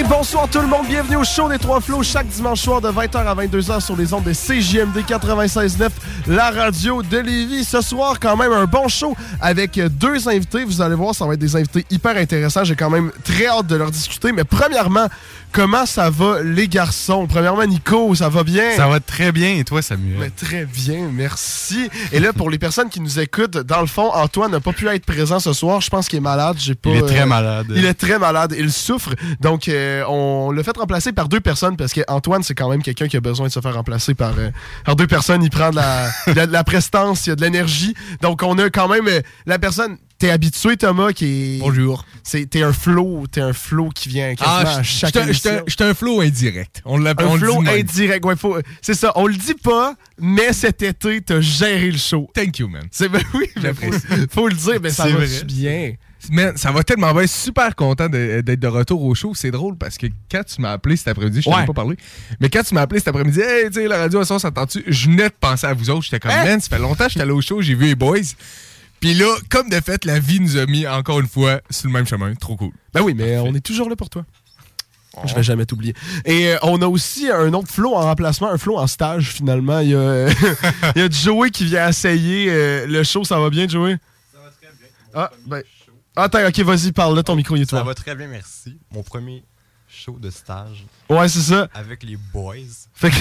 bonsoir tout le monde, bienvenue au show des Trois Flots chaque dimanche soir de 20h à 22h sur les ondes de CJMD 96.9, la radio de Lévis. Ce soir, quand même un bon show avec deux invités. Vous allez voir, ça va être des invités hyper intéressants. J'ai quand même très hâte de leur discuter. Mais premièrement, comment ça va les garçons? Premièrement, Nico, ça va bien? Ça va très bien. Et toi, Samuel? Mais très bien, merci. Et là, pour les personnes qui nous écoutent, dans le fond, Antoine n'a pas pu être présent ce soir. Je pense qu'il est malade. Il est très malade. Il est très malade. Il souffre. Donc, on l'a fait remplacer par deux personnes parce qu'Antoine, c'est quand même quelqu'un qui a besoin de se faire remplacer par deux personnes. Il prend de la prestance, il y a de l'énergie. Donc, on a quand même la personne... T'es habitué, Thomas, qui est... Bonjour. T'es un flow qui vient quasiment à chaque émission. J'étais un flow indirect. On l'appelle un flow indirect. Ouais, c'est ça. On le dit pas, mais cet été, t'as géré le show. Thank you, man. Oui, mais faut le dire, mais ça va bien. Man, ça va tellement bien. Super content d'être de retour au show. C'est drôle parce que quand tu m'as appelé cet après-midi, je t'en ai pas parlé, mais quand tu m'as appelé cet après-midi, hey, tu sais, la radio à soir, ça t'entend-tu? Je venais de penser à vous autres. J'étais comme, man, ça fait longtemps que j'étais allé au show, j'ai vu les boys. Puis là, comme de fait, la vie nous a mis encore une fois sur le même chemin. Trop cool. Ben oui, mais on est toujours là pour toi. Je vais jamais t'oublier. Et on a aussi un autre flow en remplacement, un flow en stage finalement. Il y a Joey qui vient essayer le show. Ça va bien, Joey? Ça va très bien. Attends, ok, vas-y, parle là, ton micro il est toi. Ça va très bien, merci. Mon premier show de stage. Ouais, c'est ça. Avec les boys. Fait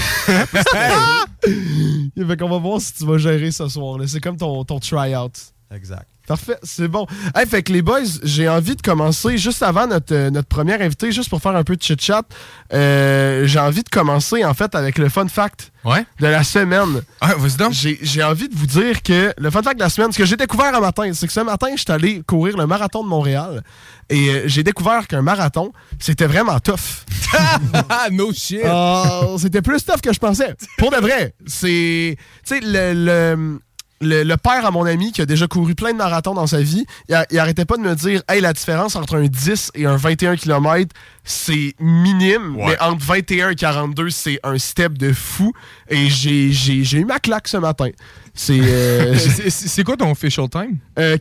qu'on va voir si tu vas gérer ce soir. Là. C'est comme ton try-out. Exact. Parfait, c'est bon. Hey, fait que les boys, j'ai envie de commencer juste avant notre première invité, juste pour faire un peu de chit-chat. J'ai envie de commencer en fait avec le fun fact de la semaine. Ah, vas-y donc. J'ai envie de vous dire que le fun fact de la semaine, ce que j'ai découvert un matin, c'est que ce matin, je suis allé courir le marathon de Montréal et j'ai découvert qu'un marathon, c'était vraiment tough. No shit. C'était plus tough que je pensais. Pour de vrai. C'est, tu sais, le père à mon ami qui a déjà couru plein de marathons dans sa vie, il arrêtait pas de me dire « Hey, la différence entre un 10 et un 21 km, c'est minime, mais entre 21 et 42, c'est un step de fou. » Et j'ai eu ma claque ce matin. C'est quoi ton official time?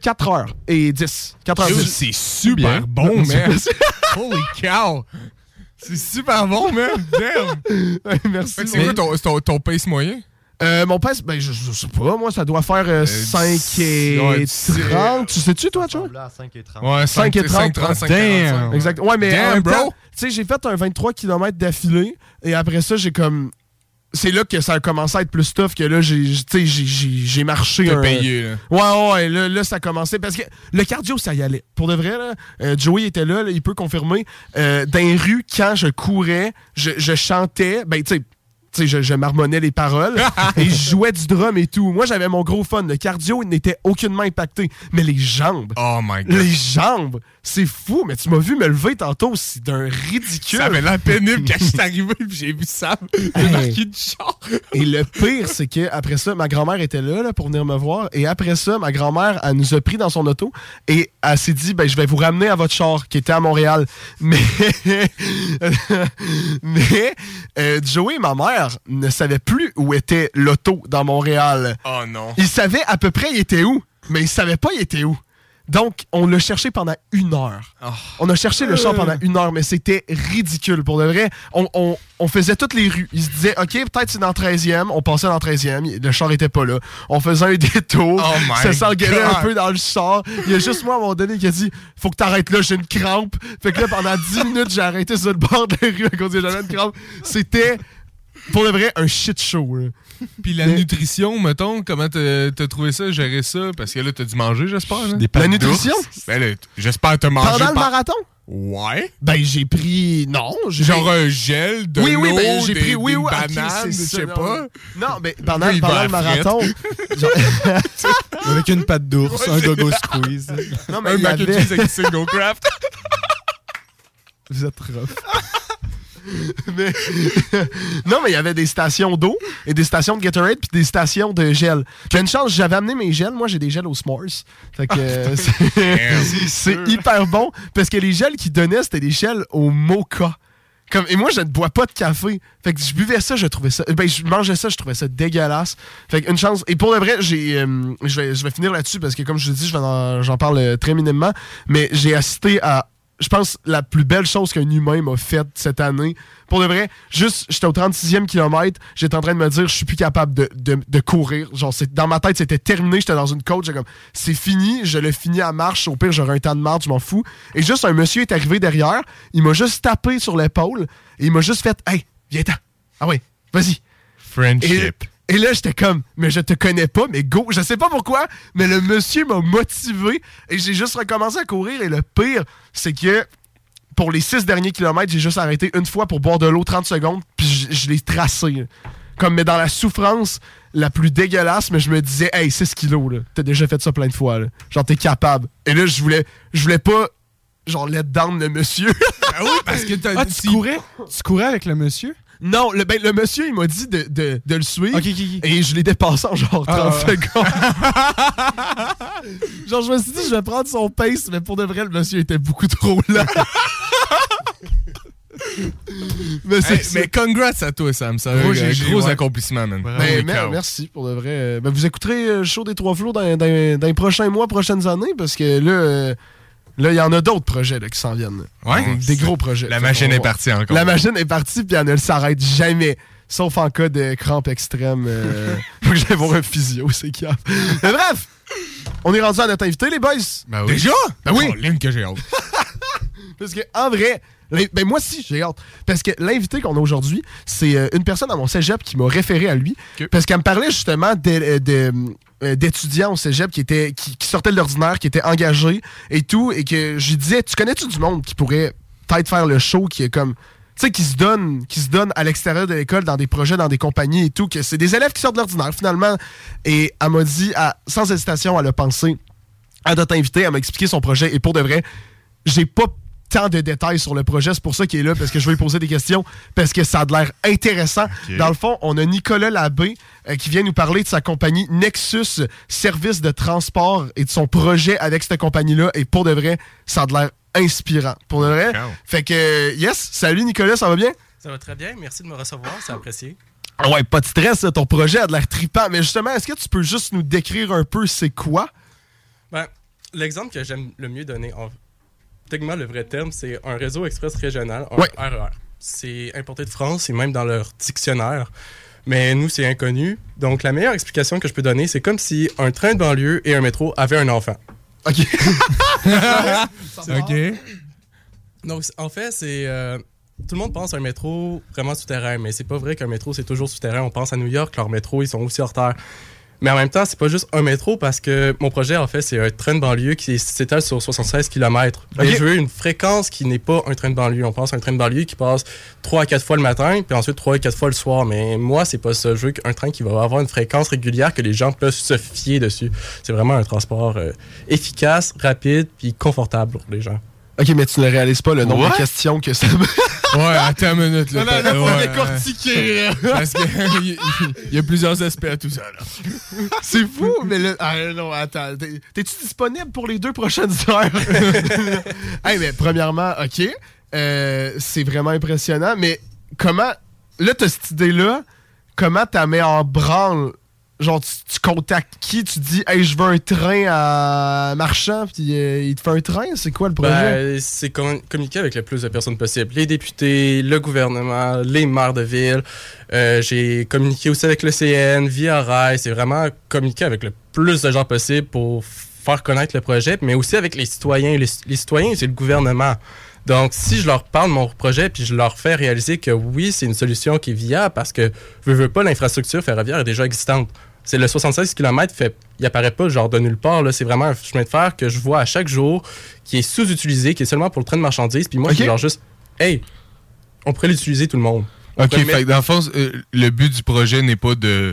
4h10. 4h10. C'est super bon, man. Holy cow! C'est super bon, man. Damn! Merci. C'est quoi ton pace moyen? Mon pace, ben je sais pas, moi ça doit faire 5 et 30. Tu sais-tu toi, tu vois? 5 et 30. Ouais, 5 et 30. Damn! Exact. Ouais, mais damn, bro! Tu sais, j'ai fait un 23 km d'affilée et après ça, j'ai comme... C'est là que ça a commencé à être plus tough que là, j'ai marché. T'as payé, là. Ouais, là, ça a commencé. Parce que le cardio, ça y allait. Pour de vrai, là, Joey était là, il peut confirmer. Dans les rues, quand je courais, je chantais, ben, tu sais, je marmonnais les paroles et je jouais du drum et tout. Moi, j'avais mon gros fun. Le cardio n'était aucunement impacté. Mais les jambes. Oh my God. Les jambes. C'est fou, mais tu m'as vu me lever tantôt. C'est d'un ridicule. Ça avait l'air pénible quand je suis arrivé et j'ai vu Sam débarquer du char. Et le pire, c'est que après ça, ma grand-mère était là pour venir me voir. Et après ça, ma grand-mère, elle nous a pris dans son auto et elle s'est dit, ben, je vais vous ramener à votre char qui était à Montréal. Mais Joey, ma mère, ne savait plus où était l'auto dans Montréal. Oh non. Il savait à peu près il était où, mais il savait pas il était où. Donc, on l'a cherché pendant 1 heure. Oh. On a cherché le char pendant 1 heure, mais c'était ridicule. Pour de vrai, on faisait toutes les rues. Il se disait, OK, peut-être c'est dans 13e. On passait dans 13e. Le char était pas là. On faisait un détour. Ça s'engueulait un peu dans le char. Il y a juste moi, à un moment donné, qui a dit, faut que t'arrêtes là, j'ai une crampe. Fait que là, pendant 10 minutes, j'ai arrêté sur le bord de la rue à cause que j'avais une crampe. C'était... Pour de vrai, un shit show. Là. Puis la nutrition, mettons, comment t'as trouvé ça, gérer ça? Parce que là, t'as dû manger, j'espère. Hein? La nutrition? Ben là, j'espère te manger. Pendant le marathon? Ouais. Ben, j'ai pris... Non. Genre un gel, de l'eau, ben, j'ai pris, des bananes, okay, je sais pas. Non, mais pendant le marathon... Avec une patte d'ours, un gogo squeeze. Non, mais un mac and cheese avec single craft. Vous êtes rough. Mais non, mais il y avait des stations d'eau et des stations de Gatorade puis des stations de gel. J'ai une chance, j'avais amené mes gels. Moi, j'ai des gels aux S'mores. Fait que c'est hyper bon parce que les gels qu'ils donnaient, c'était des gels au mocha. Et moi, je ne bois pas de café. Fait que je buvais ça, je trouvais ça... Ben, je mangeais ça, je trouvais ça dégueulasse. Fait qu'une chance... Et pour le vrai, je vais finir là-dessus parce que, comme je te dis, j'en parle très minimement, mais j'ai assisté à je pense, la plus belle chose qu'un humain m'a faite cette année. Pour de vrai, juste, j'étais au 36e kilomètre, j'étais en train de me dire, je suis plus capable de courir. Genre, dans ma tête, c'était terminé, j'étais dans une côte, j'étais comme, c'est fini, je l'ai fini à marche, au pire, j'aurai un temps de marche, je m'en fous. Et juste, un monsieur est arrivé derrière, il m'a juste tapé sur l'épaule, et il m'a juste fait, hey, viens-t'en. Ah ouais, vas-y. Friendship. Et là, j'étais comme, mais je te connais pas, mais go. Je sais pas pourquoi, mais le monsieur m'a motivé et j'ai juste recommencé à courir. Et le pire, c'est que pour les 6 derniers kilomètres, j'ai juste arrêté une fois pour boire de l'eau 30 secondes, puis je l'ai tracé. Comme, mais dans la souffrance la plus dégueulasse, mais je me disais, hey, 6 kilos, là, t'as déjà fait ça plein de fois, là. Genre, t'es capable. Et là, je voulais pas, genre, let down le monsieur. Ah oui, parce que tu courais avec le monsieur? Non, le monsieur, il m'a dit de le suivre. Okay. Et je l'ai dépassé en genre 30 secondes. Genre, je me suis dit, je vais prendre son pace, mais pour de vrai, le monsieur était beaucoup trop lent. mais congrats à toi, Sam. C'est un gros accomplissement, man. Merci pour de vrai. Vous écouterez le show des Trois Flots dans les prochains mois, prochaines années, parce que là... Là, il y en a d'autres projets là, qui s'en viennent. Ouais. Des gros projets. La machine est partie encore. La machine est partie, puis elle ne s'arrête jamais. Sauf en cas de crampe extrême. Faut que j'aille voir un physio, c'est grave. Mais bref, on est rendu à notre invité, les boys. Ben oui. Déjà? Ben oui. Ligne que j'ai hâte. Parce que, en vrai, ben moi aussi, j'ai hâte. Parce que l'invité qu'on a aujourd'hui, c'est une personne à mon cégep qui m'a référé à lui. Okay. Parce qu'elle me parlait justement d'étudiants au cégep qui sortaient de l'ordinaire, qui étaient engagés et tout. Et que je lui disais, tu connais-tu du monde qui pourrait peut-être faire le show, qui est comme... Tu sais, qui se donne à l'extérieur de l'école dans des projets, dans des compagnies et tout, que c'est des élèves qui sortent de l'ordinaire, finalement. Et elle m'a dit, sans hésitation, elle a pensé à notre invité, elle m'a expliqué son projet. Et pour de vrai, j'ai pas tant de détails sur le projet, c'est pour ça qu'il est là, parce que je vais lui poser des questions, parce que ça a de l'air intéressant. Okay. Dans le fond, on a Nicolas Labbé qui vient nous parler de sa compagnie Nexus Service de transport et de son projet avec cette compagnie-là. Et pour de vrai, ça a de l'air inspirant. Pour de vrai. Wow. Fait que, yes, salut Nicolas, ça va bien? Ça va très bien, merci de me recevoir, c'est apprécié. Ouais, pas de stress, ton projet a de l'air trippant. Mais justement, est-ce que tu peux juste nous décrire un peu c'est quoi? Ben, l'exemple que j'aime le mieux donner, techniquement, le vrai terme, c'est un réseau express régional, un RER. C'est importé de France, c'est même dans leur dictionnaire. Mais nous, c'est inconnu. Donc, la meilleure explication que je peux donner, c'est comme si un train de banlieue et un métro avaient un enfant. OK. OK. Donc, en fait, c'est... tout le monde pense à un métro vraiment souterrain, mais c'est pas vrai qu'un métro, c'est toujours souterrain. On pense à New York, leurs métros, ils sont aussi hors terre. Mais en même temps, c'est pas juste un métro parce que mon projet, en fait, c'est un train de banlieue qui s'étale sur 76 km. Okay. Et je veux une fréquence qui n'est pas un train de banlieue. On pense à un train de banlieue qui passe 3 à 4 fois le matin, puis ensuite 3 à 4 fois le soir. Mais moi, c'est pas ça. Je veux un train qui va avoir une fréquence régulière que les gens peuvent se fier dessus. C'est vraiment un transport efficace, rapide, puis confortable pour les gens. OK, mais tu ne réalises pas le nombre de questions que ça me... Ouais, attends une minute. Là, non, faut décortiquer. Parce qu'il y a plusieurs aspects à tout ça. Là. C'est fou, mais là... Ah non, attends. T'es-tu disponible pour les 2 prochaines heures? Hey, mais premièrement, OK, c'est vraiment impressionnant, mais comment... Là, t'as cette idée-là, comment t'as mis en branle? Genre, tu contactes qui? Tu dis, hey, je veux un train à Marchand, puis il te fait un train? C'est quoi le projet? C'est communiquer avec le plus de personnes possible. Les députés, le gouvernement, les maires de ville. J'ai communiqué aussi avec le CN, Via Rail. C'est vraiment communiquer avec le plus de gens possible pour faire connaître le projet, mais aussi avec les citoyens. Les citoyens, c'est le gouvernement. Donc, si je leur parle de mon projet puis je leur fais réaliser que oui, c'est une solution qui est viable parce que, veux pas, l'infrastructure ferroviaire est déjà existante. C'est le 76 km, il apparaît pas genre de nulle part. Là. C'est vraiment un chemin de fer que je vois à chaque jour qui est sous-utilisé, qui est seulement pour le train de marchandises. Puis moi, je dis genre juste, hey, on pourrait l'utiliser tout le monde. OK, fait que dans le fond, le but du projet n'est pas de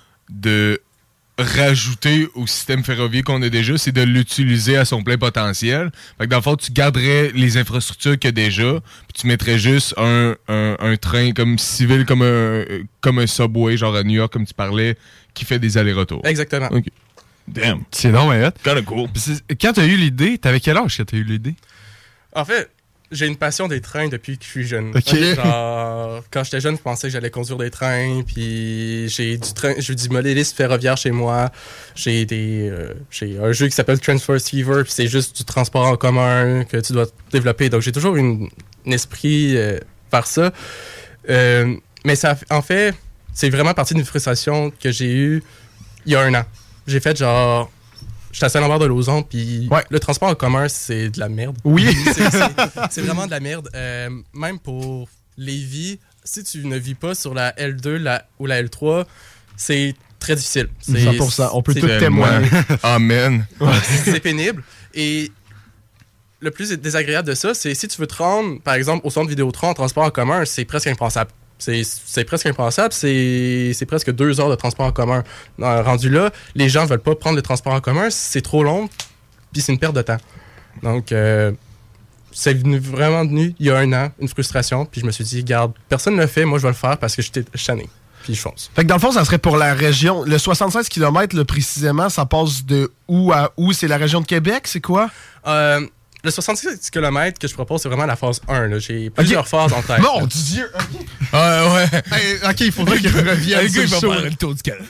rajouter au système ferroviaire qu'on a déjà, c'est de l'utiliser à son plein potentiel. Fait que dans le fond, tu garderais les infrastructures qu'il y a déjà, puis tu mettrais juste un train comme civil, comme un subway, genre à New York, comme tu parlais, qui fait des allers-retours. Exactement. Okay. Damn. C'est non, mais kinda cool. Quand t'as eu l'idée, t'avais quel âge quand t'as eu l'idée? En fait, J'ai une passion des trains depuis que je suis jeune. Okay. Genre, quand j'étais jeune, je pensais que j'allais conduire des trains, puis j'ai du modélisme ferroviaire chez moi. J'ai un jeu qui s'appelle Transfer Receiver, puis c'est juste du transport en commun que tu dois développer. Donc j'ai toujours un esprit vers ça. Mais ça, en fait, c'est vraiment parti d'une frustration que j'ai eue il y a 1 an. J'ai fait genre... J'étais à Saint-Lambert de Lauzon, puis le transport en commun, c'est de la merde. Oui. c'est vraiment de la merde. Même pour Lévis, si tu ne vis pas sur la L2 ou la L3, c'est très difficile. 100%. On peut tout témoigner. Amen. C'est pénible. Et le plus désagréable de ça, c'est si tu veux te rendre, par exemple, au centre Vidéotron en transport en commun, c'est presque impensable. C'est presque impensable. C'est presque 2 heures de transport en commun. Rendu là, les gens ne veulent pas prendre le transport en commun. C'est trop long, puis c'est une perte de temps. Donc, c'est vraiment venu, il y a 1 an, une frustration. Puis je me suis dit, regarde, personne ne le fait, moi je vais le faire parce que j'étais chané. Puis je fonce. Fait que dans le fond, ça serait pour la région. Le 76 km, là, précisément, ça passe de où à où? C'est la région de Québec, c'est quoi? Le 66 km que je propose, c'est vraiment la phase 1. Là. J'ai plusieurs phases en tête. Mon Dieu! Okay. Ouais. Hey, OK, il faudrait qu'il revienne. Le gars, il va faire le tour du Canada.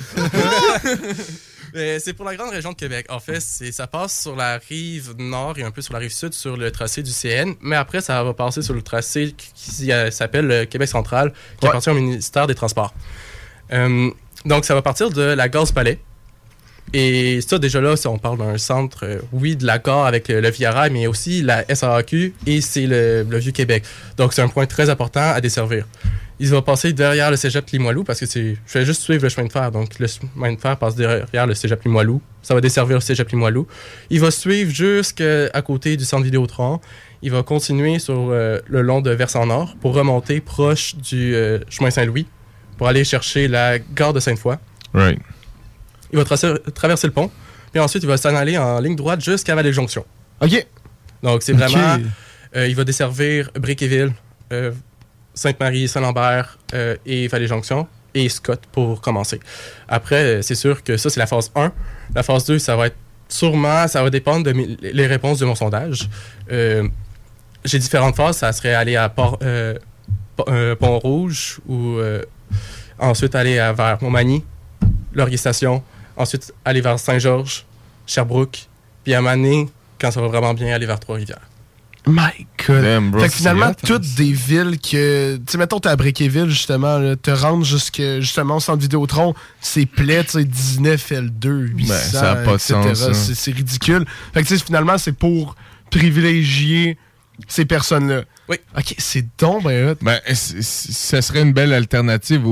C'est pour la grande région de Québec. En fait, ça passe sur la rive nord et un peu sur la rive sud, sur le tracé du CN. Mais après, ça va passer sur le tracé qui s'appelle le Québec central, qui appartient au ministère des Transports. Donc, ça va partir de la gare du Palais. Et ça, déjà là, on parle d'un centre, de la gare avec le Via Rail, mais aussi la SAQ et c'est le Vieux-Québec. Donc, c'est un point très important à desservir. Il va passer derrière le cégep Limoilou parce que je vais juste suivre le chemin de fer. Donc, le chemin de fer passe derrière le cégep Limoilou. Ça va desservir le cégep Limoilou. Il va suivre jusqu'à côté du centre Vidéotron. Il va continuer sur le long de Versant-Nord pour remonter proche du chemin Saint-Louis pour aller chercher la gare de Sainte-Foy. Right. Il va traverser le pont, puis ensuite, il va s'en aller en ligne droite jusqu'à Vallée-Jonction. OK. Donc, c'est vraiment... il va desservir Bréquéville, Sainte-Marie, Saint-Lambert et Vallée-Jonction et Scott pour commencer. Après, c'est sûr que ça, c'est la phase 1. La phase 2, ça va être sûrement... Ça va dépendre de les réponses de mon sondage. J'ai différentes phases. Ça serait aller à Pont-Rouge ou ensuite aller vers Montmagny, Laurier-Station, ensuite aller vers Saint-Georges, Sherbrooke, puis à Mané, quand ça va vraiment bien, aller vers Trois-Rivières. My God. Damn, bro, fait que finalement, hot, toutes des villes que... Tu sais, mettons, t'es à Bréquéville, justement, là, te rendre justement au centre Vidéotron, c'est plaid, tu sais, 19 L2, 800, ça n'a pas de etc. sens, c'est ridicule. Fait que, tu sais, finalement, c'est pour privilégier ces personnes-là. Oui. OK, c'est donc ben hot. Ben, ça serait une belle alternative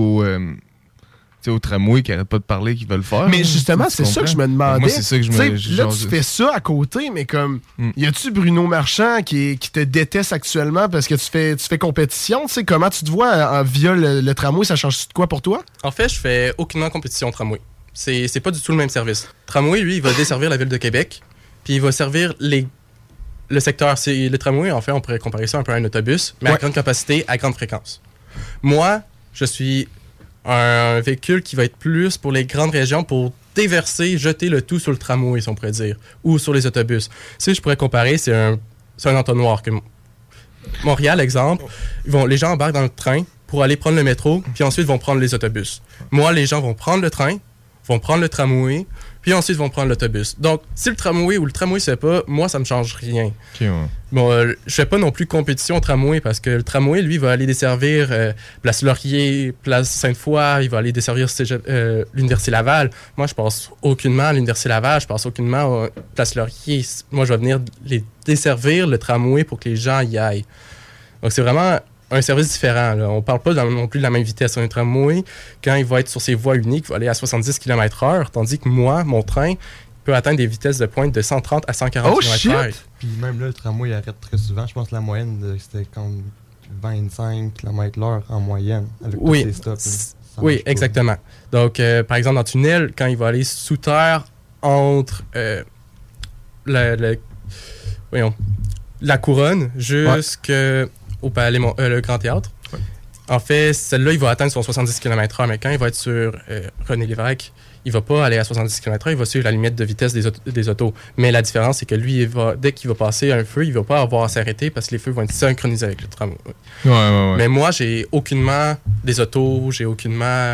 au tramway qui n'arrête pas de parler, qui veulent le faire. Mais justement, c'est ça que je me demandais. Moi, c'est ça que je me Là, tu fais ça à côté, mais comme, y a-tu Bruno Marchand qui te déteste actuellement parce que tu fais compétition? Tu sais, comment tu te vois via le tramway? Ça change de quoi pour toi? En fait, je fais aucunement compétition tramway. C'est pas du tout le même service. Tramway, lui, il va desservir la ville de Québec, puis il va servir le secteur. Le tramway, en fait, on pourrait comparer ça un peu à un autobus, mais à grande capacité, à grande fréquence. Moi, je suis un véhicule qui va être plus pour les grandes régions pour déverser, jeter le tout sur le tramway, si on pourrait dire, ou sur les autobus. Si je pourrais comparer, c'est un entonnoir. Montréal, exemple, les gens embarquent dans le train pour aller prendre le métro, puis ensuite vont prendre les autobus. Moi, les gens vont prendre le train, vont prendre le tramway, puis ensuite vont prendre l'autobus. Donc, si le tramway ou le tramway se fait pas, moi, ça me change rien. Okay, ouais. Bon, je fais pas non plus compétition au tramway parce que le tramway, lui, va aller desservir Place Laurier, Place Sainte-Foy, il va aller desservir l'Université Laval. Moi, je passe aucunement à l'Université Laval, je passe aucunement à Place Laurier. Moi, je vais venir les desservir, le tramway, pour que les gens y aillent. Donc, c'est vraiment un service différent. Là. On parle pas non plus de la même vitesse. Un tramway, quand il va être sur ses voies uniques, il va aller à 70 km/h, tandis que moi, mon train peut atteindre des vitesses de pointe de 130 à 140 km/h. Puis même là, le tramway il arrête très souvent. Je pense que la moyenne, c'était comme 25 km/h en moyenne, avec tous ces stops. Oui, exactement. Donc, par exemple, dans le tunnel, quand il va aller sous terre entre la couronne jusqu'au palais, le Grand Théâtre, En fait, celle-là, il va atteindre son 70 km/h, mais quand il va être sur René Lévesque, il va pas aller à 70 km/h, il va suivre la limite de vitesse des autos. Mais la différence, c'est que lui, dès qu'il va passer un feu, il va pas avoir à s'arrêter parce que les feux vont être synchronisés avec le tram. Ouais. Mais moi, j'ai aucunement des autos, j'ai aucunement...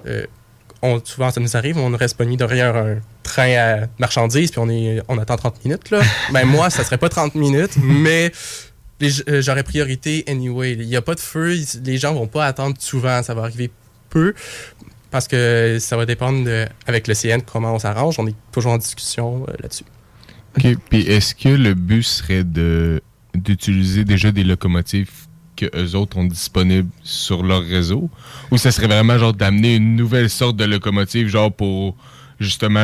souvent, ça nous arrive, on reste pogné derrière un train à marchandises, puis on attend 30 minutes. Là. Ben moi, ça serait pas 30 minutes, mais j'aurais priorité anyway. Il n'y a pas de feu, les gens vont pas attendre souvent, ça va arriver peu, parce que ça va dépendre avec le CN comment on s'arrange. On est toujours en discussion là-dessus. OK. Puis est-ce que le but serait d'utiliser déjà des locomotives que eux autres ont disponibles sur leur réseau? Ou ça serait vraiment genre d'amener une nouvelle sorte de locomotive genre pour justement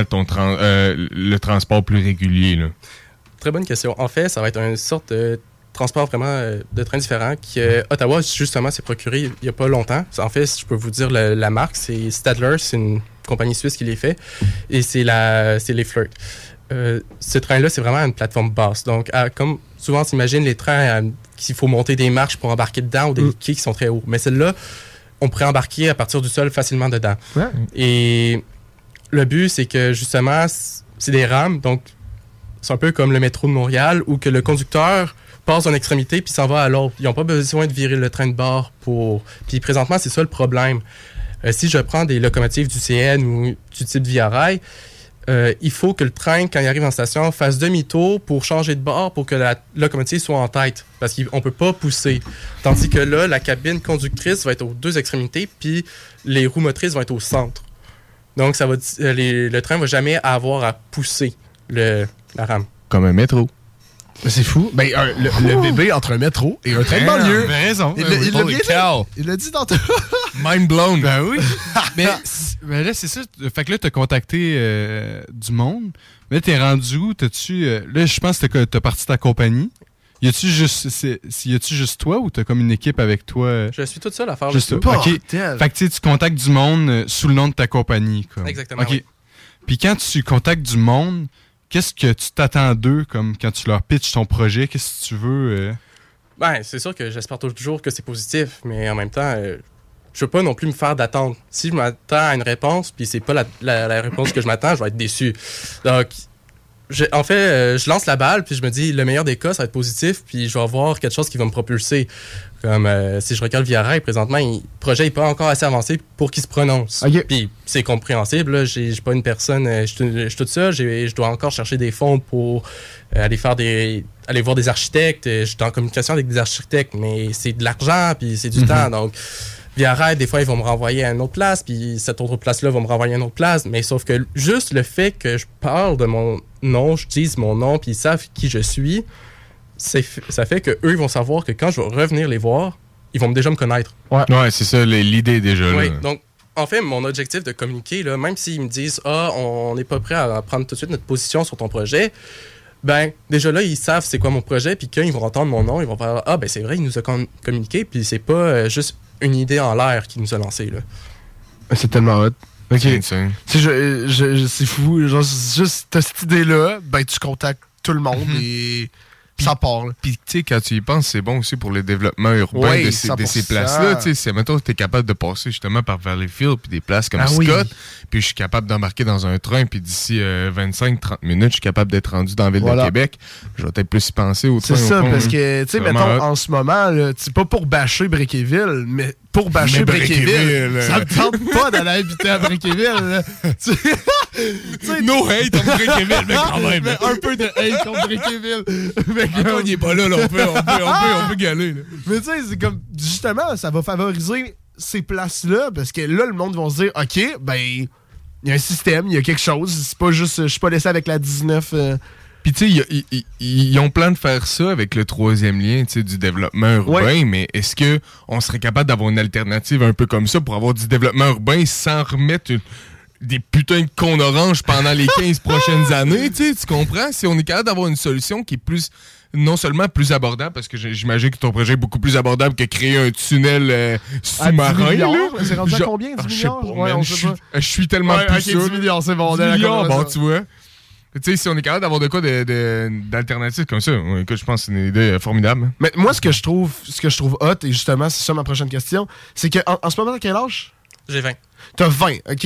le transport plus régulier, là? Très bonne question. En fait, ça va être une sorte de transport vraiment de train différent que Ottawa, justement, s'est procuré il n'y a pas longtemps. En fait, si je peux vous dire la marque, c'est Stadler, c'est une compagnie suisse qui les fait, et c'est les Flirt. Ce train-là, c'est vraiment une plateforme basse. Donc, comme souvent, on s'imagine les trains qu'il faut monter des marches pour embarquer dedans ou des quais qui sont très hauts. Mais celle-là, on pourrait embarquer à partir du sol facilement dedans. Ouais. Et le but, c'est que justement, c'est des rames. Donc, c'est un peu comme le métro de Montréal où que le conducteur passe d'une extrémité puis s'en va à l'autre. Ils n'ont pas besoin de virer le train de bord pour... Puis présentement, c'est ça le problème. Si je prends des locomotives du CN ou du type Via Rail, il faut que le train, quand il arrive en station, fasse demi-tour pour changer de bord pour que la locomotive soit en tête. Parce qu'on ne peut pas pousser. Tandis que là, la cabine conductrice va être aux deux extrémités, puis les roues motrices vont être au centre. Donc, le train ne va jamais avoir à pousser la rame. Comme un métro. C'est fou. Ben, le bébé entre un métro et un train de banlieue. Ben raison. Il l'a dit tantôt. Mind blown. Ben oui. mais là, c'est ça. Fait que là, t'as contacté du monde. Mais là, t'es rendu où? Là, je pense que t'as parti ta compagnie. Y a-tu juste toi ou t'as comme une équipe avec toi? Je suis toute seule à faire juste toi. OK. Fait que tu contactes du monde sous le nom de ta compagnie. Comme. Exactement. OK. Oui. Puis quand tu contactes du monde, qu'est-ce que tu t'attends d'eux, comme quand tu leur pitches ton projet? Qu'est-ce que tu veux? Ben, c'est sûr que j'espère toujours que c'est positif, mais en même temps, je veux pas non plus me faire d'attendre. Si je m'attends à une réponse, puis c'est pas la réponse que je m'attends, je vais être déçu. Donc, je lance la balle, puis je me dis, le meilleur des cas, ça va être positif, puis je vais avoir quelque chose qui va me propulser. Comme si je regarde Via Rail, présentement, le projet n'est pas encore assez avancé pour qu'il se prononce. Okay. Puis c'est compréhensible. Là, j'ai pas une personne, je suis toute seule, je dois encore chercher des fonds pour aller voir des architectes. Je suis en communication avec des architectes, mais c'est de l'argent, puis c'est du temps. Donc, Via Rail, des fois, ils vont me renvoyer à une autre place, puis cette autre place-là va me renvoyer à une autre place. Mais sauf que juste le fait que je parle de mon nom, je dise mon nom, puis ils savent qui je suis, ça fait qu'eux, ils vont savoir que quand je vais revenir les voir, ils vont déjà me connaître. Ouais, c'est ça, l'idée déjà. Oui, donc, en fait, mon objectif de communiquer, là, même s'ils me disent « Ah, on n'est pas prêt à prendre tout de suite notre position sur ton projet », ben déjà là, ils savent c'est quoi mon projet, puis quand ils vont entendre mon nom, ils vont faire « Ah, ben c'est vrai, il nous a communiqué, puis c'est pas juste une idée en l'air qui nous a lancé. » là. C'est tellement hot. OK. C'est fou. Genre, juste, t'as cette idée-là, ben tu contactes tout le monde et... ça part. Puis, tu sais, quand tu y penses, c'est bon aussi pour le développement urbain de ces places-là. Tu sais, mettons, tu es capable de passer justement par Valleyfield puis des places comme Scott. Puis, je suis capable d'embarquer dans un train. Puis, d'ici 25-30 minutes, je suis capable d'être rendu dans la ville de Québec. Je vais peut-être plus y penser au train. C'est ça, parce que, tu sais, mettons, en ce moment, c'est pas pour bâcher Briqueville, mais pour bâcher Briqueville. Ça me tente pas d'aller habiter à Briqueville. No hate contre Briqueville, mais quand même. Mais un peu de hate contre Briqueville. Quand il est pas là, on peut galer. Là. Mais tu sais, c'est comme, justement, ça va favoriser ces places-là, parce que là, le monde va se dire, OK, ben, il y a un système, il y a quelque chose, c'est pas juste, je suis pas laissé avec la 19... Puis tu sais, ils ont plein de faire ça avec le troisième lien, tu sais, du développement urbain, mais est-ce que on serait capable d'avoir une alternative un peu comme ça pour avoir du développement urbain sans remettre des putains de cons oranges pendant les 15 prochaines années, tu comprends? Si on est capable d'avoir une solution qui est plus, non seulement plus abordable, parce que j'imagine que ton projet est beaucoup plus abordable que créer un tunnel sous-marin. C'est rendu à combien, 10 millions? Je suis tellement plus sûr. 10 millions, c'est bon. 10 millions, bon, tu vois. Tu sais, si on est capable d'avoir de quoi d'alternatif comme ça, écoute, je pense que c'est une idée formidable. Mais moi, ce que je trouve hot, et justement, c'est ça ma prochaine question, c'est qu'en ce moment, t'as quel âge? J'ai 20. T'as 20, OK?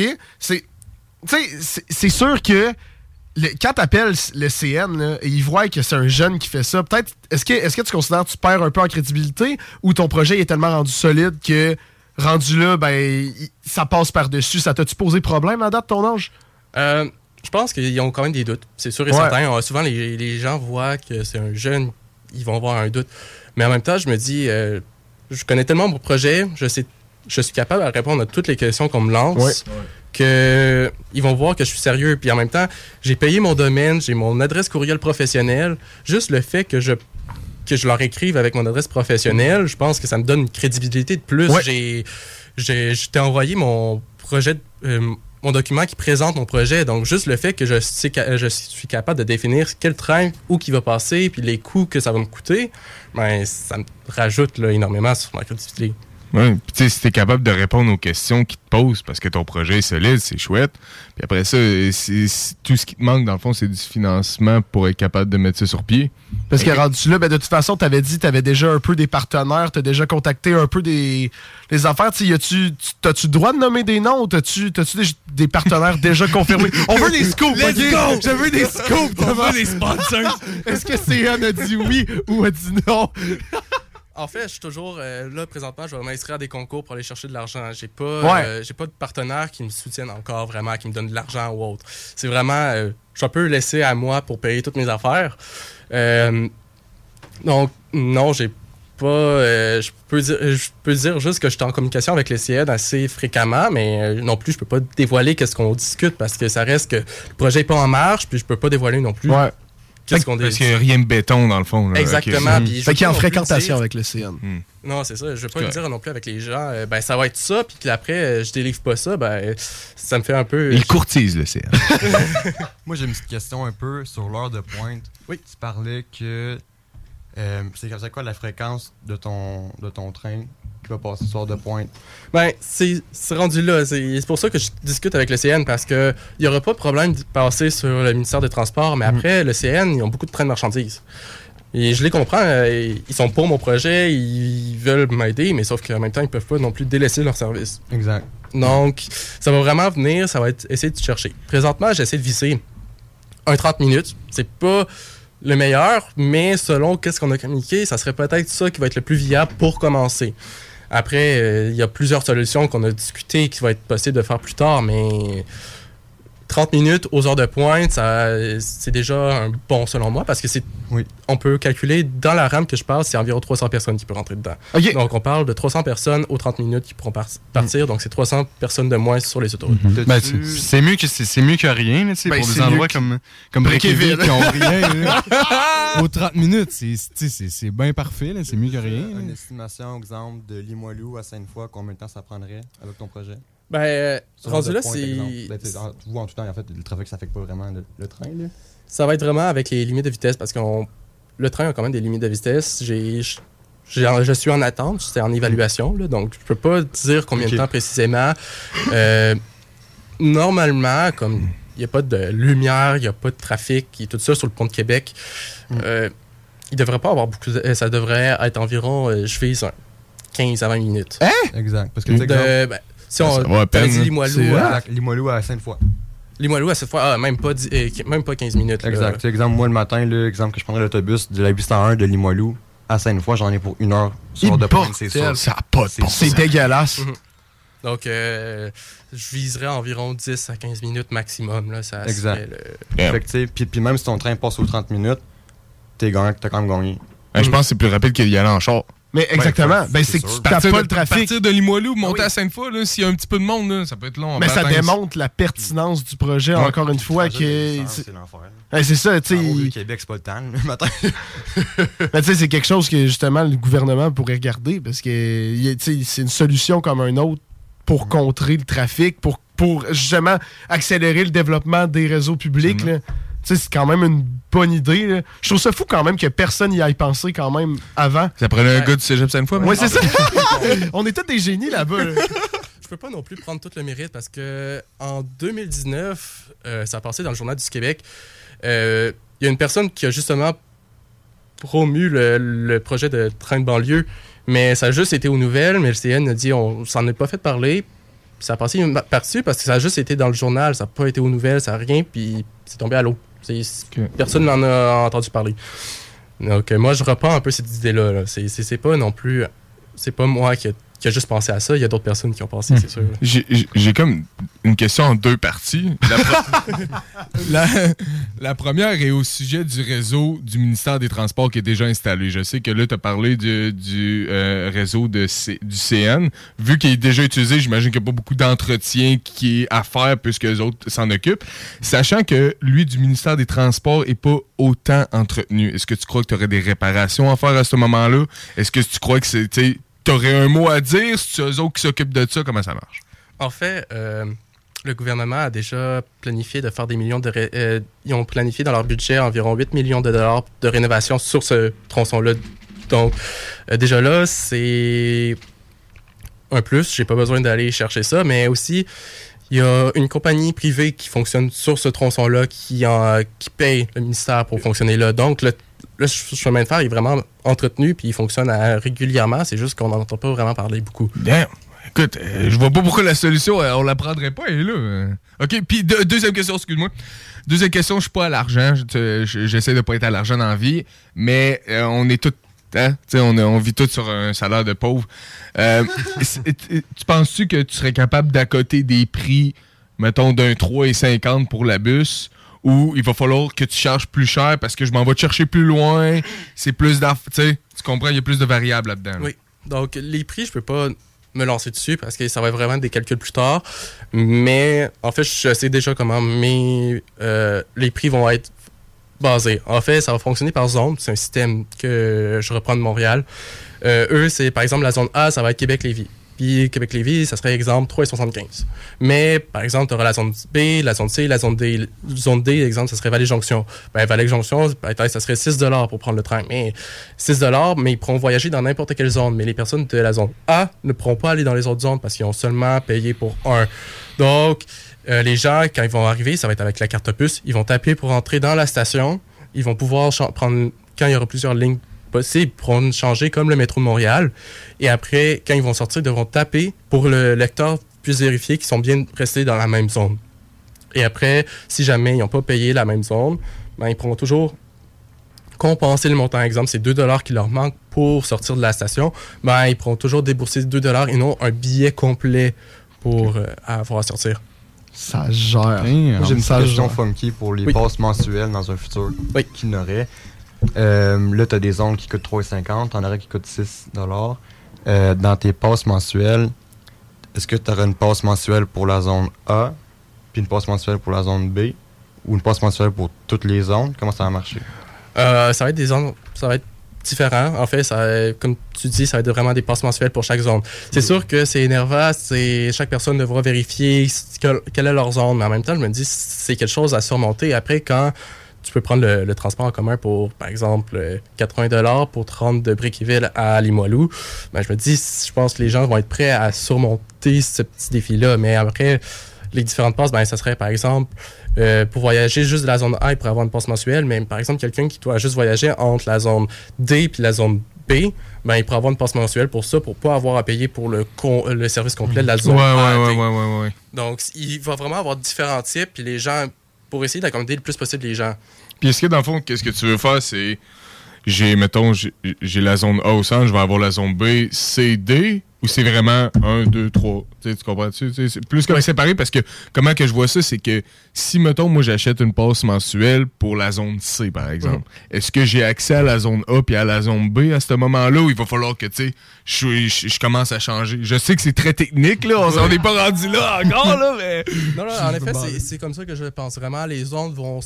C'est sûr que quand t'appelles le CN là, et ils voient que c'est un jeune qui fait ça, peut-être, est-ce que tu considères que tu perds un peu en crédibilité ou ton projet est tellement rendu solide que rendu là, ben, ça passe par-dessus? Ça t'a-tu posé problème à date, ton âge? Je pense qu'ils ont quand même des doutes. C'est sûr et certain. Souvent, les gens voient que c'est un jeune, ils vont avoir un doute. Mais en même temps, je me dis, je connais tellement mon projet, je suis capable de répondre à toutes les questions qu'on me lance, qu'ils vont voir que je suis sérieux. Puis en même temps, j'ai payé mon domaine, j'ai mon adresse courriel professionnelle. Juste le fait que je leur écrive avec mon adresse professionnelle, je pense que ça me donne une crédibilité de plus. Ouais. Je t'ai envoyé mon projet, mon document qui présente mon projet. Donc, juste le fait que je suis capable de définir quel train, où qui va passer, puis les coûts que ça va me coûter, ben, ça me rajoute là, énormément sur ma crédibilité. Oui, puis tu sais, si t'es capable de répondre aux questions qu'ils te posent parce que ton projet est solide, c'est chouette. Puis après ça, tout ce qui te manque, dans le fond, c'est du financement pour être capable de mettre ça sur pied. Parce que rendu là, ben, de toute façon, t'avais dit t'avais déjà un peu des partenaires, t'as déjà contacté un peu des affaires. T'as-tu le droit de nommer des noms ou t'as-tu des partenaires déjà confirmés? On veut des scoops, Let's go! Je veux des scoops! On veut des sponsors! Est-ce que CN a dit oui ou a dit non? En fait, je suis toujours là présentement, je vais m'inscrire à des concours pour aller chercher de l'argent. J'ai pas de partenaires qui me soutiennent encore vraiment, qui me donnent de l'argent ou autre. C'est vraiment, je suis un peu laissé à moi pour payer toutes mes affaires. Donc non, j'ai pas. Je peux dire juste que je suis en communication avec les CN assez fréquemment, mais non plus, je peux pas dévoiler qu'est-ce qu'on discute parce que ça reste que le projet est pas en marche, puis je peux pas dévoiler non plus. Ouais. Parce qu'il n'y a rien de béton dans le fond. Là. Exactement. Okay. Fait qu'il est en fréquentation avec le CN. Non, c'est ça. Je vais pas le dire non plus avec les gens. Ben, ça va être ça, puis qu'après, je délivre pas ça. Ben, ça me fait un peu. Il courtise le CN. Moi, j'ai une petite question un peu sur l'heure de pointe. Oui. Tu parlais que. C'est quoi la fréquence de ton train qui va passer sur l'heure de pointe? Ben, c'est rendu là. C'est pour ça que je discute avec le CN parce que il n'y aura pas de problème de passer sur le ministère des Transports, mais après, le CN, ils ont beaucoup de trains de marchandises. Et je les comprends. Ils sont pour mon projet, ils veulent m'aider, mais sauf qu'en même temps, ils peuvent pas non plus délaisser leur service. Exact. Donc, ça va vraiment venir, ça va être essayer de chercher. Présentement, j'essaie de viser un 30 minutes. C'est pas le meilleur, mais selon qu'est-ce qu'on a communiqué, ça serait peut-être ça qui va être le plus viable pour commencer. Après, il y a plusieurs solutions qu'on a discutées qui vont être possibles de faire plus tard, mais 30 minutes aux heures de pointe, c'est déjà un bon selon moi parce que on peut calculer dans la rame que je parle, c'est environ 300 personnes qui peuvent rentrer dedans. Okay. Donc, on parle de 300 personnes aux 30 minutes qui pourront partir, donc c'est 300 personnes de moins sur les autoroutes. Ben, c'est mieux que rien, là, ben, pour des endroits comme Brickeville qui n'ont rien. Aux 30 minutes, c'est bien parfait, là, c'est mieux que rien. Une estimation, exemple, de Limoilou à Sainte-Foy, combien de temps ça prendrait avec ton projet? Ben, rendu là, c'est. Vous, en tout temps, en fait, le trafic, ça affecte pas vraiment le train, là? Ça va être vraiment avec les limites de vitesse parce que le train a quand même des limites de vitesse. Je suis en attente, c'est en évaluation, là, donc je peux pas dire combien de temps précisément. Normalement, comme il n'y a pas de lumière, il n'y a pas de trafic, et tout ça sur le pont de Québec, il devrait pas avoir beaucoup ça devrait être environ, je vise 15 à 20 minutes. Hein? Exact. Parce que si on dit Limoilou à Sainte-Foy. Limoilou à cette fois, même pas 15 minutes. Là. Exact. Exemple, moi, le matin, l'exemple que je prendrais l'autobus de la 801 de Limoilou à Sainte-Foy, j'en ai pour 1 heure sur de pointe, c'est sûr. Ça n'a pas de C'est dégueulasse. Donc, je viserais environ 10 à 15 minutes maximum. Là, ça exact. Puis même si ton train passe aux 30 minutes, t'as quand même gagné. Je pense que c'est plus rapide qu'y aller en char. Mais exactement. C'est que tu tapes pas le trafic. Partir de Limoilou, monter à Sainte-Foy, s'il y a un petit peu de monde, là, ça peut être long. Mais ça démontre la pertinence du projet, encore une fois. C'est l'enfer. C'est ça, tu sais. Au Québec, c'est pas le temps, le matin. Mais tu sais, c'est quelque chose que, justement, le gouvernement pourrait regarder parce que c'est une solution comme un autre pour contrer le trafic, pour justement accélérer le développement des réseaux publics. C'est quand même une bonne idée. Là. Je trouve ça fou quand même que personne y aille penser quand même avant. Ça prenait un gars du cégep Sainte-Foy. Oui, c'est ça. On est tous des génies là-bas. Là. Je peux pas non plus prendre tout le mérite parce que en 2019, ça a passé dans le Journal du Québec. il y a une personne qui a justement promu le projet de train de banlieue, mais ça a juste été aux nouvelles, mais le CN a dit on s'en est pas fait parler. Ça a passé par-dessus parce que ça a juste été dans le journal, ça n'a pas été aux nouvelles, ça n'a rien, puis c'est tombé à l'eau. Personne n'en a entendu parler. Donc moi, je reprends un peu cette idée-là. Là. C'est pas non plus... C'est pas moi qui a juste pensé à ça, il y a d'autres personnes qui ont pensé, c'est sûr. J'ai comme une question en deux parties. La première est au sujet du réseau du ministère des Transports qui est déjà installé. Je sais que là, tu as parlé du réseau du CN. Vu qu'il est déjà utilisé, j'imagine qu'il n'y a pas beaucoup d'entretien qui est à faire puisque les autres s'en occupent. Sachant que lui, du ministère des Transports, n'est pas autant entretenu. Est-ce que tu crois que tu aurais des réparations à faire à ce moment-là? Est-ce que tu crois que c'est... T'aurais un mot à dire si c'est eux autres qui s'occupent de ça? Comment ça marche? En fait, le gouvernement a déjà planifié de faire des millions de... ils ont planifié dans leur budget environ 8 millions de dollars de rénovation sur ce tronçon-là. Donc, déjà là, c'est un plus. J'ai pas besoin d'aller chercher ça. Mais aussi, il y a une compagnie privée qui fonctionne sur ce tronçon-là qui paye le ministère pour fonctionner là. Donc, le chemin de fer est vraiment entretenu puis il fonctionne régulièrement. C'est juste qu'on n'en entend pas vraiment parler beaucoup. Damn. Écoute, je vois pas pourquoi la solution, on la prendrait pas, elle est là. OK, puis deuxième question, excuse-moi. Deuxième question, je suis pas à l'argent. J'essaie de pas être à l'argent dans la vie, mais on est tous... Hein? On vit tous sur un salaire de pauvre. Tu penses-tu que tu serais capable d'accoter des prix, mettons, d'un 3,50 pour la bus, ou il va falloir que tu charges plus cher parce que je m'en vais te chercher plus loin, c'est plus tu comprends, il y a plus de variables là-dedans. Oui, donc les prix, je peux pas me lancer dessus parce que ça va être vraiment des calculs plus tard, mais en fait, je sais déjà comment les prix vont être basés. En fait, ça va fonctionner par zone, c'est un système que je reprends de Montréal. Eux, c'est par exemple la zone A, ça va être Québec-Lévis. Puis Québec-Lévis, ça serait exemple 3,75. Mais, par exemple, tu auras la zone B, la zone C, la zone D. Zone D, exemple, ça serait Vallée-Jonction. Vallée-Jonction, peut-être ça serait 6 $ pour prendre le train. Mais 6 $, mais ils pourront voyager dans n'importe quelle zone. Mais les personnes de la zone A ne pourront pas aller dans les autres zones parce qu'ils ont seulement payé pour un. Donc, les gens, quand ils vont arriver, ça va être avec la carte puce, ils vont taper pour entrer dans la station. Ils vont pouvoir prendre, quand il y aura plusieurs lignes possibles, ils pourront changer comme le métro de Montréal. Et après, quand ils vont sortir, ils devront taper pour le lecteur puisse vérifier qu'ils sont bien restés dans la même zone. Et après, si jamais ils n'ont pas payé la même zone, ben, ils pourront toujours compenser le montant. Exemple, c'est 2 $ qui leur manquent pour sortir de la station. Ben, ils pourront toujours débourser 2 $ et non un billet complet pour avoir à sortir. Ça gère. J'ai une question funky pour les passes mensuelles dans un futur qui n'aurait. Là, tu as des zones qui coûtent 3,50, t'en aurais qui coûtent 6 $. Dans tes passes mensuelles, est-ce que tu aurais une passe mensuelle pour la zone A, puis une passe mensuelle pour la zone B, ou une passe mensuelle pour toutes les zones? Comment ça va marcher? Ça va être des zones, ça va être différent. En fait, comme tu dis, ça va être vraiment des passes mensuelles pour chaque zone. C'est sûr que c'est énervant, chaque personne devra vérifier quelle est leur zone, mais en même temps, je me dis c'est quelque chose à surmonter. Après, quand tu peux prendre le transport en commun pour, par exemple, 80 $ pour te rendre de Brickeyville à Limoilou, ben, je me dis, je pense que les gens vont être prêts à surmonter ce petit défi-là. Mais après, les différentes passes, ben, ça serait, par exemple, pour voyager juste de la zone A, il pourrait avoir une passe mensuelle, mais par exemple, quelqu'un qui doit juste voyager entre la zone D et la zone B, ben, il pourrait avoir une passe mensuelle pour ça, pour pas avoir à payer pour le service complet de la zone A. Ouais. Donc, il va vraiment avoir différents types, puis les gens, pour essayer d'accommoder le plus possible les gens. Puis est-ce que dans le fond, qu'est-ce que tu veux faire, c'est j'ai la zone A au centre, je vais avoir la zone B, C, D, ou c'est vraiment 1, 2, 3? Tu comprends-tu? C'est plus comme séparé parce que comment que je vois ça, c'est que si, mettons, moi j'achète une passe mensuelle pour la zone C, par exemple, est-ce que j'ai accès à la zone A puis à la zone B à ce moment-là où il va falloir que je commence à changer? Je sais que c'est très technique, là, on n'est pas rendu là encore, là, mais. Non, en effet, c'est comme ça que je pense. Vraiment, les zones vont.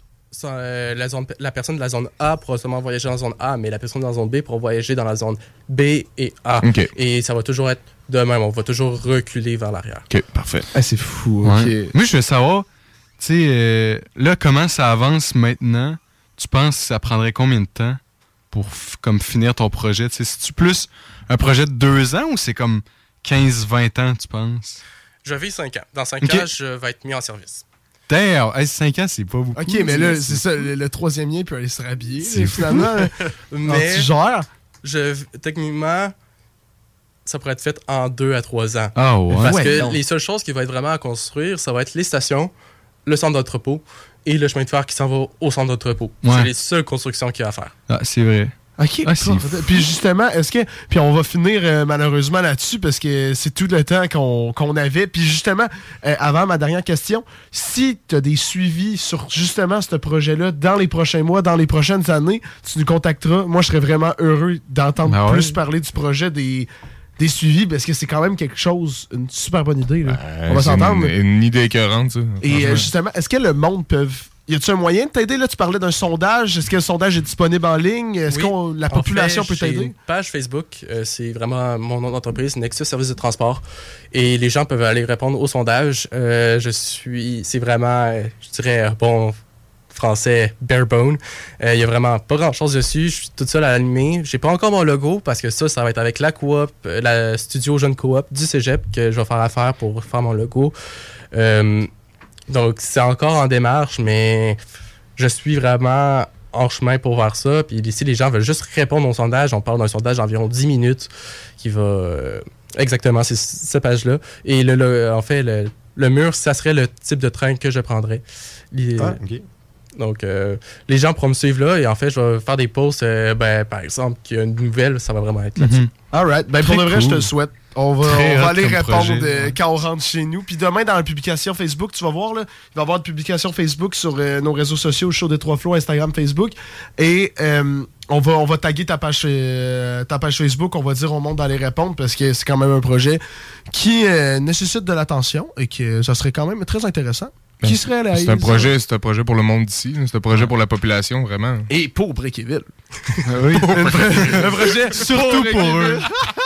La personne de la zone A pourra seulement voyager dans la zone A, mais la personne dans la zone B pourra voyager dans la zone B et A. Okay. Et ça va toujours être de même. On va toujours reculer vers l'arrière. OK, parfait. Ah, c'est fou. Ouais. Okay. Moi, je veux savoir, tu sais, là, comment ça avance maintenant? Tu penses que ça prendrait combien de temps pour comme finir ton projet? T'sais, c'est-tu plus un projet de 2 ans ou c'est comme 15-20 ans, tu penses? Je vis 5 ans. Dans 5 ans, je vais être mis en service. Damn! 5 ans, c'est pas beaucoup. OK, mais là, c'est ça. Le troisième lien peut aller se rhabiller. C'est finalement. Mais tu gères. Techniquement, ça pourrait être fait en 2 à 3 ans. Ah ouais? Parce Ouais, que non. les seules choses qui vont être vraiment à construire, ça va être les stations, le centre d'entrepôt et le chemin de fer qui s'en va au centre d'entrepôt. Ouais. C'est les seules constructions qu'il y a à faire. Ah, c'est vrai. OK. Ah, c'est Puis justement, puis on va finir malheureusement là-dessus parce que c'est tout le temps qu'on avait. Puis justement, avant ma dernière question, si tu as des suivis sur justement ce projet-là dans les prochains mois, dans les prochaines années, tu nous contacteras. Moi, je serais vraiment heureux d'entendre plus parler du projet des suivis parce que c'est quand même quelque chose, une super bonne idée. Là. On va s'entendre. Une idée écœurante, ça. Et justement, est-ce que le monde peut... Y a-tu un moyen de t'aider? Là, tu parlais d'un sondage. Est-ce que le sondage est disponible en ligne? Est-ce que la population peut t'aider? J'ai une page Facebook. C'est vraiment mon nom d'entreprise, Nexus Service de transport. Et les gens peuvent aller répondre au sondage. C'est vraiment, je dirais, bon français, bare bone. Il y a vraiment pas grand-chose dessus. Je suis toute seule à l'animer. J'ai pas encore mon logo parce que ça va être avec la coop, la studio jeune coop du cégep que je vais faire affaire pour faire mon logo. Donc, c'est encore en démarche, mais je suis vraiment en chemin pour voir ça. Puis ici, les gens veulent juste répondre au sondage. On parle d'un sondage d'environ 10 minutes qui va... exactement, c'est cette page-là. Et en fait, le mur, ça serait le type de train que je prendrais. OK. Donc, les gens pourront me suivre là. Et en fait, je vais faire des posts, par exemple, qu'il y a une nouvelle, ça va vraiment être là-dessus. All right. Ben, pour de vrai, je te le souhaite. On va aller répondre quand on rentre chez nous. Puis demain, dans la publication Facebook, tu vas voir, là, il va y avoir une publication Facebook sur nos réseaux sociaux, Show des Trois Flots, Instagram, Facebook. Et on va taguer ta page Facebook. On va dire au monde d'aller répondre parce que c'est quand même un projet qui nécessite de l'attention et que ça serait quand même très intéressant. Qui serait là? C'est un projet pour le monde d'ici. C'est un projet pour la population, vraiment. Et pour Breakéville. Oui. un projet surtout pour eux.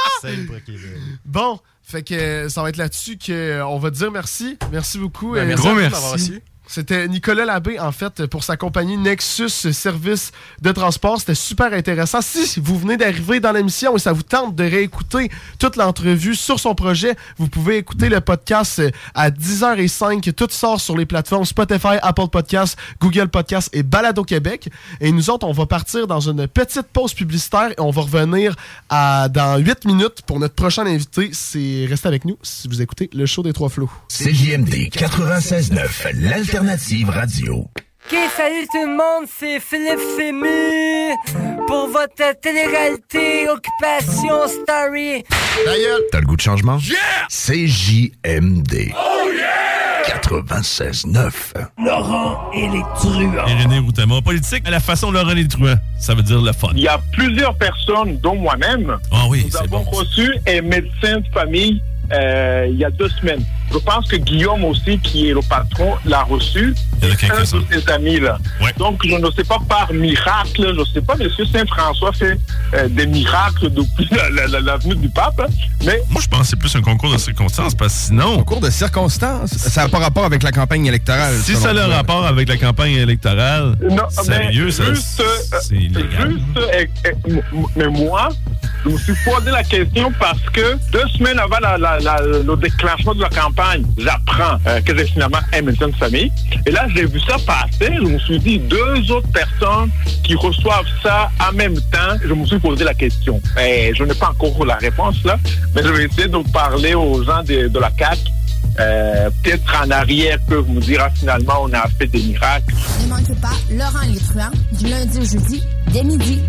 Bon, fait que ça va être là-dessus qu'on va te dire merci. Merci beaucoup. Merci gros à vous merci. d'avoir reçu. C'était Nicolas Labbé, en fait, pour sa compagnie Nexus Service de transport. C'était super intéressant. Si vous venez d'arriver dans l'émission et ça vous tente de réécouter toute l'entrevue sur son projet, vous pouvez écouter le podcast à 10h05. Tout sort sur les plateformes Spotify, Apple Podcasts, Google Podcasts et Balado Québec. Et nous autres, on va partir dans une petite pause publicitaire et on va revenir dans 8 minutes pour notre prochain invité. Restez avec nous si vous écoutez le show des Trois Flots. CJMD 96.9, l'alternative radio. Ok, salut tout le monde, c'est Philippe Fému pour votre télé-réalité Occupation Story. T'as le goût de changement? Yeah! CJMD. Oh yeah! 96.9. Laurent et les truands. René Routamont, politique à la façon Laurent et les truands. Ça veut dire le fun. Il y a plusieurs personnes, dont moi-même, nous avons reçu un médecin de famille il y a 2 semaines. Je pense que Guillaume aussi, qui est le patron, l'a reçu. Il y en a un de ses amis, là. Ouais. Donc, je ne sais pas par miracle, je ne sais pas, M. Saint-François fait des miracles depuis la venue du pape, mais... Moi, je pense que c'est plus un concours de circonstances, parce que sinon... Concours de circonstances? Ça n'a pas rapport avec la campagne électorale. Si ça a rapport avec la campagne électorale, non, sérieux, ça, c'est illégal. Mais moi, je me suis posé la question parce que 2 semaines avant le déclenchement de la campagne, j'apprends que c'est finalement un médecin de famille. Et là, j'ai vu ça passer. Je me suis dit, 2 autres personnes qui reçoivent ça en même temps. Je me suis posé la question. Et je n'ai pas encore la réponse là, mais je vais essayer de parler aux gens de la CAQ. Peut-être en arrière peuvent nous dire finalement on a fait des miracles. Ne manquez pas Laurent et les truands du lundi au jeudi dès midi.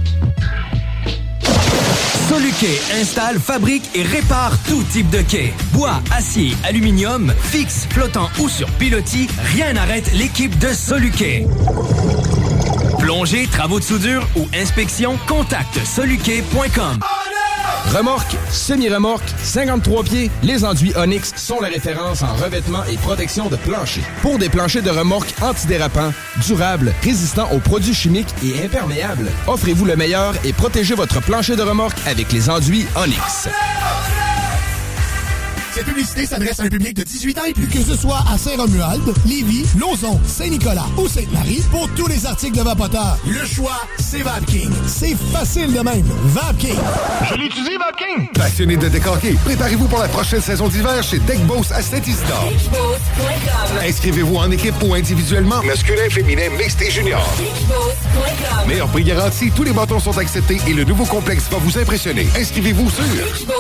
Soluquet installe, fabrique et répare tout type de quai. Bois, acier, aluminium, fixe, flottant ou sur pilotis, rien n'arrête l'équipe de Soluquet. Plongée, travaux de soudure ou inspection, contacte soluquet.com. Remorque, semi-remorque, 53 pieds, les enduits Onyx sont la référence en revêtement et protection de plancher. Pour des planchers de remorque antidérapants, durables, résistants aux produits chimiques et imperméables, offrez-vous le meilleur et protégez votre plancher de remorque avec les enduits Onyx. Cette publicité s'adresse à un public de 18 ans et plus. Que ce soit à Saint-Romuald, Lévis, Lauson, Saint-Nicolas ou Sainte-Marie, pour tous les articles de Vapoteur, le choix, c'est VapKing. C'est facile de même. VapKing. Je l'utilise, VapKing! Passionné de décorquer, préparez-vous pour la prochaine saison d'hiver chez Deck Boss à Saint-Isidore. Inscrivez-vous en équipe ou individuellement. Masculin, féminin, mixte et junior. Meilleur prix garanti, tous les bâtons sont acceptés et le nouveau complexe va vous impressionner. Inscrivez-vous sur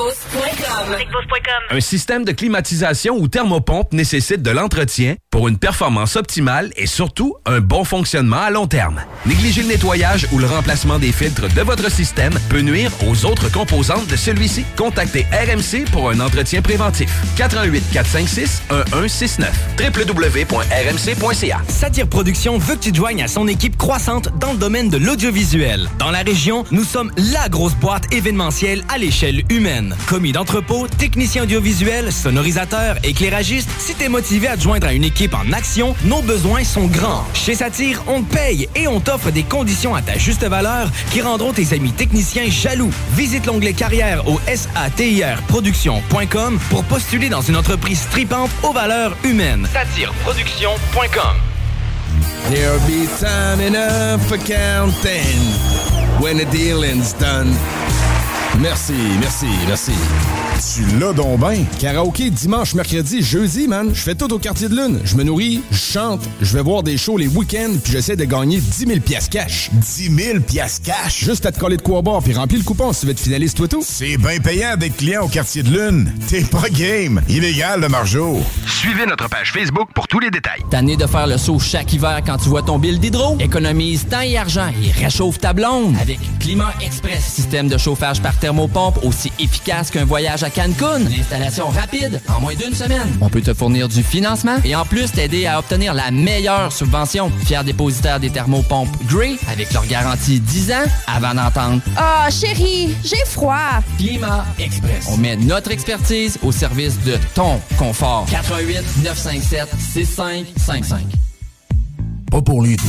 Un système de climatisation ou thermopompe nécessite de l'entretien pour une performance optimale et surtout un bon fonctionnement à long terme. Négliger le nettoyage ou le remplacement des filtres de votre système peut nuire aux autres composantes de celui-ci. Contactez RMC pour un entretien préventif. 88 456 1169 www.rmc.ca. Satire Productions veut que tu te joignes à son équipe croissante dans le domaine de l'audiovisuel. Dans la région, nous sommes la grosse boîte événementielle à l'échelle humaine. Commis d'entrepôt, technicien audiovisuel, sonorisateur, éclairagiste, si t'es motivé à te joindre à une équipe en action, nos besoins sont grands. Chez Satire, on te paye et on t'offre des conditions à ta juste valeur qui rendront tes amis techniciens jaloux. Visite l'onglet carrière au satirproduction.com pour postuler dans une entreprise tripante aux valeurs humaines. Satireproduction.com. There'll be time enough for counting when the dealing's done. Merci. Tu l'as donc ben. Karaoké dimanche, mercredi, jeudi, man. Je fais tout au Quartier de Lune. Je me nourris, je chante, je vais voir des shows les week-ends, puis j'essaie de gagner 10 000 piastres cash. 10 000 piastres cash? Juste à te coller de quoi boire, puis remplis le coupon si tu veux être finaliste, toi tout. C'est bien payant d'être client au Quartier de Lune. T'es pas game. Illégal, le margeau. Suivez notre page Facebook pour tous les détails. Tanné de faire le saut chaque hiver quand tu vois ton bill d'hydro? Économise temps et argent et réchauffe ta blonde avec Climat Express. Système de chauffage par thermopompe aussi efficace qu'un voyage à Cancun. L'installation rapide en moins d'une semaine. On peut te fournir du financement et en plus t'aider à obtenir la meilleure subvention. Fier dépositaire des thermopompes Grey avec leur garantie 10 ans avant d'entendre « Ah, chérie, j'ai froid! » Climat Express. On met notre expertise au service de ton confort. 88 957 6555. Pas pour les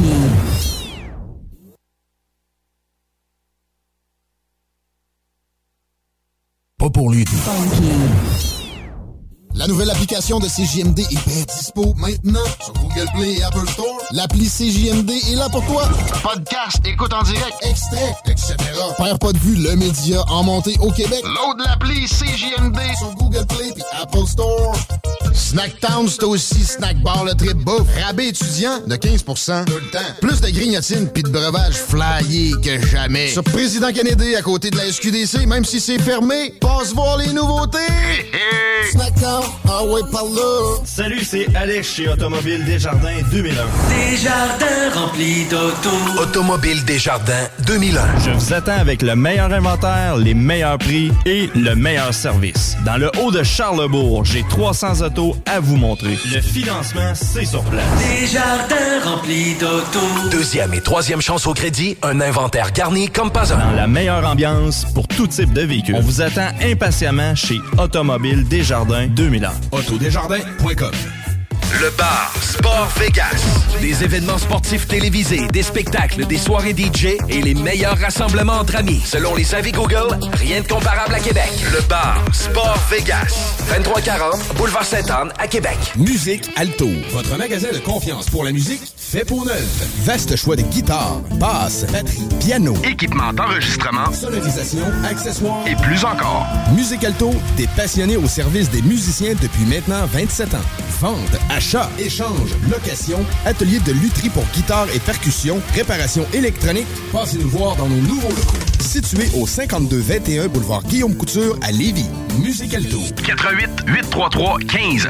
Pas pour les La nouvelle application de CJMD est bien dispo maintenant sur Google Play et Apple Store. L'appli CJMD est là pour toi. Podcast, écoute en direct, extrait, etc. Perds pas de vue, le média en montée au Québec. Load l'appli CJMD sur Google Play et Apple Store. Snacktown, c'est aussi Snack Bar, le trip bouffe. Rabais étudiant de 15% tout le temps. Plus de grignotines pis de breuvages flyés que jamais. Sur Président Kennedy, à côté de la SQDC, même si c'est fermé, passe voir les nouveautés. Snacktown, ah ouais, par là. Salut, c'est Alex chez Automobile Desjardins 2001. Desjardins remplis d'auto. Automobile Desjardins 2001. Je vous attends avec le meilleur inventaire, les meilleurs prix et le meilleur service. Dans le haut de Charlebourg, j'ai 300 autos à vous montrer. Le financement, c'est sur place. Desjardins remplis d'auto. Deuxième et troisième chance au crédit, un inventaire garni comme pas un. Dans la meilleure ambiance pour tout type de véhicule. On vous attend impatiemment chez Automobile Desjardins 2001. Autodesjardins.com. Le bar Sport Vegas. Des événements sportifs télévisés, des spectacles, des soirées DJ et les meilleurs rassemblements entre amis. Selon les avis Google, rien de comparable à Québec. Le bar Sport Vegas. 2340 Boulevard Sainte-Anne à Québec. Musique Alto. Votre magasin de confiance pour la musique fait pour neuf. Vaste choix de guitares, basses, batterie, piano, équipement d'enregistrement, sonorisation, accessoires et plus encore. Musique Alto, des passionnés au service des musiciens depuis maintenant 27 ans. Vente, achat, échange, location, atelier de lutherie pour guitare et percussion, réparation électronique. Passez nous voir dans nos nouveaux locaux. Situé au 5221 boulevard Guillaume Couture à Lévis. Musique Alto. 88 833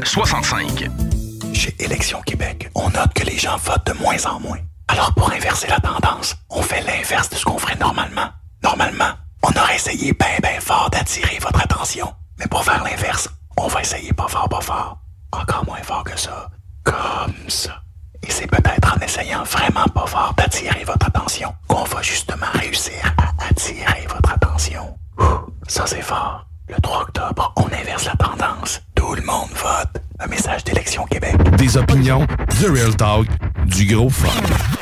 1565. Chez Élections Québec, on note que les gens votent de moins en moins. Alors pour inverser la tendance, on fait l'inverse de ce qu'on ferait normalement. Normalement, on aurait essayé bien fort d'attirer votre attention. Mais pour faire l'inverse, on va essayer pas fort. Encore moins fort que ça. Comme ça. Et c'est peut-être en essayant vraiment pas fort d'attirer votre attention qu'on va justement réussir à attirer votre attention. Ça c'est fort. Le 3 octobre, on inverse la tendance. Tout le monde vote. Un message d'Élections Québec. Des opinions, du real talk, du gros fun.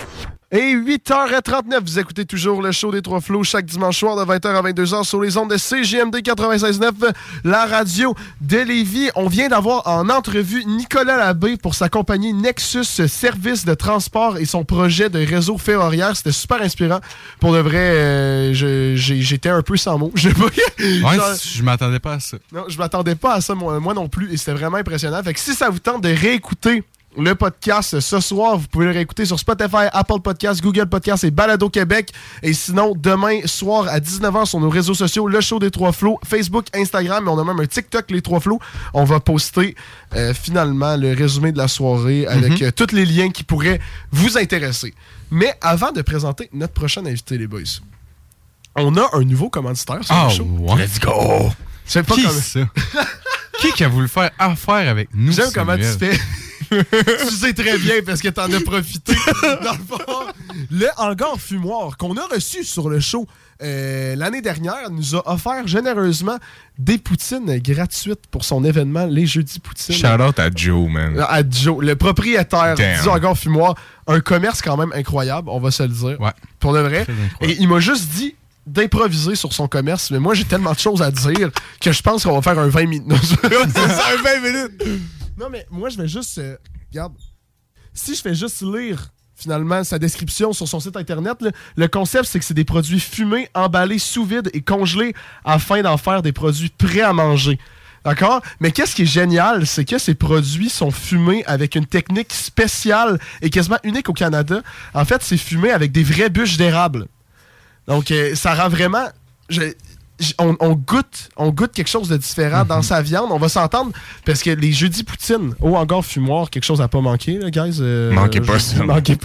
Et 8h39, vous écoutez toujours le show des Trois Flots chaque dimanche soir de 20h à 22h sur les ondes de CJMD 96.9, la radio de Lévis. On vient d'avoir en entrevue Nicolas Labbé pour sa compagnie Nexus Service de transport et son projet de réseau ferroviaire. C'était super inspirant. Pour de vrai, j'étais un peu sans mots. Je m'attendais pas à ça. Non, je m'attendais pas à ça moi non plus et c'était vraiment impressionnant. Fait que si ça vous tente de réécouter le podcast ce soir, vous pouvez le réécouter sur Spotify, Apple Podcasts, Google Podcasts et Balado Québec. Et sinon, demain soir à 19h sur nos réseaux sociaux, le show des Trois Flots, Facebook, Instagram, et on a même un TikTok, les Trois Flots. On va poster finalement le résumé de la soirée avec tous les liens qui pourraient vous intéresser. Mais avant de présenter notre prochain invité, les boys, on a un nouveau commanditaire sur le show. Ouais. Let's go! Je sais pas comment ça. Qui a voulu faire affaire avec nous? J'aime comment tu fais. Tu sais très bien parce que t'en as profité. Dans le fond, le hangar fumoir qu'on a reçu sur le show l'année dernière nous a offert généreusement des poutines gratuites pour son événement Les Jeudis Poutines. Shout out à Joe, man. À Joe, le propriétaire du hangar fumoir. Un commerce quand même incroyable, on va se le dire. Ouais. Pour de vrai. Et il m'a juste dit d'improviser sur son commerce, mais moi j'ai tellement de choses à dire que je pense qu'on va faire un 20 minutes. C'est ça, un 20 minutes! Non, mais moi, je vais juste... regarde, si je fais juste lire, finalement, sa description sur son site Internet, là, le concept, c'est que c'est des produits fumés, emballés sous vide et congelés afin d'en faire des produits prêts à manger. D'accord? Mais qu'est-ce qui est génial, c'est que ces produits sont fumés avec une technique spéciale et quasiment unique au Canada. En fait, c'est fumé avec des vraies bûches d'érable. Donc, ça rend vraiment... On goûte quelque chose de différent dans sa viande. On va s'entendre parce que les jeudis poutine au hangar fumoir, quelque chose à pas manquer, là, guys. Manquez pas ça. Manquez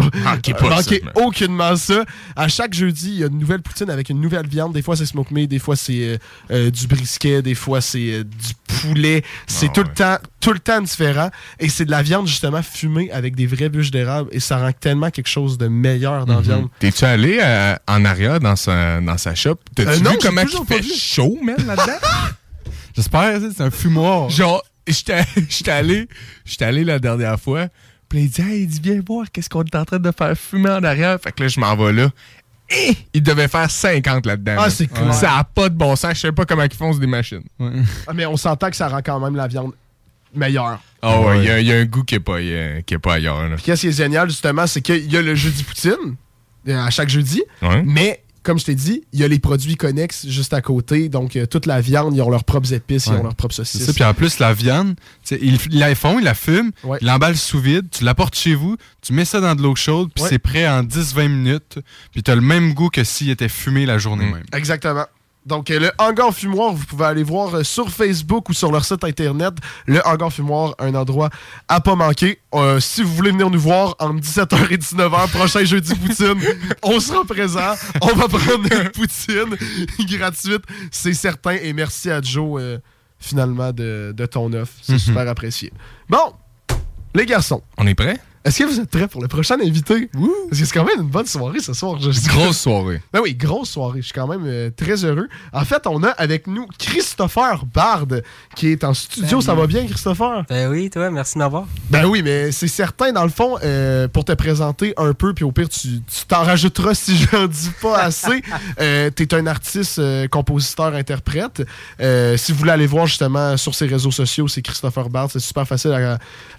ça, aucunement ça. À chaque jeudi, il y a une nouvelle poutine avec une nouvelle viande. Des fois, c'est smoke meat, des fois, c'est du brisket, des fois, c'est du poulet. C'est tout le temps différent. Et c'est de la viande, justement, fumée avec des vraies bûches d'érable. Et ça rend tellement quelque chose de meilleur dans la viande. T'es-tu allé en arrière dans sa shop? T'as-tu vu comment il fait chaud, man, là-dedans? J'espère, c'est un fumoir. Genre, j'étais allé la dernière fois, puis il dit, hey, viens voir qu'est-ce qu'on est en train de faire fumer en arrière. Fait que là, je m'en vais là. Et il devait faire 50 là-dedans. Ah, c'est clair. Ça n'a pas de bon sens. Je sais pas comment ils font des machines. Ouais. Mais on s'entend que ça rend quand même la viande meilleure. Ah ouais, il y a un goût qui est pas ailleurs. Là. Puis qu'est-ce qui est génial, justement, c'est qu'il y a le jeudi poutine, à chaque jeudi, ouais. Mais... Comme je t'ai dit, il y a les produits connexes juste à côté. Donc, toute la viande, ils ont leurs propres épices, ils ont leurs propres saucisses. Puis en plus, la viande, ils la font, ils la fument, ils l'emballent sous vide, tu l'apportes chez vous, tu mets ça dans de l'eau chaude, puis c'est prêt en 10-20 minutes. Puis tu as le même goût que s'il était fumé la journée même. Exactement. Donc, le hangar fumoir, vous pouvez aller voir sur Facebook ou sur leur site Internet. Le hangar fumoir, un endroit à pas manquer. Si vous voulez venir nous voir entre 17h et 19h, prochain jeudi poutine, on sera présent. On va prendre une poutine gratuite, c'est certain. Et merci à Joe, finalement, de ton offre. C'est super apprécié. Bon, les garçons. On est prêts? Est-ce que vous êtes prêts pour le prochain invité? Parce que c'est quand même une bonne soirée ce soir. Grosse soirée. Ben oui, grosse soirée. Je suis quand même très heureux. En fait, on a avec nous Christopher Bard qui est en studio. Ça va bien, Christopher? Ben oui, toi, merci de m'avoir. Ben oui, mais c'est certain, dans le fond, pour te présenter un peu, puis au pire, tu t'en rajouteras si j'en dis pas assez. T'es un artiste, compositeur, interprète. Si vous voulez aller voir justement sur ses réseaux sociaux, c'est Christopher Bard. C'est super facile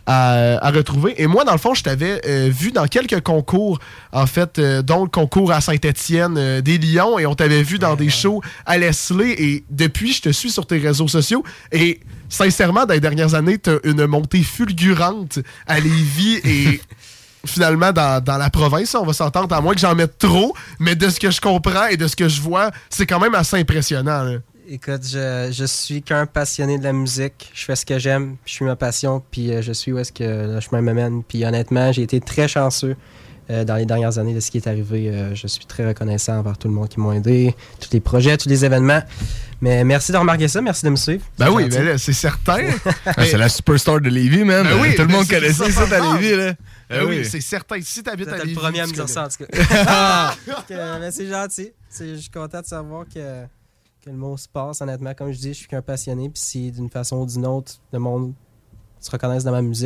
à retrouver. Et moi, dans le fond, je t'avais vu dans quelques concours, en fait, dont le concours à Saint-Étienne des Lions, et on t'avait vu dans des shows à Leslie, et depuis, je te suis sur tes réseaux sociaux, et sincèrement, dans les dernières années, t'as une montée fulgurante à Lévis, et finalement, dans la province, on va s'entendre, à moins que j'en mette trop, mais de ce que je comprends et de ce que je vois, c'est quand même assez impressionnant, là. Écoute, je suis qu'un passionné de la musique. Je fais ce que j'aime, je suis ma passion, puis je suis où est-ce que le chemin me mène. Puis honnêtement, j'ai été très chanceux dans les dernières années de ce qui est arrivé. Je suis très reconnaissant envers tout le monde qui m'a aidé, tous les projets, tous les événements. Mais merci de remarquer ça, merci de me suivre. Ben oui, mais là, c'est certain. C'est la superstar de Lévis, man. Ben oui, tout le monde connaissait ça à Lévis, là. Ben oui, c'est certain. Si t'habites à Lévis... T'es le premier à me dire ça, en tout cas. Mais c'est gentil. Je suis content de savoir que le mot se passe, honnêtement. Comme je dis, je suis qu'un passionné, puis si d'une façon ou d'une autre, le monde se reconnaisse dans ma musique,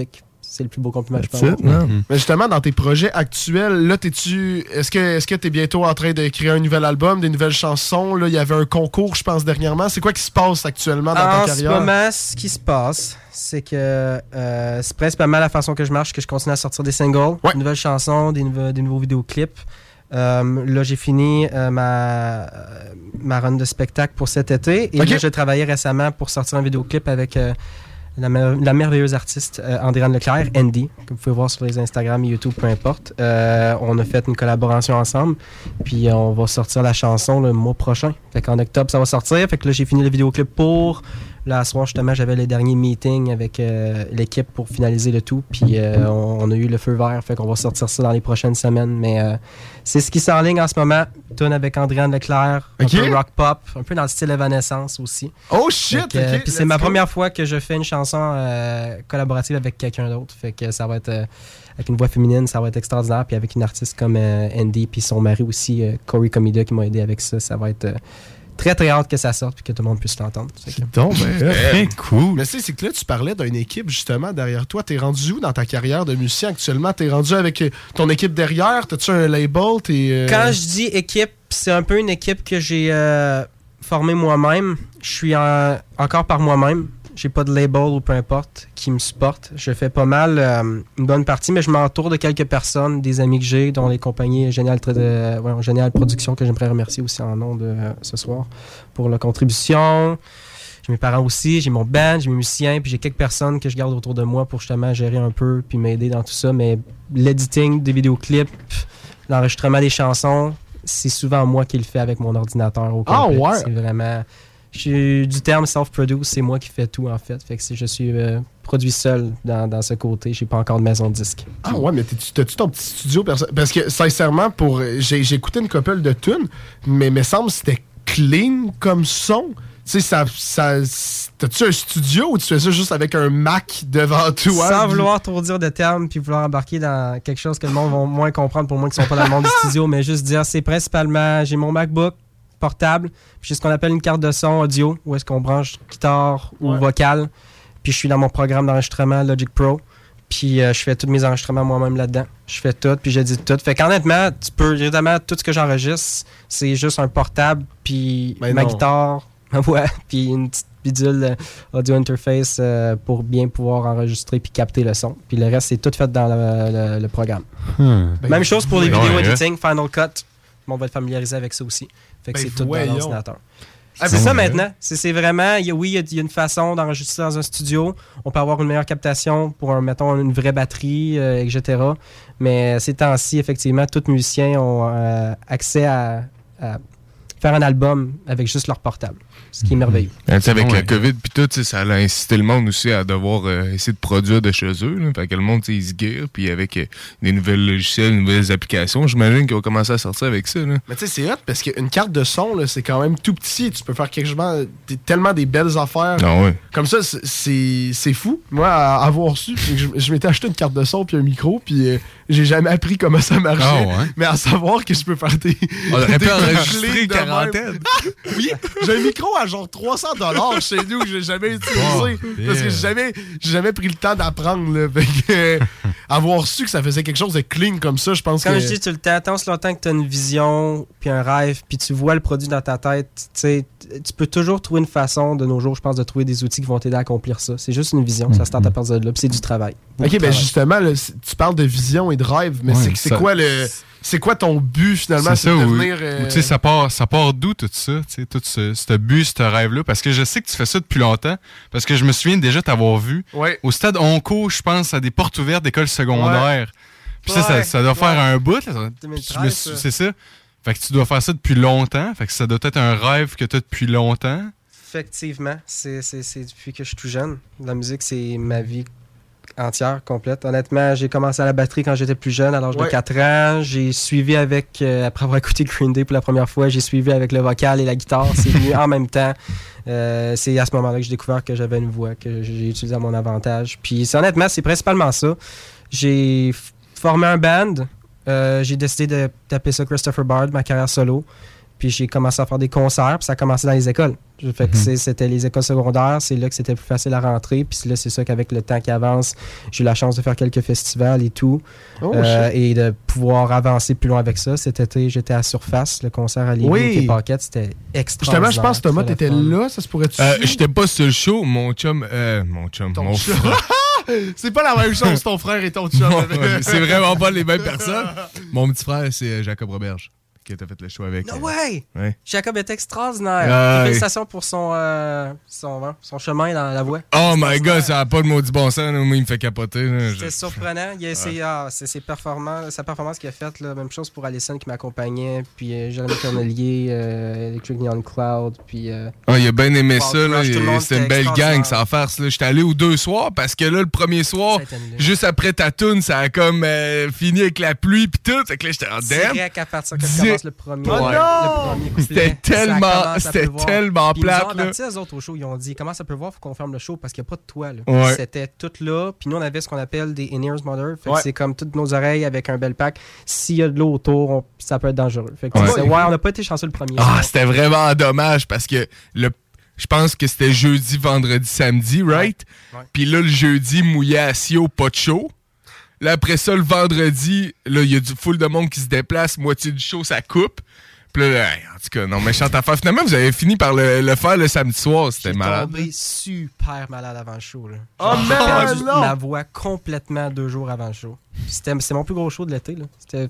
c'est le plus beau compliment que je peux avoir. Mais justement, dans tes projets actuels, là, est-ce que tu es bientôt en train de créer un nouvel album, des nouvelles chansons? Là, il y avait un concours, je pense, dernièrement. C'est quoi qui se passe actuellement dans ta carrière? En ce moment, ce qui se passe, c'est que c'est principalement la façon que je marche, que je continue à sortir des singles, des nouvelles chansons, des nouveaux vidéoclips. Là, j'ai fini ma run de spectacle pour cet été. Et là, j'ai travaillé récemment pour sortir un vidéoclip avec la merveilleuse artiste Andréane Leclerc, Andy, que vous pouvez voir sur les Instagram, YouTube, peu importe. On a fait une collaboration ensemble. Puis on va sortir la chanson le mois prochain. Fait qu'en octobre, ça va sortir. Fait que là, j'ai fini le vidéoclip pour... Là, à ce soir, justement, j'avais les derniers meetings avec l'équipe pour finaliser le tout. Puis on a eu le feu vert. Fait qu'on va sortir ça dans les prochaines semaines. Mais c'est ce qui s'enligne en ce moment. Tune avec Andréane Leclerc. Un peu rock pop. Un peu dans le style Evanescence aussi. Oh shit! Puis c'est ma première fois que je fais une chanson collaborative avec quelqu'un d'autre. Fait que ça va être... avec une voix féminine, ça va être extraordinaire. Puis avec une artiste comme Andy, puis son mari aussi, Corey Comida, qui m'a aidé avec ça. Ça va être... très, très hâte que ça sorte et que tout le monde puisse l'entendre. C'est donc très cool. Mais c'est que là, tu parlais d'une équipe, justement, derrière toi. T'es rendu où dans ta carrière de musicien actuellement? T'es rendu avec ton équipe derrière? T'as-tu un label? Quand je dis équipe, c'est un peu une équipe que j'ai formée moi-même. Je suis encore par moi-même. J'ai pas de label ou peu importe qui me supporte. Je fais pas mal une bonne partie, mais je m'entoure de quelques personnes, des amis que j'ai, dont les compagnies Génial Productions, que j'aimerais remercier aussi en nom de ce soir pour la contribution. J'ai mes parents aussi, j'ai mon band, j'ai mes musiciens, puis j'ai quelques personnes que je garde autour de moi pour justement gérer un peu puis m'aider dans tout ça. Mais l'editing des vidéoclips, l'enregistrement des chansons, c'est souvent moi qui le fais avec mon ordinateur au complet. Ah ouais? C'est vraiment... du terme self-produce, c'est moi qui fais tout en fait. Fait que je suis produit seul dans ce côté. J'ai pas encore de maison de disque. Ah ouais, mais t'as-tu ton petit studio? Parce que sincèrement, j'ai écouté une couple de tunes, mais me semble que c'était clean comme son. Tu sais, t'as-tu un studio ou tu fais ça juste avec un Mac devant toi? Sans vouloir trop dire de termes puis vouloir embarquer dans quelque chose que le monde va moins comprendre pour moi qui sont pas dans le monde du studio, mais juste dire, c'est principalement, j'ai mon MacBook portable, puis j'ai ce qu'on appelle une carte de son audio, où est-ce qu'on branche guitare ou vocal, puis je suis dans mon programme d'enregistrement Logic Pro, puis je fais tous mes enregistrements moi-même là-dedans. Je fais tout, puis j'édite tout. Fait qu'honnêtement, évidemment, tout ce que j'enregistre, c'est juste un portable, puis ma guitare, ma voix, puis une petite bidule audio interface pour bien pouvoir enregistrer puis capter le son. Puis le reste, c'est tout fait dans le programme. Même chose pour les vidéos editing, Final Cut. On va être familiarisé avec ça aussi. Fait que c'est tout dans l'ordinateur. C'est ça maintenant. C'est vraiment, il y a une façon d'enregistrer dans un studio. On peut avoir une meilleure captation pour, mettons, une vraie batterie, etc. Mais ces temps-ci, effectivement, tous les musiciens ont accès à faire un album avec juste leur portable. Ce qui est merveilleux. Avec la COVID puis tout, ça a incité le monde aussi à devoir essayer de produire de chez eux. Là. Fait que le monde, il se guère, puis avec des nouvelles logiciels, des nouvelles applications, j'imagine qu'ils vont commencer à sortir avec ça. Là. Mais tu sais, c'est hot parce qu'une carte de son, là, c'est quand même tout petit. Tu peux faire tellement des belles affaires. Ah ouais. Comme ça, c'est fou. Moi, à avoir su, je m'étais acheté une carte de son puis un micro, puis j'ai jamais appris comment ça marchait. Ah ouais. Mais à savoir que je peux faire des... On aurait pu enregistrer quarantaine. Oui, j'ai un micro à genre $300 chez nous que j'ai jamais utilisé. Parce que j'ai jamais pris le temps d'apprendre. Là. Avoir su que ça faisait quelque chose de clean comme ça, je pense que... Quand je dis tout le temps, tant aussi longtemps que tu as une vision, puis un rêve, puis tu vois le produit dans ta tête, tu peux toujours trouver une façon, de nos jours, je pense, de trouver des outils qui vont t'aider à accomplir ça. C'est juste une vision, ça se tente à partir de là, puis c'est du travail. OK, ben justement, là, tu parles de vision et de rêve, mais c'est quoi le... C'est quoi ton but, finalement? C'est ça, de devenir... Tu sais, ça part d'où, tout ça? Tu sais, tout ce but, ce rêve-là? Parce que je sais que tu fais ça depuis longtemps. Parce que je me souviens déjà t'avoir vu. Ouais. Au stade Onco, je pense, à des portes ouvertes d'école secondaire. Puis ça doit faire un bout. Là. 2013, c'est ça. Fait que tu dois faire ça depuis longtemps. Fait que ça doit être un rêve que tu as depuis longtemps. Effectivement. C'est depuis que je suis tout jeune. La musique, c'est ma vie entière, complète. Honnêtement, j'ai commencé à la batterie quand j'étais plus jeune, à l'âge de 4 ans. J'ai suivi avec, après avoir écouté Green Day pour la première fois, j'ai suivi avec le vocal et la guitare. C'est venu en même temps. C'est à ce moment-là que j'ai découvert que j'avais une voix, que j'ai utilisée à mon avantage. Puis honnêtement, c'est principalement ça. J'ai formé un band. J'ai décidé de taper ça Christopher Bard, ma carrière solo. Puis j'ai commencé à faire des concerts, puis ça a commencé dans les écoles. Fait que c'était les écoles secondaires, c'est là que c'était plus facile à rentrer. Puis là, c'est ça qu'avec le temps qui avance, j'ai eu la chance de faire quelques festivals et tout. Et de pouvoir avancer plus loin avec ça. Cet été, j'étais à Surface, le concert à Lévis, au Pocket, c'était extraordinaire. Justement, je pense que Thomas, t'étais là, ça se pourrait-tu? J'étais pas sur le show, mon frère. C'est pas la même chose, ton frère et ton chum. C'est vraiment pas les mêmes personnes. Mon petit frère, c'est Jacob Roberge, qui a fait le show avec. Ouais! Jacob est extraordinaire. Félicitations pour son chemin dans la voie. Oh my God, ça n'a pas de maudit bon sens. Moi, il me fait capoter. C'était surprenant. C'est ses performances, sa performance qu'il a faite. Même chose pour Alison qui m'accompagnait. Puis Jérémy Cornelier, Electric Neon Cloud. Puis, il a bien aimé ça. C'était une belle gang, sans farce. J'étais allé aux 2 soirs parce que là, le premier soir, juste après ta toune, ça a comme fini avec la pluie. Puis tout. Fait que là, j'étais en damn. Direct à partir que tu commences le premier. C'était tellement plate. Ils ont averti eux autres au show. Ils ont dit comment ça peut voir, faut qu'on ferme le show parce qu'il n'y a pas de toit. C'était tout là. Puis nous, on avait ce qu'on appelle des in-ears mother. Fait que c'est comme toutes nos oreilles avec un bel pack. S'il y a de l'eau autour, ça peut être dangereux. Fait que on n'a pas été chanceux le premier. C'était vraiment dommage parce que je pense que c'était jeudi, vendredi, samedi, right? Puis là, le jeudi, mouillé à Sio, pas de show. Là, après ça, le vendredi, là, il y a du full de monde qui se déplace. Moitié du show, ça coupe. Puis là, en tout cas, non, méchante affaire. Finalement, vous avez fini par le faire le samedi soir. C'était malade. J'ai tombé super malade avant le show. Là. J'ai perdu la voix complètement 2 jours avant le show. C'était mon plus gros show de l'été.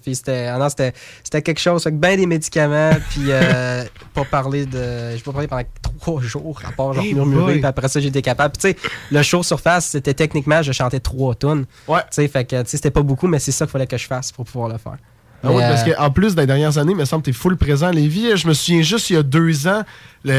C'était quelque chose. Avec bien des médicaments. Puis pas parler de... J'ai pas parlé pendant 3 jours, à part genre murmurer. Puis après ça, j'étais capable. Puis tu sais, le show Surface, c'était techniquement, je chantais 3 tunes. Tu sais, fait que c'était pas beaucoup, mais c'est ça qu'il fallait que je fasse pour pouvoir le faire. Oui, parce qu'en plus, dans les dernières années, il me semble que tu es full présent à Lévis. Je me souviens juste, il y a 2 ans,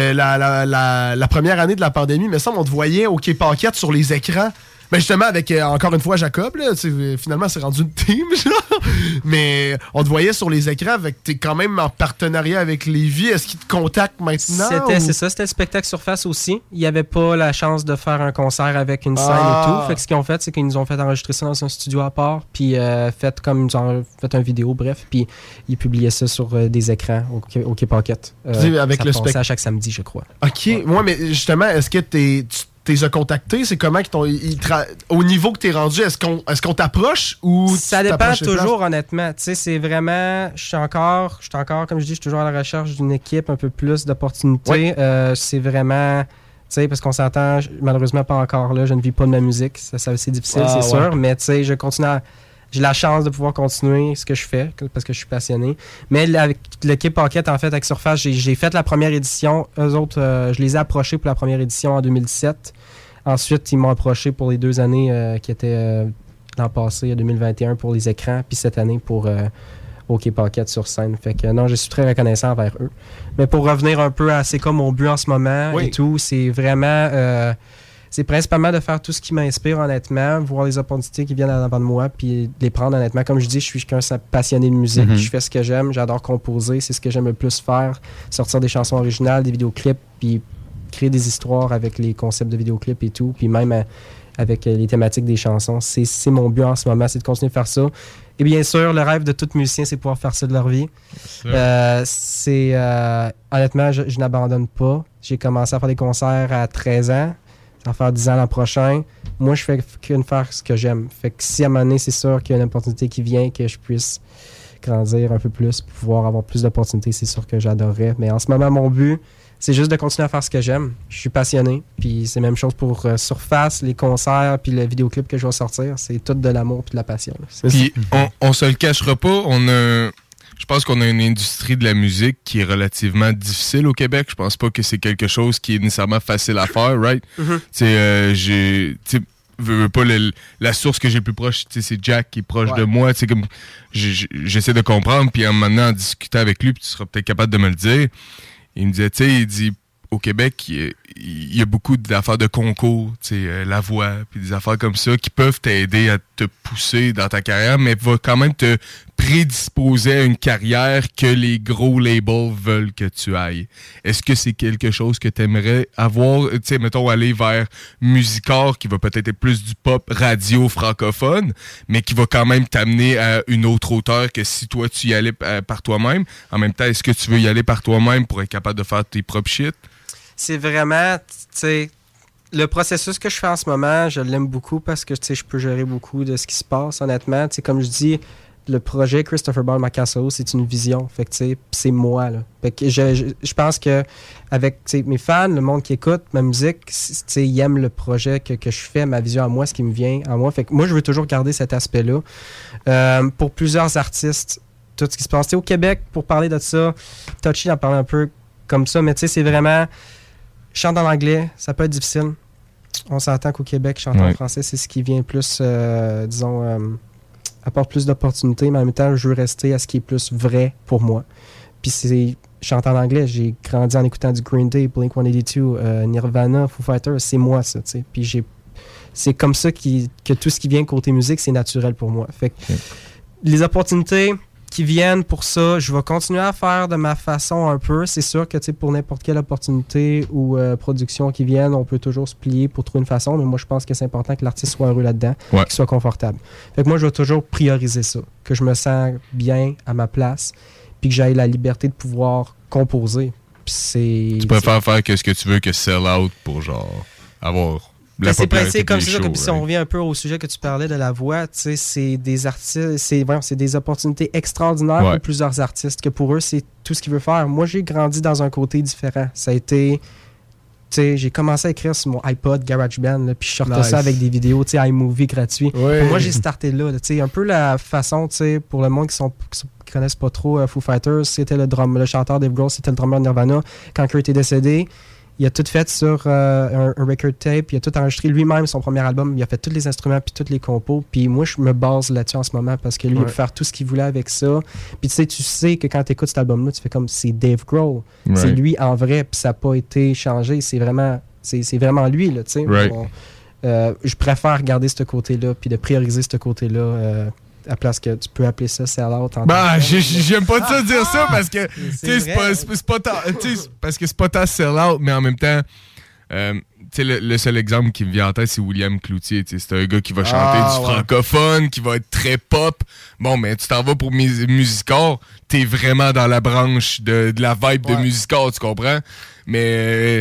la première année de la pandémie, il me semble, on te voyait au Quai Paquette sur les écrans. Ben justement, avec, encore une fois, Jacob, là, finalement, c'est rendu une team, genre. Mais on te voyait sur les écrans, t'es quand même en partenariat avec Lévis. Est-ce qu'ils te contactent maintenant? C'est ça, c'était le spectacle Surface aussi. Il n'y avait pas la chance de faire un concert avec une scène et tout. Fait que ce qu'ils ont fait, c'est qu'ils nous ont fait enregistrer ça dans un studio à part, puis fait un vidéo, bref, puis ils publiaient ça sur des écrans au Quai Paquette. Avec le spectacle à chaque samedi, je crois. OK. Moi, mais justement, est-ce que tu les as contactés? C'est comment au niveau que tu es rendu, est-ce qu'on t'approche ou ça dépend toujours, honnêtement. Tu sais, c'est vraiment... Je suis encore, comme je dis, je suis toujours à la recherche d'une équipe, un peu plus d'opportunités. C'est vraiment... Tu sais, parce qu'on s'entend, malheureusement pas encore là, je ne vis pas de ma musique. Ça c'est difficile, c'est sûr. Mais tu sais, je continue j'ai la chance de pouvoir continuer ce que je fais parce que je suis passionné. Mais avec l'équipe Pocket, en fait, avec Surface, j'ai fait la première édition. Eux autres, je les ai approchés pour la première édition en 2017. Ensuite, ils m'ont approché pour les 2 années qui étaient l'an passé, 2021, pour les écrans, puis cette année pour OK Pocket sur scène. Fait que non, je suis très reconnaissant envers eux. Mais pour revenir un peu à c'est comme mon but en ce moment et tout, c'est vraiment... c'est principalement de faire tout ce qui m'inspire, honnêtement, voir les opportunités qui viennent en avant de moi, puis de les prendre, honnêtement. Comme je dis, je suis qu'un passionné de musique. Je fais ce que j'aime, j'adore composer, c'est ce que j'aime le plus faire. Sortir des chansons originales, des vidéoclips, puis créer des histoires avec les concepts de vidéoclips et tout, puis même avec les thématiques des chansons. C'est mon but en ce moment, c'est de continuer de faire ça. Et bien sûr, le rêve de tout musicien, c'est pouvoir faire ça de leur vie. Honnêtement, je n'abandonne pas. J'ai commencé à faire des concerts à 13 ans. Ça va faire 10 ans l'an prochain. Moi, je fais qu'une faire ce que j'aime. Fait que si à un moment donné, c'est sûr qu'il y a une opportunité qui vient, que je puisse grandir un peu plus, pouvoir avoir plus d'opportunités, c'est sûr que j'adorerais. Mais en ce moment, mon but, c'est juste de continuer à faire ce que j'aime. Je suis passionné. Puis c'est la même chose pour Surface, les concerts, puis le vidéoclip que je vais sortir. C'est tout de l'amour puis de la passion. Puis on se le cachera pas, je pense qu'on a une industrie de la musique qui est relativement difficile au Québec. Je pense pas que c'est quelque chose qui est nécessairement facile à faire, right? Veux pas la source que j'ai le plus proche, c'est Jack qui est proche de moi. Comme j'essaie de comprendre, puis maintenant en discutant avec lui, puis tu seras peut-être capable de me le dire. Il me disait, il dit au Québec, il y a beaucoup d'affaires de concours, la voix, puis des affaires comme ça qui peuvent t'aider à te pousser dans ta carrière, mais va quand même te prédisposé à une carrière que les gros labels veulent que tu ailles. Est-ce que c'est quelque chose que tu aimerais avoir, tu sais, mettons, aller vers Musicor, qui va peut-être être plus du pop radio francophone, mais qui va quand même t'amener à une autre hauteur que si toi, tu y allais par toi-même? En même temps, est-ce que tu veux y aller par toi-même pour être capable de faire tes propres shit? C'est vraiment, tu sais, le processus que je fais en ce moment, je l'aime beaucoup parce que, tu sais, je peux gérer beaucoup de ce qui se passe, honnêtement. Tu sais, comme je dis, le projet Christopher Ball Macasso, c'est une vision. Fait que, tu sais, c'est moi, là. Fait que je pense que avec, tu sais, mes fans, le monde qui écoute ma musique, tu sais, ils aiment le projet que je fais, ma vision à moi, ce qui me vient à moi. Fait que moi, je veux toujours garder cet aspect-là. Pour plusieurs artistes, tout ce qui se passe. Tu sais, au Québec, pour parler de ça, Touchy en parle un peu comme ça, mais tu sais, c'est vraiment... Je chante en anglais, ça peut être difficile. On s'entend qu'au Québec, chanter en français, c'est ce qui vient plus, disons... apporte plus d'opportunités, mais en même temps, je veux rester à ce qui est plus vrai pour moi. Puis c'est chanter en anglais, j'ai grandi en écoutant du Green Day, Blink-182, Nirvana, Foo Fighters, c'est moi ça, tu sais. Puis c'est comme ça que tout ce qui vient côté musique, c'est naturel pour moi. Fait que les opportunités qui viennent pour ça, je vais continuer à faire de ma façon un peu. C'est sûr que, tu sais, pour n'importe quelle opportunité ou production qui vienne, on peut toujours se plier pour trouver une façon, mais moi, je pense que c'est important que l'artiste soit heureux là-dedans, qu'il soit confortable. Fait que moi, je vais toujours prioriser ça, que je me sens bien à ma place, puis que j'aille la liberté de pouvoir composer. Puis tu préfères faire ce que tu veux que sell out pour, genre, avoir... C'est pressé comme ça, comme si on revient un peu au sujet que tu parlais de la voix, tu sais, c'est des artistes, c'est des opportunités extraordinaires pour plusieurs artistes, que pour eux, c'est tout ce qu'ils veulent faire. Moi, j'ai grandi dans un côté différent. Ça a été, tu sais, j'ai commencé à écrire sur mon iPod GarageBand, là, puis je sortais ça avec des vidéos, tu sais, iMovie gratuit. Moi, j'ai starté là, tu sais, un peu la façon, tu sais, pour le monde qui connaissent pas trop Foo Fighters, c'était le chanteur Dave Grohl, c'était le drummer de Nirvana. Quand Kurt est décédé, il a tout fait sur un record tape. Il a tout enregistré lui-même, son premier album. Il a fait tous les instruments puis tous les compos. Puis moi, je me base là-dessus en ce moment parce que lui, il peut faire tout ce qu'il voulait avec ça. Puis tu sais que quand tu écoutes cet album-là, tu fais comme c'est Dave Grohl. C'est lui en vrai, puis ça n'a pas été changé. C'est vraiment lui, là, tu sais. Je préfère garder ce côté-là puis de prioriser ce côté-là à place que tu peux appeler ça sell-out. J'aime pas ça dire ça parce que c'est pas tant sell-out, mais en même temps, le seul exemple qui me vient en tête, c'est William Cloutier. C'est un gars qui va chanter du francophone, qui va être très pop. Bon, mais tu t'en vas pour Musicor, t'es vraiment dans la branche de la vibe de Musicor, tu comprends? Mais...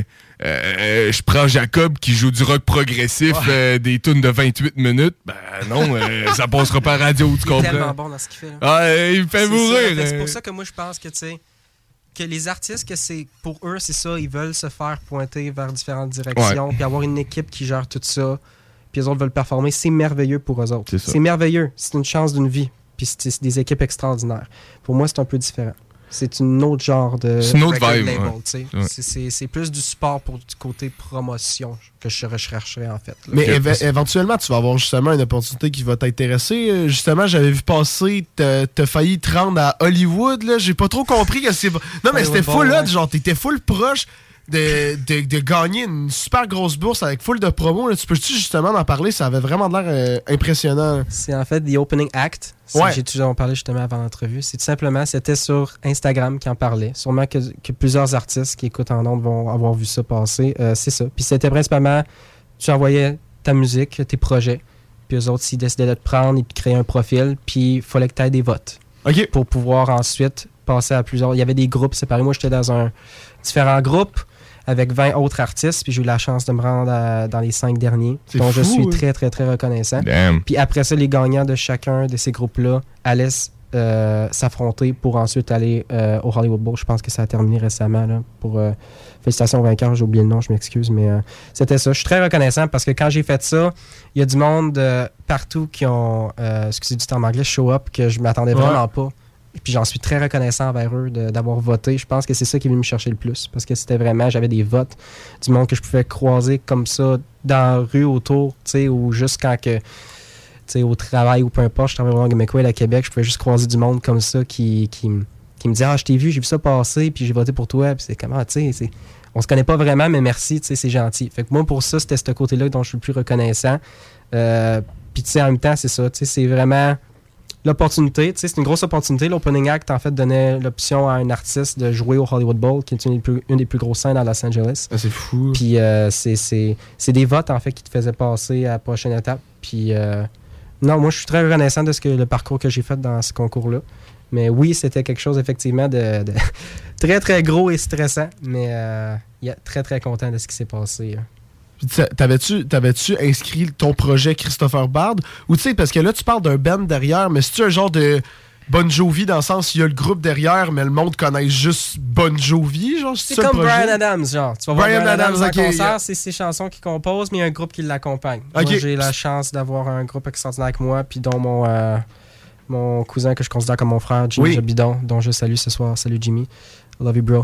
je prends Jacob qui joue du rock progressif, des tunes de 28 minutes. Ben non, ça passera pas à radio, tu comprends? Il est tellement bon dans ce qu'il fait. Là. Il me fait mourir. C'est pour ça que moi, je pense que, tu sais, que les artistes, que c'est pour eux, c'est ça, ils veulent se faire pointer vers différentes directions, puis avoir une équipe qui gère tout ça, puis les autres veulent performer. C'est merveilleux pour eux autres. C'est merveilleux. C'est une chance d'une vie. Puis c'est des équipes extraordinaires. Pour moi, c'est un peu différent. C'est une autre genre de... C'est une autre vibe. Label, c'est plus du support pour du côté promotion que je rechercherais, en fait. Là. Mais éventuellement, tu vas avoir justement une opportunité qui va t'intéresser. Justement, j'avais vu passer, t'as failli te rendre à Hollywood. Là. J'ai pas trop compris que c'est... Non, mais c'était full là, genre, t'étais full proche de gagner une super grosse bourse avec full de promos. Tu peux-tu justement en parler? Ça avait vraiment l'air impressionnant. C'est en fait The Opening Act. J'ai toujours parlé justement avant l'entrevue. C'est tout simplement, c'était sur Instagram qui en parlait. Sûrement que plusieurs artistes qui écoutent en ondes vont avoir vu ça passer. C'est ça. Puis c'était principalement, tu envoyais ta musique, tes projets. Puis eux autres, s'ils décidaient de te prendre, ils te créaient un profil. Puis il fallait que tu aies des votes. Pour pouvoir ensuite passer à plusieurs. Il y avait des groupes séparés. Moi, j'étais dans différents groupes avec 20 autres artistes, puis j'ai eu la chance de me rendre dans les 5 derniers, dont je suis très, très, très reconnaissant. Puis après ça, les gagnants de chacun de ces groupes-là allaient s'affronter pour ensuite aller au Hollywood Bowl. Je pense que ça a terminé récemment. Là, félicitations aux vainqueurs, j'ai oublié le nom, je m'excuse, mais c'était ça. Je suis très reconnaissant parce que quand j'ai fait ça, il y a du monde partout qui ont, excusez du terme anglais, show up, que je m'attendais vraiment pas. Puis j'en suis très reconnaissant envers eux d'avoir voté. Je pense que c'est ça qui est venu me chercher le plus. Parce que c'était vraiment, j'avais des votes du monde que je pouvais croiser comme ça dans la rue autour, tu sais, ou juste quand que, tu sais, au travail ou peu importe, je travaillais au McQuaid à Québec, je pouvais juste croiser du monde comme ça qui me disait « Ah, je t'ai vu, j'ai vu ça passer, puis j'ai voté pour toi. » Puis c'est comment, tu sais, on se connaît pas vraiment, mais merci, tu sais, c'est gentil. Fait que moi, pour ça, c'était ce côté-là dont je suis le plus reconnaissant. Puis tu sais, en même temps, c'est ça, tu sais, c'est vraiment... l'opportunité. Tu sais, c'est une grosse opportunité. L'Opening Act, en fait, donnait l'option à un artiste de jouer au Hollywood Bowl, qui est une des plus grosses scènes à Los Angeles. Ah, c'est fou. Puis c'est des votes, en fait, qui te faisaient passer à la prochaine étape. Puis non, moi, je suis très reconnaissant de le parcours que j'ai fait dans ce concours-là. Mais oui, c'était quelque chose, effectivement, de très, très gros et stressant. Mais très, très content de ce qui s'est passé. T'avais-tu inscrit ton projet Christopher Bard? Ou tu sais, parce que là, tu parles d'un band derrière, mais c'est-tu un genre de Bon Jovi dans le sens il y a le groupe derrière, mais le monde connaît juste Bon Jovi, genre? C'est comme Bryan Adams, genre. Tu vas voir Bryan Adams en concert, c'est ses chansons qu'il compose, mais il y a un groupe qui l'accompagne. Moi, j'ai la chance d'avoir un groupe extraordinaire avec moi, puis dont mon cousin que je considère comme mon frère, Jimmy Jobidon, dont je salue ce soir. Salut Jimmy. I love you, bro.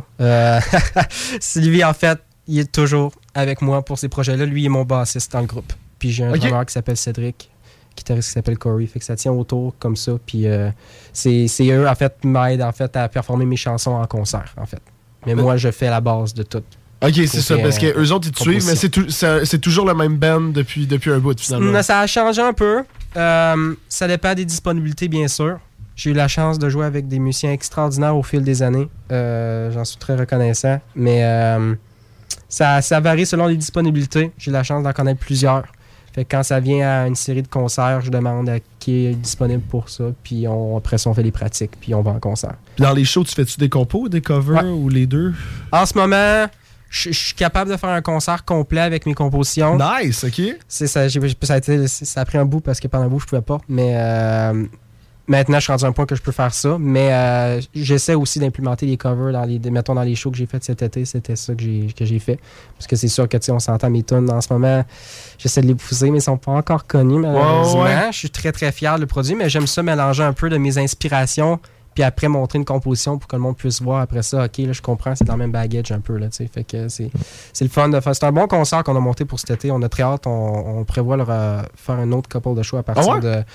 Sylvie, en fait, il est toujours avec moi pour ces projets-là. Lui, il est mon bassiste dans le groupe. Puis j'ai un drummer qui s'appelle Cédric, guitariste qui s'appelle Corey. Fait que ça tient autour comme ça. Puis c'est eux, en fait, m'aident en fait, à performer mes chansons en concert, en fait. Mais moi, je fais la base de tout. OK, c'est ça, parce qu'eux autres, ils te suivent, mais c'est toujours le même band depuis un bout, finalement. Ça a changé un peu. Ça dépend des disponibilités, bien sûr. J'ai eu la chance de jouer avec des musiciens extraordinaires au fil des années. J'en suis très reconnaissant. Mais ça varie selon les disponibilités. J'ai la chance d'en connaître plusieurs. Fait que quand ça vient à une série de concerts, je demande à qui est disponible pour ça. Puis après ça, on fait les pratiques. Puis on va en concert. Puis dans les shows, tu fais-tu des compos, des covers ou les deux? En ce moment, je suis capable de faire un concert complet avec mes compositions. Nice, OK. Ça a pris un bout parce que pendant un bout, je pouvais pas. Mais maintenant, je suis rendu à un point que je peux faire ça. Mais j'essaie aussi d'implémenter les covers mettons dans les shows que j'ai fait cet été. C'était ça que j'ai fait. Parce que c'est sûr que on s'entend mes tunes en ce moment. J'essaie de les pousser, mais ils sont pas encore connus, malheureusement. Ouais. Je suis très, très fier de le produire, mais j'aime ça mélanger un peu de mes inspirations. Puis après, montrer une composition pour que le monde puisse voir après ça. OK, là, je comprends, c'est dans le même baggage un peu. Là, fait que c'est le fun de faire. C'est un bon concert qu'on a monté pour cet été. On a très hâte. On prévoit faire un autre couple de shows à partir de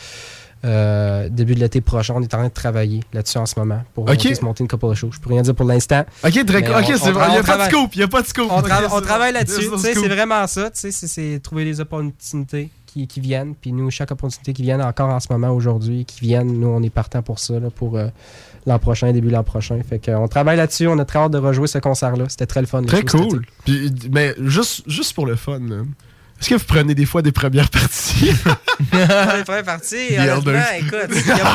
début de l'été prochain. On est en train de travailler là-dessus en ce moment pour se monter une couple de shows. Je peux rien dire pour l'instant. OK, c'est vrai. Il n'y a pas de scoop. Il n'y a pas de scoop. On travaille là-dessus. C'est vraiment ça. C'est trouver les opportunités qui viennent. Puis nous, chaque opportunité qui vient encore en ce moment, aujourd'hui, qui viennent, nous, on est partant pour ça, là, pour l'an prochain, début de l'an prochain. Fait qu'on travaille là-dessus. On a très hâte de rejouer ce concert-là. C'était très le fun. Très cool. Puis, mais juste pour le fun, là. Est-ce que vous prenez des fois des premières parties? Les premières parties, honnêtement, écoute,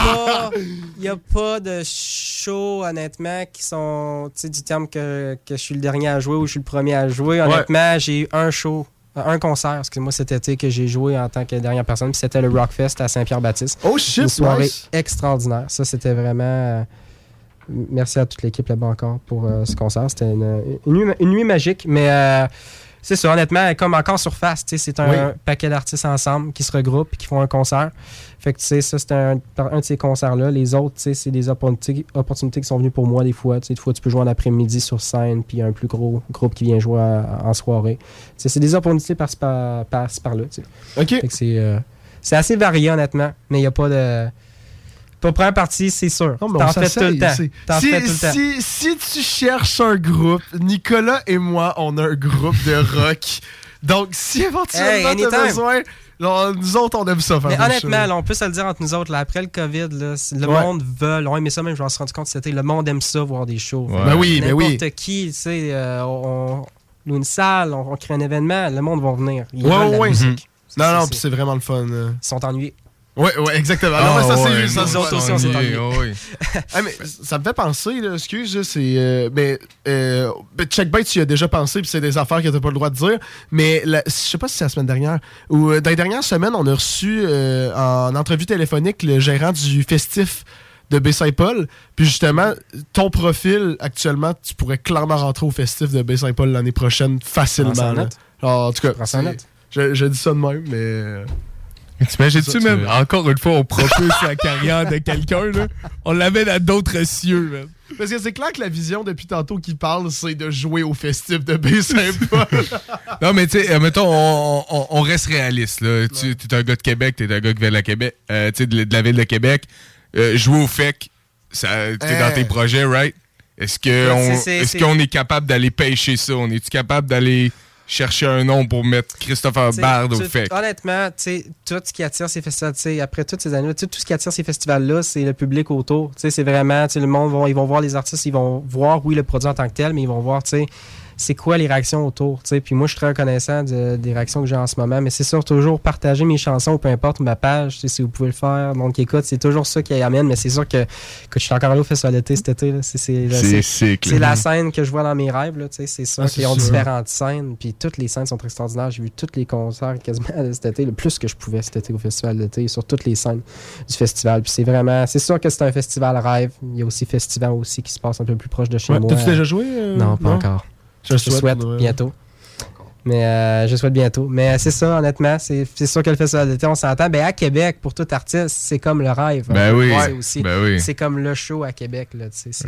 il n'y a pas de show, honnêtement, qui sont, tu sais, du terme que je suis le dernier à jouer ou je suis le premier à jouer. Honnêtement, j'ai eu un concert, excusez-moi, cet été que j'ai joué en tant que dernière personne, puis c'était le Rockfest à Saint-Pierre-Baptiste. Oh shit, une soirée extraordinaire. Ça, c'était vraiment... merci à toute l'équipe là-bas encore pour ce concert. C'était une nuit magique, mais... c'est ça, honnêtement, comme encore Surface, c'est un paquet d'artistes ensemble qui se regroupent et qui font un concert. Fait que, tu sais, ça, c'est un de ces concerts-là. Les autres, tu sais, c'est des opportunités qui sont venues pour moi des fois. Des fois, tu peux jouer en après-midi sur scène, puis il y a un plus gros groupe qui vient jouer en soirée. Tu sais, c'est des opportunités par-ci par-là, tu sais. OK. Fait que c'est assez varié, honnêtement, mais il n'y a pas de... Pour la première partie, c'est sûr. T'en fais tout le temps. Si tu cherches un groupe, Nicolas et moi, on a un groupe de rock. Donc, si éventuellement t'as besoin... nous autres, on aime ça faire. Mais honnêtement, là, on peut se le dire entre nous autres. Là, après le COVID, là, le monde veut... On aimait ça même, je m'en suis rendu compte cet été. Le monde aime ça, voir des shows. Ouais. Ben oui, n'importe qui, tu sais, on loue une salle, on crée un événement, le monde va venir. Ils veulent la musique. Non, puis c'est vraiment le fun. Ils sont ennuyés. Ouais, exactement. Ça, c'est juste ça. Nous autres aussi, on s'est ennuyés. Mais ça me fait penser, là, excuse, c'est... Checkbait, tu y as déjà pensé, puis c'est des affaires que t'as pas le droit de dire, mais je sais pas si c'est la semaine dernière, ou dans les dernières semaines, on a reçu en entrevue téléphonique le gérant du festif de Baie-Saint-Paul, puis justement, ton profil, actuellement, tu pourrais clairement rentrer au festif de Baie-Saint-Paul l'année prochaine facilement. Alors, en tout cas, je dis ça de même, mais... T'imagines-tu même, encore une fois, on propulse la carrière de quelqu'un, là? On l'amène à d'autres cieux, même. Parce que c'est clair que la vision depuis tantôt qu'il parle, c'est de jouer au festif de Baie-Saint-Paul. Non, mais tu sais, mettons, on reste réaliste, là. Tu es un gars de Québec, t'es un gars qui vient de la Québec, tu sais, de la ville de Québec. Jouer au FEC, t'es dans tes projets, right? Est-ce qu'on est capable d'aller pêcher ça? On est-tu capable d'aller chercher un nom pour mettre Christopher Bard au fait. Honnêtement, tout ce qui attire ces festivals, après toutes ces années, tout ce qui attire ces festivals-là, c'est le public autour. C'est vraiment, le monde, ils vont voir les artistes, ils vont voir, oui, le produit en tant que tel, mais ils vont voir, c'est quoi les réactions autour. Puis moi, je suis très reconnaissant des réactions que j'ai en ce moment, mais c'est sûr, toujours partager mes chansons, peu importe ma page, si vous pouvez le faire, donc écoute, c'est toujours ça qui amène, mais c'est sûr que je suis encore allé au Festival d'été cet été. C'est la scène que je vois dans mes rêves. Là, c'est sûr qu'ils ont différentes scènes, puis toutes les scènes sont très extraordinaires. J'ai vu tous les concerts quasiment cet été, le plus que je pouvais cet été au Festival d'été, sur toutes les scènes du festival. Puis c'est sûr que c'est un festival rêve. Il y a aussi Festival aussi qui se passe un peu plus proche de chez moi. T'as-tu déjà joué? Non, pas encore. Je souhaite bientôt. Mais je souhaite bientôt. Mais c'est ça, honnêtement. C'est sûr que le Festival d'été, on s'entend. Ben, à Québec, pour tout artiste, c'est comme le rêve. Ben oui. Aussi. C'est comme le show à Québec. Là,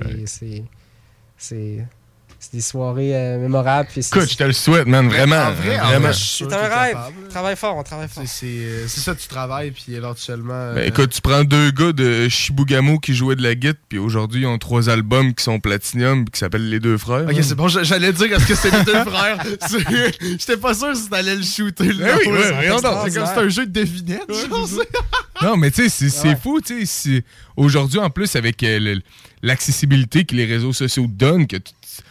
c'est des soirées mémorables. Écoute, je te le souhaite, man. Vraiment. Vraiment. C'est un rêve. On travaille fort. C'est ça, tu travailles, puis éventuellement... Ben, écoute, tu prends 2 gars de Chibougamau qui jouaient de la guitare, puis aujourd'hui, ils ont 3 albums qui sont platinum, qui s'appellent Les Deux Frères. Ok, c'est bon, j'allais dire, est-ce que c'est Les Deux Frères? J'étais pas sûr si t'allais le shooter. C'est un jeu de devinette, Non, mais tu sais, c'est fou, tu sais. Aujourd'hui, en plus, avec l'accessibilité que les réseaux sociaux donnent, que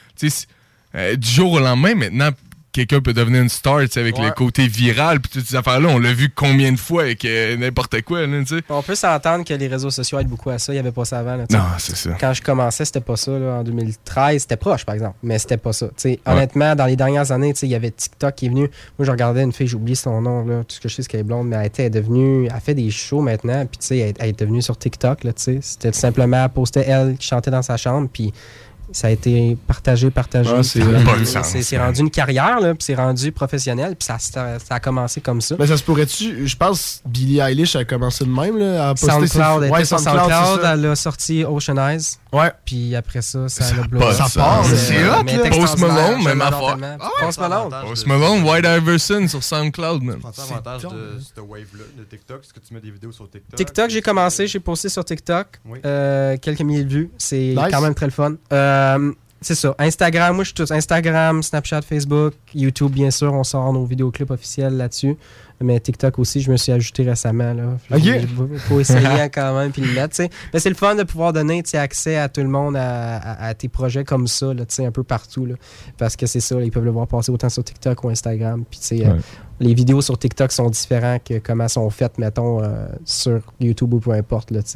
du jour au lendemain, maintenant, quelqu'un peut devenir une star avec le côté viral puis toutes ces affaires-là. On l'a vu combien de fois avec n'importe quoi. Là, on peut s'entendre que les réseaux sociaux aident beaucoup à ça. Il n'y avait pas ça avant. Là, non, c'est ça. Quand je commençais, c'était pas ça. Là, en 2013, c'était proche, par exemple. Mais c'était pas ça. Honnêtement, dans les dernières années, il y avait TikTok qui est venu. Moi, je regardais une fille, j'oublie son nom. Là, tout ce que je sais, c'est qu'elle est blonde. Mais elle fait des shows maintenant. Puis elle est devenue sur TikTok. Là, c'était tout simplement, elle postait elle qui chantait dans sa chambre. Puis ça a été partagé. C'est rendu une carrière, là, puis c'est rendu professionnel, puis ça a commencé comme ça. Mais ça se pourrait-tu... Je pense que Billie Eilish a commencé de même, là, à poster SoundCloud, elle a sorti Ocean Eyes. Ouais. Puis après ça a bloqué. Ça part, c'est hot, là. Post Malone, même affaire. Post Malone, White Iverson sur SoundCloud, man. C'est l'avantage de cette wave-là, de TikTok. Est-ce que tu mets des vidéos sur TikTok? TikTok, j'ai commencé, j'ai posté sur TikTok. Quelques milliers de vues. C'est quand même très le fun. C'est ça. Instagram, moi je suis tout. Instagram, Snapchat, Facebook, YouTube, bien sûr, on sort nos vidéoclips officiels là-dessus. Mais TikTok aussi, je me suis ajouté récemment. Il faut essayer quand même puis le mettre. T'sais. Mais c'est le fun de pouvoir donner accès à tout le monde à tes projets comme ça, là, un peu partout. Là. Parce que c'est ça, là, ils peuvent le voir passer autant sur TikTok ou Instagram. Puis les vidéos sur TikTok sont différentes que comment sont faites, mettons, sur YouTube ou peu importe. Là,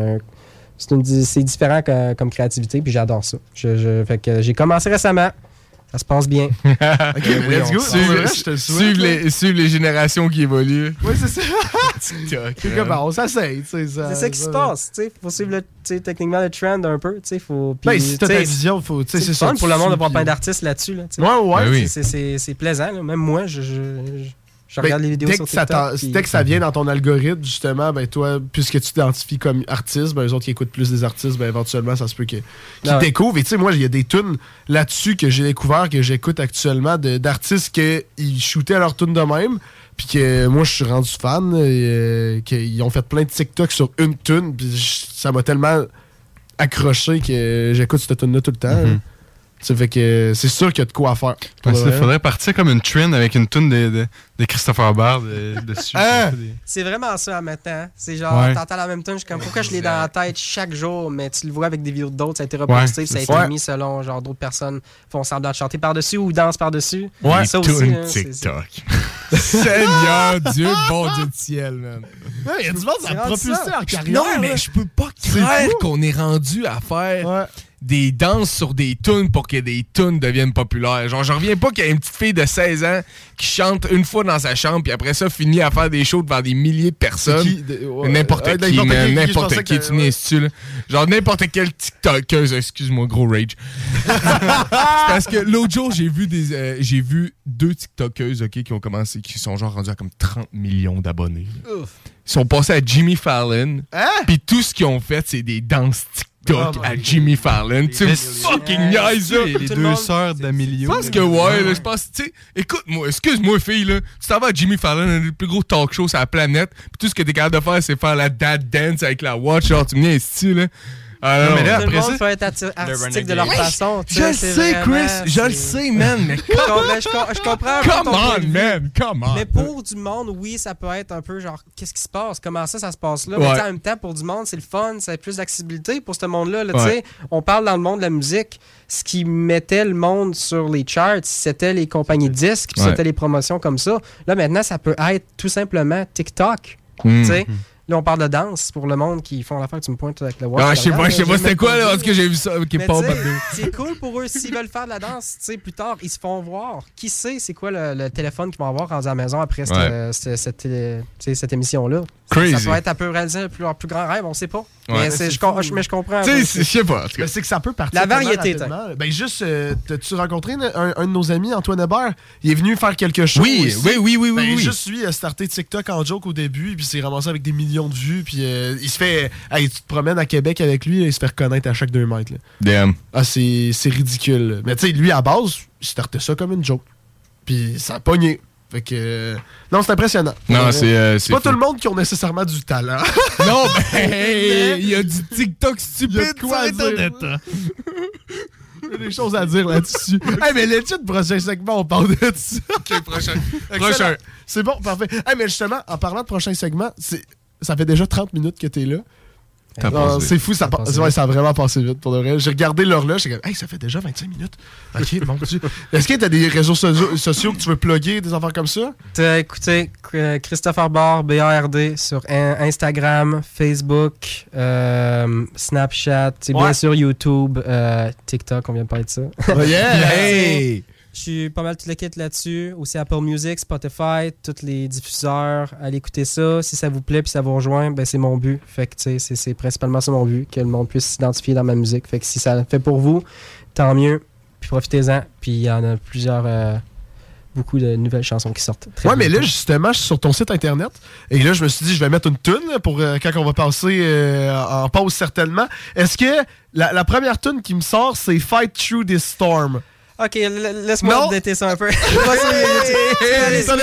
c'est différent comme créativité, puis j'adore ça. Fait que j'ai commencé récemment. Ça se passe bien. OK, let's go. Suivre les générations qui évoluent. Oui, c'est ça. TikTok. On s'essaye. C'est ça qui se passe. Il faut suivre techniquement le trend un peu. Si t'as ta vision, c'est fun pour le monde de voir plein d'artistes là-dessus. Là, ouais. C'est plaisant. Là. Même moi, je regarde les vidéos sur TikTok. Dès que ça vient dans ton algorithme, justement, ben toi, puisque tu t'identifies comme artiste, ben eux autres qui écoutent plus des artistes, ben éventuellement, ça se peut qu'ils découvrent. Et tu sais, moi, il y a des tunes là-dessus que j'ai découvert, que j'écoute actuellement, d'artistes qui shootaient leur tune de même. Puis que moi, je suis rendu fan. Qu'ils ont fait plein de TikTok sur une tune. Puis ça m'a tellement accroché que j'écoute cette tune-là tout le temps. Ça fait que c'est sûr qu'il y a de quoi faire. Il faudrait partir comme une trend avec une tune de Christopher Bard dessus. C'est vraiment ça maintenant. C'est genre, t'entends la même tune, je suis comme, pourquoi je l'ai dans la tête chaque jour, mais tu le vois avec des vidéos d'autres, ça a été reposté, ça a été mis selon genre d'autres personnes font semblant de chanter par-dessus ou dansent par-dessus. Ouais, ça aussi. TikTok. Seigneur Dieu, bon Dieu du ciel, man. Il y a du monde qui a propulsé en carrière. Non, mais je peux pas croire qu'on est rendu à faire des danses sur des tunes pour que des tunes deviennent populaires. Genre, je reviens pas qu'il y ait une petite fille de 16 ans qui chante une fois dans sa chambre puis après ça finit à faire des shows devant des milliers de personnes. N'importe qui, tu niaises-tu, là? Genre, n'importe quelle TikTokeuse, excuse-moi, gros rage. C'est parce que l'autre jour, j'ai vu 2 TikTokeuses, qui ont commencé, qui sont genre rendus à comme 30 millions d'abonnés. Ils sont passés à Jimmy Fallon. Puis tout ce qu'ils ont fait, c'est des danses TikTok à Jimmy Fallon. Tu fucking nice, là. Les 2 sœurs d'Amelio. Je pense que là, je pense, tu sais, écoute-moi, excuse-moi, fille, là. Tu t'en vas à Jimmy Fallon, le plus gros talk show sur la planète, puis tout ce que t'es capable de faire, c'est faire la dad dance avec la watch, genre, tu me viens ici, là. Ah, non, mais là, tout le monde peut être artistique de leur façon. Je le sais, Chris. Je le sais, man. Mais je comprends. Come on, man. Come on. Mais pour du monde, oui, ça peut être un peu genre, qu'est-ce qui se passe? Comment ça se passe là? Ouais. Mais en même temps, pour du monde, c'est le fun. Ça a plus d'accessibilité pour ce monde-là. Là, ouais. On parle dans le monde de la musique. Ce qui mettait le monde sur les charts, c'était les compagnies de disques, puis c'était les promotions comme ça. Là, maintenant, ça peut être tout simplement TikTok. Tu sais? Là, on parle de danse pour le monde qui font l'affaire que tu me pointes avec le watch. Ah, je sais pas c'était quoi, là, parce que j'ai vu ça. Okay, c'est cool pour eux. S'ils veulent faire de la danse, tu sais, plus tard, ils se font voir. Qui sait c'est quoi le téléphone qu'ils vont avoir rendu à la maison après cette émission-là? Crazy. Ça peut être un peu réaliser leur plus grand rêve, on sait pas. Ouais. Mais je comprends. Tu sais, je sais pas. Mais c'est que ça peut partir. La variété, ben juste, t'as-tu rencontré un de nos amis, Antoine Hébert? Il est venu faire quelque chose. Oui. Juste lui, il a starté TikTok en joke au début, puis il s'est ramassé avec des millions de vues, puis il se fait. Hey, tu te promènes à Québec avec lui, il se fait reconnaître à chaque 2 mètres. Là. Damn. Ah, c'est ridicule. Mais tu sais, lui, à base, il startait ça comme une joke. Puis ça a pogné. Fait que. Non, c'est impressionnant. Non, c'est pas tout le monde qui a nécessairement du talent. Non, ben, il y a du TikTok stupide. Il y a quoi à dire. Il y a des choses à dire là-dessus. Hey, mais le prochain segment, on parle de ça. OK, prochain. C'est bon, parfait. Hey, mais justement, en parlant de prochain segment, ça fait déjà 30 minutes que t'es là. C'est fou, ça a vraiment passé vite pour de vrai. J'ai regardé l'horloge, j'ai dit, hey, ça fait déjà 25 minutes. Ok, bon, est-ce que t'as des réseaux sociaux que tu veux plugger, des affaires comme ça? Écoutez, Christopher Barr, BARD, sur Instagram, Facebook, Snapchat, bien sûr YouTube, TikTok, on vient de parler de ça. Oh yeah! Hey! Je suis pas mal toute l'équipe là-dessus. Aussi Apple Music, Spotify, tous les diffuseurs. Allez écouter ça. Si ça vous plaît puis ça vous rejoint, ben c'est mon but. Fait que c'est principalement ça mon but, que le monde puisse s'identifier dans ma musique. Fait que si ça le fait pour vous, tant mieux. Puis profitez-en. Puis il y en a beaucoup de nouvelles chansons qui sortent. Ouais, mais là, justement, je suis sur ton site internet. Et là, je me suis dit, je vais mettre une toune pour quand on va passer en pause certainement. Est-ce que la première toune qui me sort, c'est Fight Through This Storm? Ok, laisse-moi updater ça un peu. Tu peux aller sur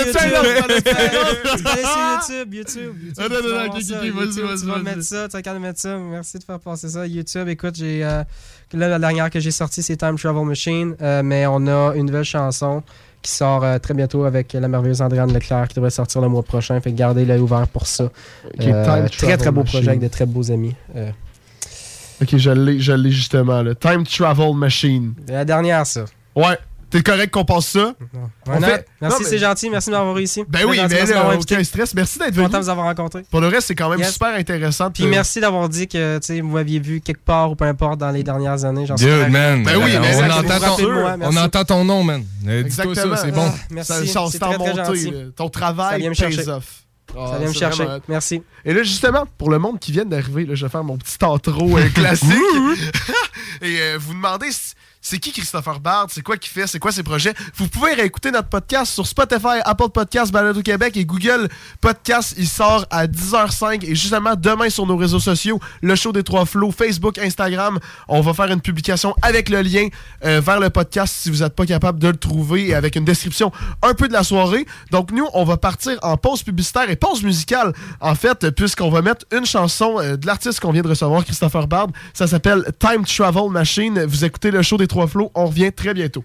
YouTube. Tu vas mettre ça, tu vas quand mettre ça. Merci de faire passer ça. YouTube, écoute, la dernière que j'ai sortie, c'est Time Travel Machine. Mais on a une nouvelle chanson qui sort très bientôt avec la merveilleuse Andréane Leclerc qui devrait sortir le mois prochain. Fait que gardez l'œil ouvert pour ça. Très, très beau projet avec de très beaux amis. Ok, je l'ai justement. Là. Time Travel Machine. La dernière, ça. Ouais. T'es correct qu'on passe ça? Merci, c'est gentil. Merci de m'avoir eu ici. Ben oui, mais là, aucun stress. Merci d'être venu. Content de vous avoir rencontré. Pour le reste, c'est quand même super intéressant. Puis merci d'avoir dit que vous m'aviez vu quelque part ou peu importe dans les dernières années. Dude, man. Ben oui, mais on entend ton nom, man. Exactement. Ça, c'est bon. Merci. C'est très, très gentil. Ton travail pays off. Ça vient me chercher. Merci. Et là, justement, pour le monde qui vient d'arriver, je vais faire mon petit intro classique. Et vous demandez... C'est qui Christopher Bard? C'est quoi qu'il fait? C'est quoi ses projets? Vous pouvez réécouter notre podcast sur Spotify, Apple Podcasts, Balado Québec et Google Podcasts. Il sort à 10h05 et justement demain sur nos réseaux sociaux, le show des Trois Flots, Facebook, Instagram. On va faire une publication avec le lien vers le podcast si vous n'êtes pas capable de le trouver et avec une description un peu de la soirée. Donc nous, on va partir en pause publicitaire et pause musicale en fait, puisqu'on va mettre une chanson de l'artiste qu'on vient de recevoir, Christopher Bard. Ça s'appelle Time Travel Machine. Vous écoutez le show des Trois Flots. On revient très bientôt.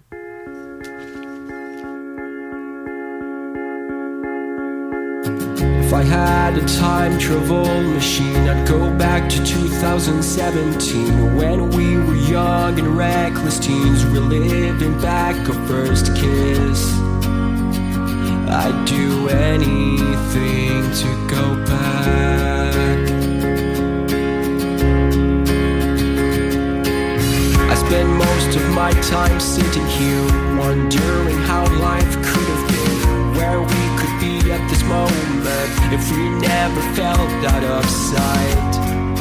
If I had a time travel machine, I'd go back to 2017 when we were young and reckless teens, reliving back our first kiss. I'd do anything to go back. I spend most of my time sitting here, wondering how life could have been, where we could be at this moment if we never felt out of sight.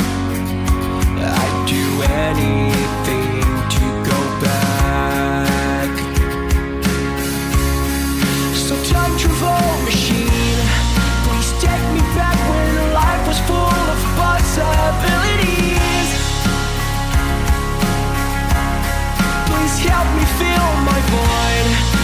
I'd do anything to go back. So time travel machine, please take me back when life was full of possibilities. Help me fill my void.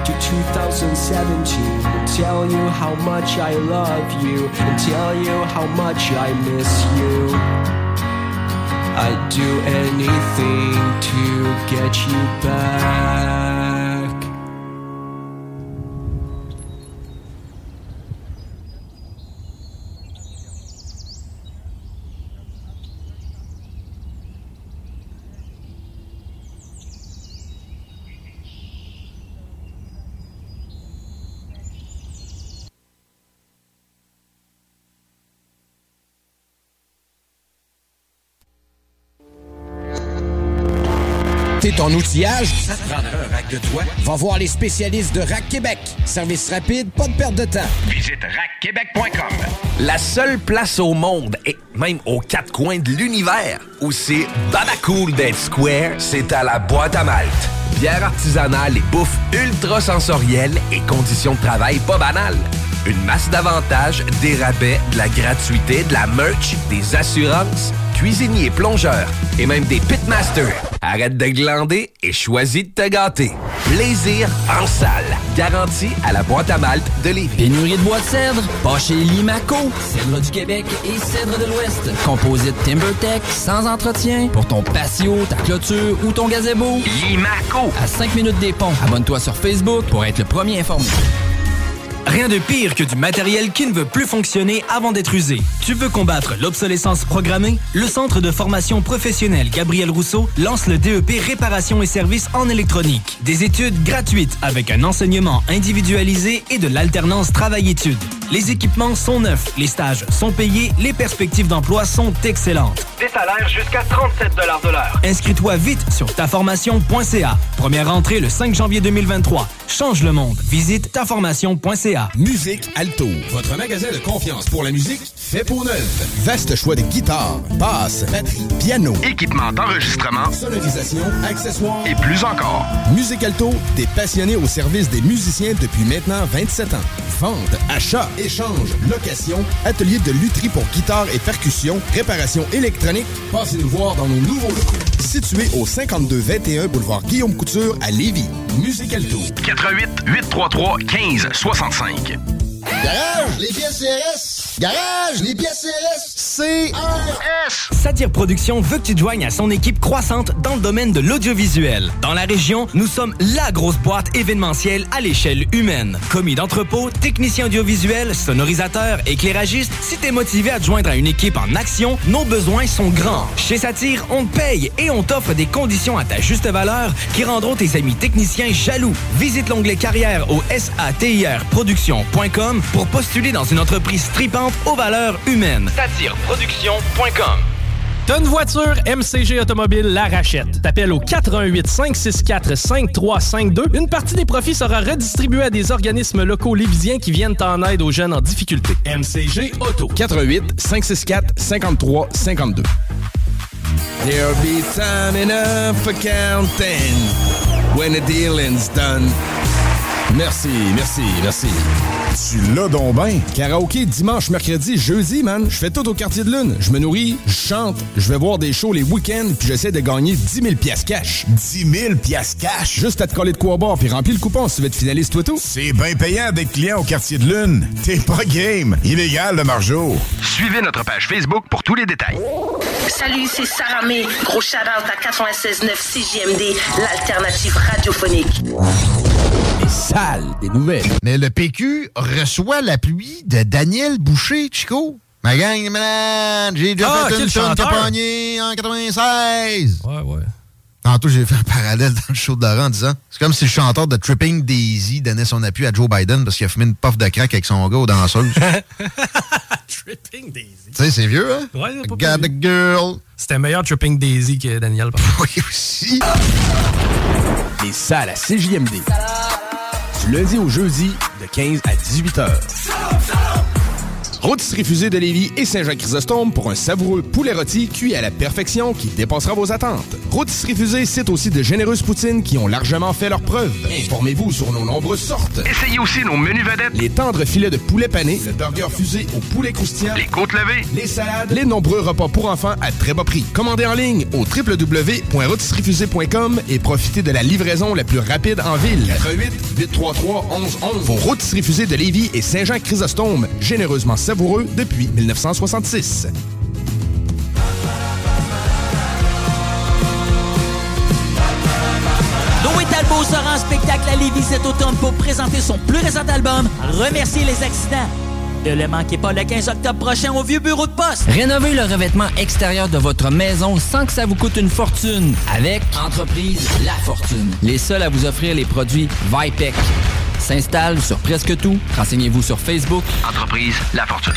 back to 2017 and tell you how much I love you and tell you how much I miss you. I'd do anything to get you back. T'es ton outillage? Ça te prendra un rack de toit? Va voir les spécialistes de Rack Québec. Service rapide, pas de perte de temps. Visite rackquebec.com. La seule place au monde, et même aux quatre coins de l'univers, où c'est babacool d'être square, c'est à la Boîte à Malte. Bière artisanale et bouffe ultra sensorielle et conditions de travail pas banales. Une masse d'avantages, des rabais, de la gratuité, de la merch, des assurances, cuisiniers, plongeurs et même des pitmasters. Arrête de glander et choisis de te gâter. Plaisir en salle. Garantie à la Boîte à Malte de Lévis. Pénurie de bois de cèdre? Pas chez Limaco. Cèdre du Québec et cèdre de l'Ouest. Composite TimberTech, sans entretien. Pour ton patio, ta clôture ou ton gazebo. Limaco. À 5 minutes des ponts. Abonne-toi sur Facebook pour être le premier informé. Rien de pire que du matériel qui ne veut plus fonctionner avant d'être usé. Tu veux combattre l'obsolescence programmée? Le Centre de formation professionnelle Gabriel Rousseau lance le DEP Réparation et services en électronique. Des études gratuites avec un enseignement individualisé et de l'alternance travail-études. Les équipements sont neufs, les stages sont payés, les perspectives d'emploi sont excellentes. Des salaires jusqu'à 37 $ de l'heure. Inscris-toi vite sur taformation.ca. Première rentrée le 5 janvier 2023. Change le monde. Visite taformation.ca. Musique Alto, votre magasin de confiance pour la musique fait pour neuf. Vaste choix de guitares, basses, batteries, piano, équipement d'enregistrement, sonorisation, accessoires et plus encore. Musique Alto, des passionnés au service des musiciens depuis maintenant 27 ans. Vente, achat, échange, location, atelier de lutherie pour guitare et percussion, réparation électronique. Passez nous voir dans nos nouveaux locaux. Situé au 5221 boulevard Guillaume Couture à Lévis. Musique Alto. 88 833 15 65. Garage, les pièces CRS. Garage, les pièces CRS. CRS. Satire Productions veut que tu te joignes à son équipe croissante dans le domaine de l'audiovisuel. Dans la région, nous sommes la grosse boîte événementielle à l'échelle humaine. Commis d'entrepôt, technicien audiovisuel, sonorisateur, éclairagiste, si t'es motivé à te joindre à une équipe en action, nos besoins sont grands. Chez Satire, on te paye et on t'offre des conditions à ta juste valeur qui rendront tes amis techniciens jaloux. Visite l'onglet carrière au satirproduction.com pour postuler dans une entreprise tripante aux valeurs humaines. Satireproduction.com. T'as une voiture, MCG Automobile la rachète. T'appelles au 88 564 5352. Une partie des profits sera redistribuée à des organismes locaux lévisiens qui viennent en aide aux jeunes en difficulté. MCG Auto. 88 564 53 52. There'll be time enough for counting when the dealing's done. Merci. Tu l'as donc ben. Karaoké dimanche, mercredi, jeudi, man. Je fais tout au Quartier de Lune. Je me nourris, je chante, je vais voir des shows les week-ends, puis j'essaie de gagner 10 000 piastres cash. 10 000 piastres cash? Juste à te coller de quoi boire, puis remplis le coupon si tu veux être finaliste, toi tout. C'est bien payant d'être client au Quartier de Lune. T'es pas game. Illégal, le margeau. Suivez notre page Facebook pour tous les détails. Salut, c'est Sarah May. Gros shout-out à 96.9 CJMD, l'alternative radiophonique. Les salles des nouvelles. Mais le PQ reçoit l'appui de Daniel Boucher, Chico. Ma gang, man, j'ai déjà fait une tonne qui a pogné en 96. Ouais. Tantôt, j'ai fait un parallèle dans le show de Laurent en disant c'est comme si le chanteur de Tripping Daisy donnait son appui à Joe Biden parce qu'il a fumé une puff de crack avec son gars aux danseuses. Tripping Daisy. Tu sais, c'est vieux, hein? Ouais, pas Got the girl. C'était meilleur Tripping Daisy que Daniel. Oui, aussi. Les salles à CJMD. Du lundi au jeudi, de 15 à 18 heures. Rôtisserie Fusée de Lévis et Saint-Jean-Chrysostome pour un savoureux poulet rôti cuit à la perfection qui dépassera vos attentes. Rôtisserie Fusée cite aussi de généreuses poutines qui ont largement fait leurs preuves. Informez-vous sur nos nombreuses sortes. Essayez aussi nos menus vedettes. Les tendres filets de poulet pané, le burger fusé au poulet croustillant, les côtes levées, les salades, les nombreux repas pour enfants à très bas prix. Commandez en ligne au www.rôtisseriefusée.com et profitez de la livraison la plus rapide en ville. 88 833 1111. Vos Rôtisseries Fusées de Lévis et Saint-Jean-Chrysostome, généreusement savoureux depuis 1966. Noé Talbot sera en spectacle à Lévis cet automne pour présenter son plus récent album, Remercier les accidents. Ne le manquez pas le 15 octobre prochain au Vieux Bureau de Poste. Rénovez le revêtement extérieur de votre maison sans que ça vous coûte une fortune avec Entreprise La Fortune. Les seuls à vous offrir les produits Vipec. S'installe sur presque tout. Renseignez-vous sur Facebook. Entreprise La Fortune.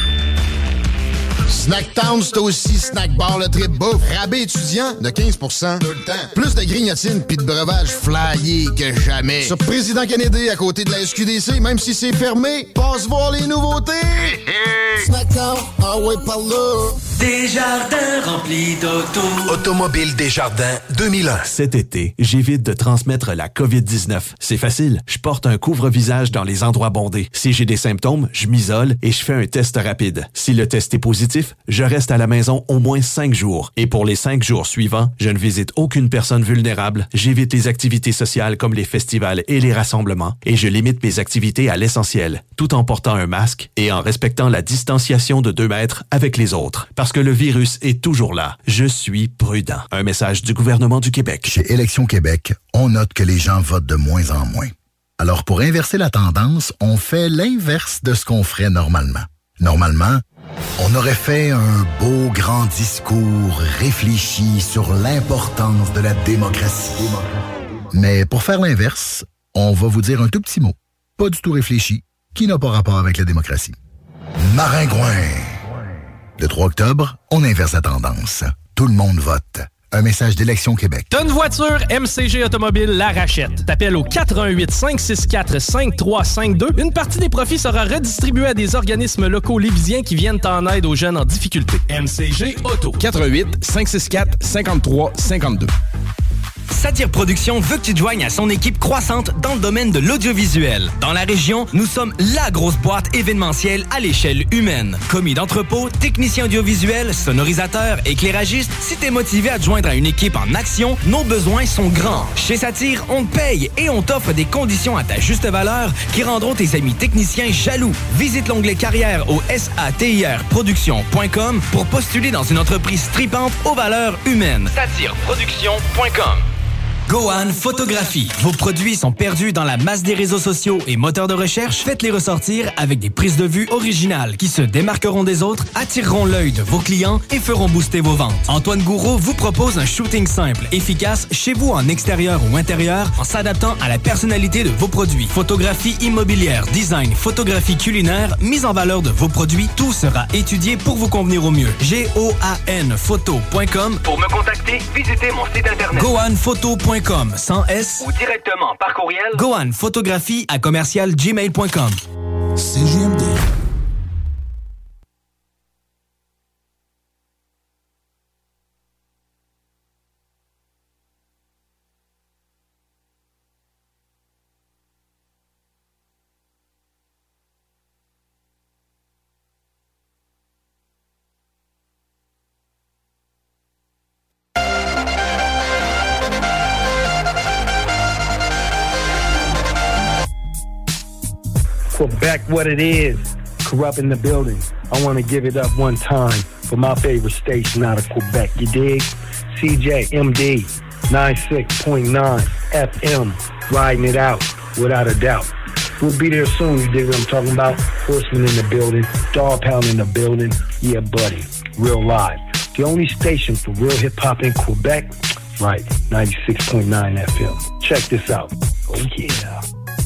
Snacktown, c'est aussi Snack Bar le trip bouffe. Rabais étudiant de 15% tout le temps. Plus de grignotines pis de breuvages flyés que jamais. Sur Président Kennedy, à côté de la SQDC, même si c'est fermé, passe voir les nouveautés. Snacktown, ah ouais, par là. Desjardins remplis d'auto. Automobile Desjardins 2001. Cet été, j'évite de transmettre la COVID-19. C'est facile. Je porte un couvre-visage dans les endroits bondés. Si j'ai des symptômes, je m'isole et je fais un test rapide. Si le test est positif, je reste à la maison au moins 5 jours. Et pour les 5 jours suivants, je ne visite aucune personne vulnérable. J'évite les activités sociales comme les festivals et les rassemblements. Et je limite mes activités à l'essentiel, tout en portant un masque et en respectant la distanciation de 2 mètres avec les autres. Parce que le virus est toujours là. Je suis prudent. Un message du gouvernement du Québec. Chez Élections Québec, on note que les gens votent de moins en moins. Alors, pour inverser la tendance, on fait l'inverse de ce qu'on ferait normalement. Normalement, on aurait fait un beau grand discours réfléchi sur l'importance de la démocratie. Mais pour faire l'inverse, on va vous dire un tout petit mot, pas du tout réfléchi, qui n'a pas rapport avec la démocratie. Maringouin. Le 3 octobre, on inverse la tendance. Tout le monde vote. Un message d'Élections Québec. T'as une voiture, MCG Automobile la rachète. T'appelles au 88 564 5352. Une partie des profits sera redistribuée à des organismes locaux lévisiens qui viennent en aide aux jeunes en difficulté. MCG Auto. 88 564 5352. Satire Productions veut que tu te joignes à son équipe croissante dans le domaine de l'audiovisuel. Dans la région, nous sommes la grosse boîte événementielle à l'échelle humaine. Commis d'entrepôt, technicien audiovisuel, sonorisateur, éclairagiste, si t'es motivé à te joindre à une équipe en action, nos besoins sont grands. Chez Satire, on te paye et on t'offre des conditions à ta juste valeur qui rendront tes amis techniciens jaloux. Visite l'onglet carrière au satirproduction.com pour postuler dans une entreprise tripante aux valeurs humaines. Satireproduction.com. Gohan Photographie. Vos produits sont perdus dans la masse des réseaux sociaux et moteurs de recherche. Faites-les ressortir avec des prises de vue originales qui se démarqueront des autres, attireront l'œil de vos clients et feront booster vos ventes. Antoine Gouraud vous propose un shooting simple, efficace, chez vous en extérieur ou intérieur, en s'adaptant à la personnalité de vos produits. Photographie immobilière, design, photographie culinaire, mise en valeur de vos produits, tout sera étudié pour vous convenir au mieux. GOANphoto.com. Pour me contacter, visitez mon site internet. GohanPhoto.com sans S ou directement par courriel. GohanPhotographie@gmail.com. CJMD. Quebec, what it is, Corrupt in the building. I want to give it up one time for my favorite station out of Quebec, you dig? CJMD 96.9 FM, riding it out without a doubt. We'll be there soon, you dig what I'm talking about? Horseman in the building, Dog Pound in the building, yeah buddy, real live. The only station for real hip-hop in Quebec, right, 96.9 FM. Check this out. Oh yeah.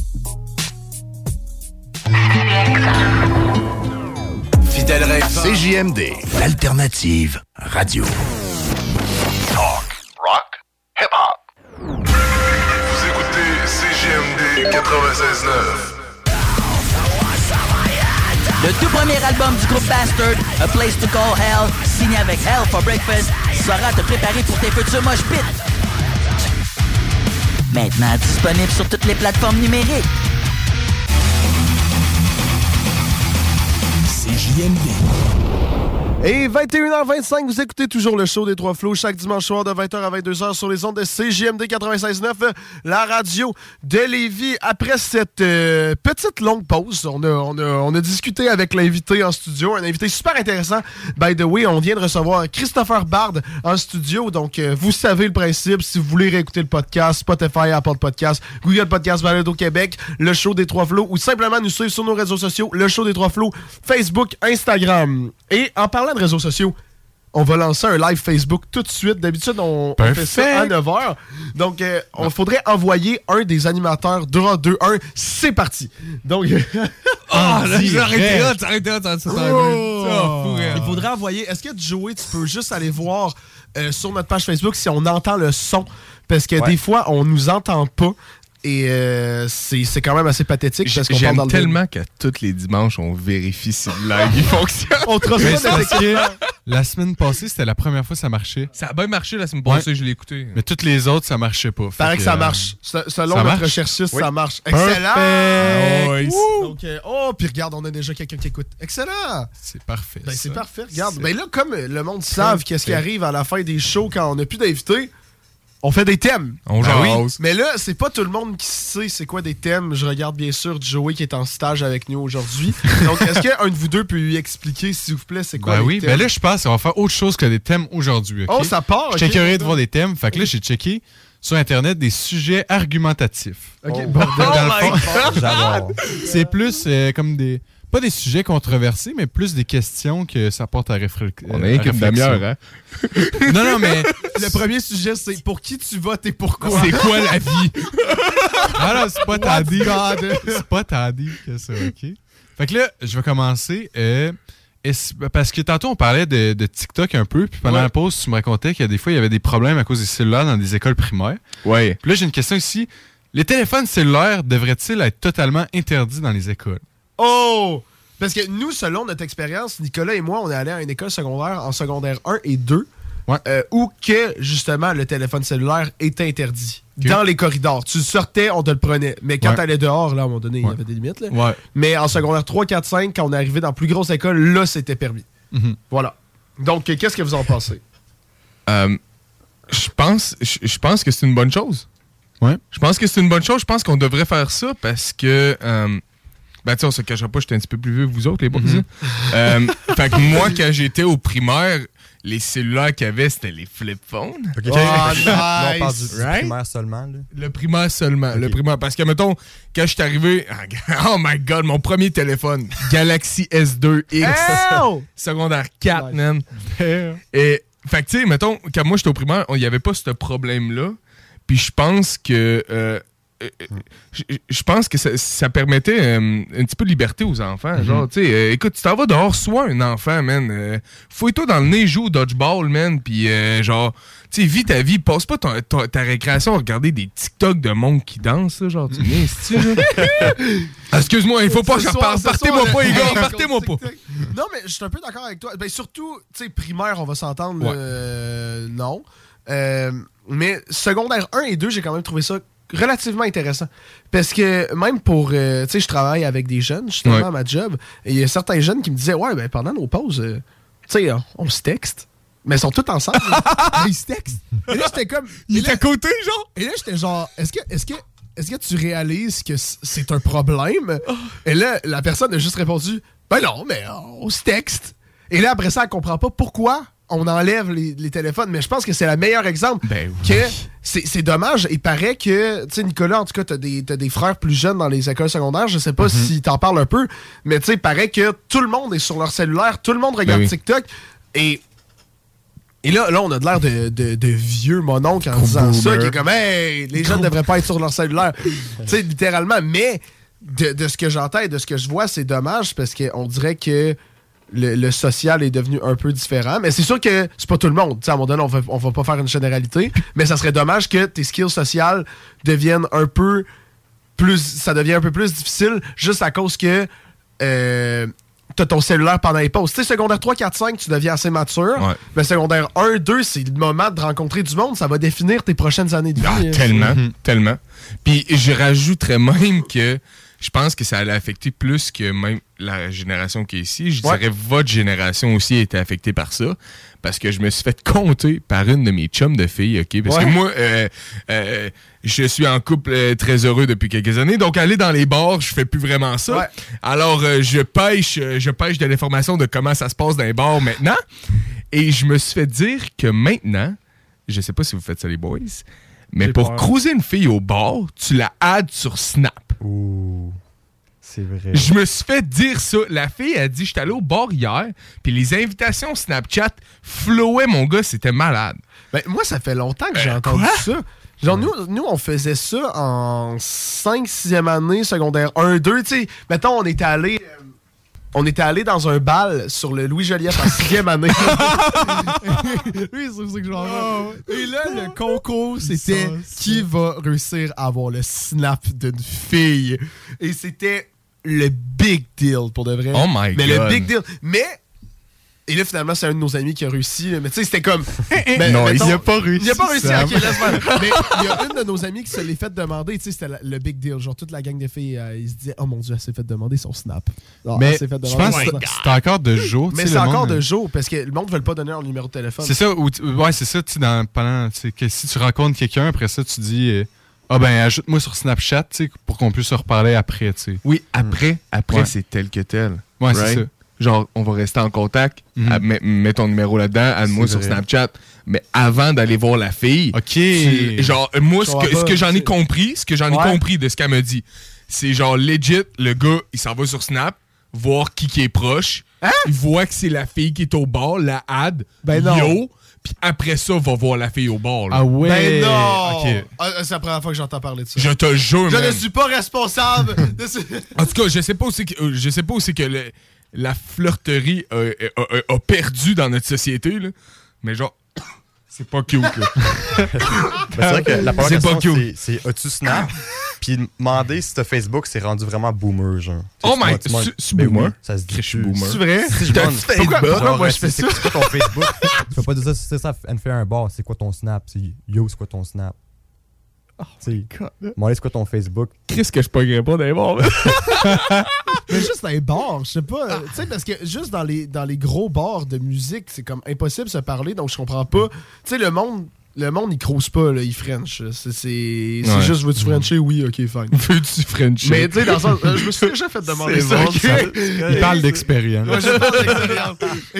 Fidèle rêve. CJMD, l'alternative radio. Talk, rock, hip-hop. Vous écoutez CJMD 96.9. Le tout premier album du groupe Bastard, A Place to Call Hell, signé avec Hell for Breakfast, Tu sauras te préparer pour tes futurs mosh pits. Maintenant disponible sur toutes les plateformes numériques. C'est JMD. Et 21h25, vous écoutez toujours le show des Trois Flots chaque dimanche soir de 20h à 22h sur les ondes de CJMD 96.9, la radio de Lévis. Après cette petite longue pause, on a discuté avec l'invité en studio, un invité super intéressant. By the way, on vient de recevoir Christopher Bard en studio, donc vous savez le principe. Si vous voulez réécouter le podcast, Spotify, Apple Podcast, Google Podcast, Balado Québec, le show des Trois Flots, ou simplement nous suivre sur nos réseaux sociaux, le show des Trois Flots, Facebook, Instagram. Et en parlant de réseaux sociaux, on va lancer un live Facebook tout de suite. D'habitude, on fait ça à 9h. Donc, on faudrait envoyer un des animateurs 2-1. C'est parti. Donc... Il faudrait envoyer... Est-ce que Joey, tu peux juste aller voir sur notre page Facebook si on entend le son? Parce que des fois, on nous entend pas. Et c'est quand même assez pathétique parce qu'on parle dans le tellement qu'à tous les dimanches, on vérifie si le live il fonctionne. On te reçoit la semaine passée, c'était la première fois que ça marchait. Ça a bien marché la semaine passée, je l'ai écouté. Mais toutes les autres, ça marchait pas. Paraît que ça marche. Selon notre recherchiste, ça marche. Excellent! Donc, puis regarde, on a déjà quelqu'un qui écoute. Excellent! C'est parfait. Ben, c'est parfait. Regarde, ben là, comme le monde savent qu'est-ce qui arrive à la fin des shows quand on n'a plus d'invités, on fait des thèmes. On jase. Mais là, c'est pas tout le monde qui sait c'est quoi des thèmes. Je regarde bien sûr Joey qui est en stage avec nous aujourd'hui. Donc, est-ce qu'un de vous deux peut lui expliquer, s'il vous plaît, c'est quoi les thèmes? Ben là, je pense qu'on va faire autre chose que des thèmes aujourd'hui. Okay? Oh, ça part! J'étais curieux de voir des thèmes. Fait que là, j'ai checké sur Internet des sujets argumentatifs. OK, c'est plus comme des... Pas des sujets controversés, mais plus des questions que ça porte à réfléchir. On est comme demi-heure, hein? Non, mais... Le premier sujet, c'est pour qui tu votes et pourquoi? C'est quoi la vie? Alors, c'est pas tant deep. C'est pas tant deep que ça, OK? Fait que là, je vais commencer. Parce que tantôt, on parlait de TikTok un peu, puis pendant la pause, tu me racontais qu'il y a des fois, il y avait des problèmes à cause des cellulaires dans des écoles primaires. Ouais. Puis là, j'ai une question ici. Les téléphones cellulaires devraient-ils être totalement interdits dans les écoles? Oh! Parce que nous, selon notre expérience, Nicolas et moi, on est allés à une école secondaire en secondaire 1 et 2 où que, justement, le téléphone cellulaire est interdit. Okay. Dans les corridors. Tu sortais, on te le prenait. Mais quand t'allais dehors, là, à un moment donné, il y avait des limites. Là. Ouais. Mais en secondaire 3, 4, 5, quand on est arrivé dans plus grosse école, là, c'était permis. Mm-hmm. Voilà. Donc, qu'est-ce que vous en pensez? Je pense que c'est une bonne chose. Ouais. Je pense que c'est une bonne chose. Je pense qu'on devrait faire ça parce que... Ben, tu sais, on se cachera pas, j'étais un petit peu plus vieux que vous autres, les boys. Fait que moi, quand j'étais au primaire, les cellulaires qu'il y avait, c'était les flip phones. Okay. Oh, nice. Là, on parle du primaire seulement. Là. Le primaire seulement. Okay. Le primaire. Parce que, mettons, quand je suis arrivé... Oh my God, mon premier téléphone, Galaxy S2X. Oh! Secondaire 4, man. Et, fait que, tu sais, mettons, quand moi, j'étais au primaire, il n'y avait pas ce problème-là. Puis je pense que... je pense que ça permettait un petit peu de liberté aux enfants. Mm-hmm. Genre, tu sais, écoute, tu t'en vas dehors, sois un enfant, man. Fouille-toi dans le nez, joue au dodgeball, man. Puis, genre, tu sais, vis ta vie. Passe pas ta récréation à regarder des TikTok de monde qui danse, là, genre, tu viens, excuse-moi, il faut pas que je reparle. Partez-moi pas, les gars, partez-moi pas. Non, mais je suis un peu d'accord avec toi. Ben, surtout, tu sais, primaire, on va s'entendre, non. Mais secondaire 1 et 2, j'ai quand même trouvé ça relativement intéressant. Parce que même pour... tu sais, je travaille avec des jeunes, justement, à ma job. Et il y a certains jeunes qui me disaient, ouais, ben pendant nos pauses, tu sais, on se texte. Mais ils sont tous ensemble. Mais ils se textent. Et là, j'étais comme... Il est à côté, genre? Et là, j'étais genre, est-ce que tu réalises que c'est un problème? Et là, la personne a juste répondu, ben non, mais on se texte. Et là, après ça, elle comprend pas pourquoi on enlève les téléphones. Mais je pense que c'est le meilleur exemple. Ben oui. Que c'est dommage. Il paraît que, tu sais, Nicolas, en tout cas, t'as des frères plus jeunes dans les écoles secondaires. Je sais pas si t'en parles un peu. Mais tu sais, il paraît que tout le monde est sur leur cellulaire. Tout le monde regarde TikTok. Et là, on a de l'air de vieux mononcle en disant ça, qui est comme, hey, les jeunes devraient pas être sur leur cellulaire. Tu sais, littéralement. Mais de ce que j'entends et de ce que je vois, c'est dommage parce qu'on dirait que le social est devenu un peu différent. Mais c'est sûr que c'est pas tout le monde. T'sais, à un moment donné, on va pas faire une généralité. Mais ça serait dommage que tes skills sociales deviennent un peu plus... Ça devient un peu plus difficile juste à cause que... t'as ton cellulaire pendant les pauses. Tu sais, secondaire 3, 4, 5, tu deviens assez mature. Ouais. Mais secondaire 1, 2, c'est le moment de rencontrer du monde. Ça va définir tes prochaines années de vie. Tellement. Puis je rajouterais même que je pense que ça allait affecter plus que même la génération qui est ici. Je dirais votre génération aussi a été affectée par ça. Parce que je me suis fait compter par une de mes chums de filles, OK? Parce que moi, je suis en couple très heureux depuis quelques années. Donc, aller dans les bars, je fais plus vraiment ça. Ouais. Alors, je pêche de l'information de comment ça se passe dans les bars maintenant. Et je me suis fait dire que maintenant, je sais pas si vous faites ça, les boys, mais pour cruiser une fille au bar, tu la adds sur Snap. Ouh. C'est vrai. Je me suis fait dire ça. La fille a dit, j'étais allé au bar hier, puis les invitations Snapchat flowaient, mon gars, c'était malade. Ben, moi, ça fait longtemps que j'ai entendu ça. Genre, nous, on faisait ça en 5, 6e année, secondaire 1, 2. Tu sais, mettons, on était allé dans un bal sur le Louis Joliette en 6e année. Oui, c'est ça que je vois. Et là, le concours, c'était qui va réussir à avoir le snap d'une fille. Et c'était le big deal, pour de vrai. Oh my God. Mais le big deal. Et là, finalement, c'est un de nos amis qui a réussi. Mais tu sais, c'était comme... non, il n'a pas réussi. Il n'a pas réussi, ok, laisse-moi. Mais il y a une de nos amies qui se l'est fait demander. Tu sais, c'était le big deal. Genre, toute la gang de filles, ils se disaient, oh mon Dieu, elle s'est fait demander son snap. Alors, mais je pense que c'est encore de jour. Mais c'est encore de jour, parce que le monde ne veut pas donner leur numéro de téléphone. C'est ça, c'est ça, tu sais, pendant que si tu rencontres quelqu'un, après ça, tu dis... ajoute-moi sur Snapchat, tu sais, pour qu'on puisse se reparler après, tu sais. Oui, après, c'est tel que tel. Ouais, c'est ça. Genre, on va rester en contact, mets ton numéro là-dedans, aide-moi sur Snapchat. Mais avant d'aller voir la fille, genre, moi, ce que j'en ai compris, de ce qu'elle me dit, c'est genre, legit, le gars, il s'en va sur Snap, voir qui est proche, il voit que c'est la fille qui est au bar, la add, puis après ça, va voir la fille au bar. Là. Ah ouais? Ben non! Okay. C'est la première fois que j'entends parler de ça. Je te jure, Je ne suis pas responsable de ce... En tout cas, je sais pas aussi que la flirterie a perdu dans notre société, là. Mais genre, c'est pas cute, là. C'est vrai que la première question, c'est as-tu Snap? Puis demander si t'as Facebook, c'est rendu vraiment boomer, genre. Oh my, c'est boomer? Oui, ça se dit. Je suis boomer. C'est vrai? Si je demande pourquoi moi je fais ça? C'est quoi ton Facebook? Tu peux pas dire ça, c'est ça, elle me fait un bar, c'est quoi ton Snap? C'est yo, c'est quoi ton Snap? Oh my God. Moi, c'est quoi ton Facebook? Qu'est-ce que je pognerais pas dans les bars, Mais juste dans les bars, je sais pas. Tu sais, parce que juste dans les gros bars de musique, c'est comme impossible de se parler, donc je comprends pas. Tu sais, le monde, il crouse pas, là, il French. C'est juste, veux-tu Frencher? Oui, ok, fine. Veux-tu Frencher? Mais tu sais, dans le sens, je me suis déjà fait demander ça. Il parle d'expérience. Ouais, je parle d'expérience.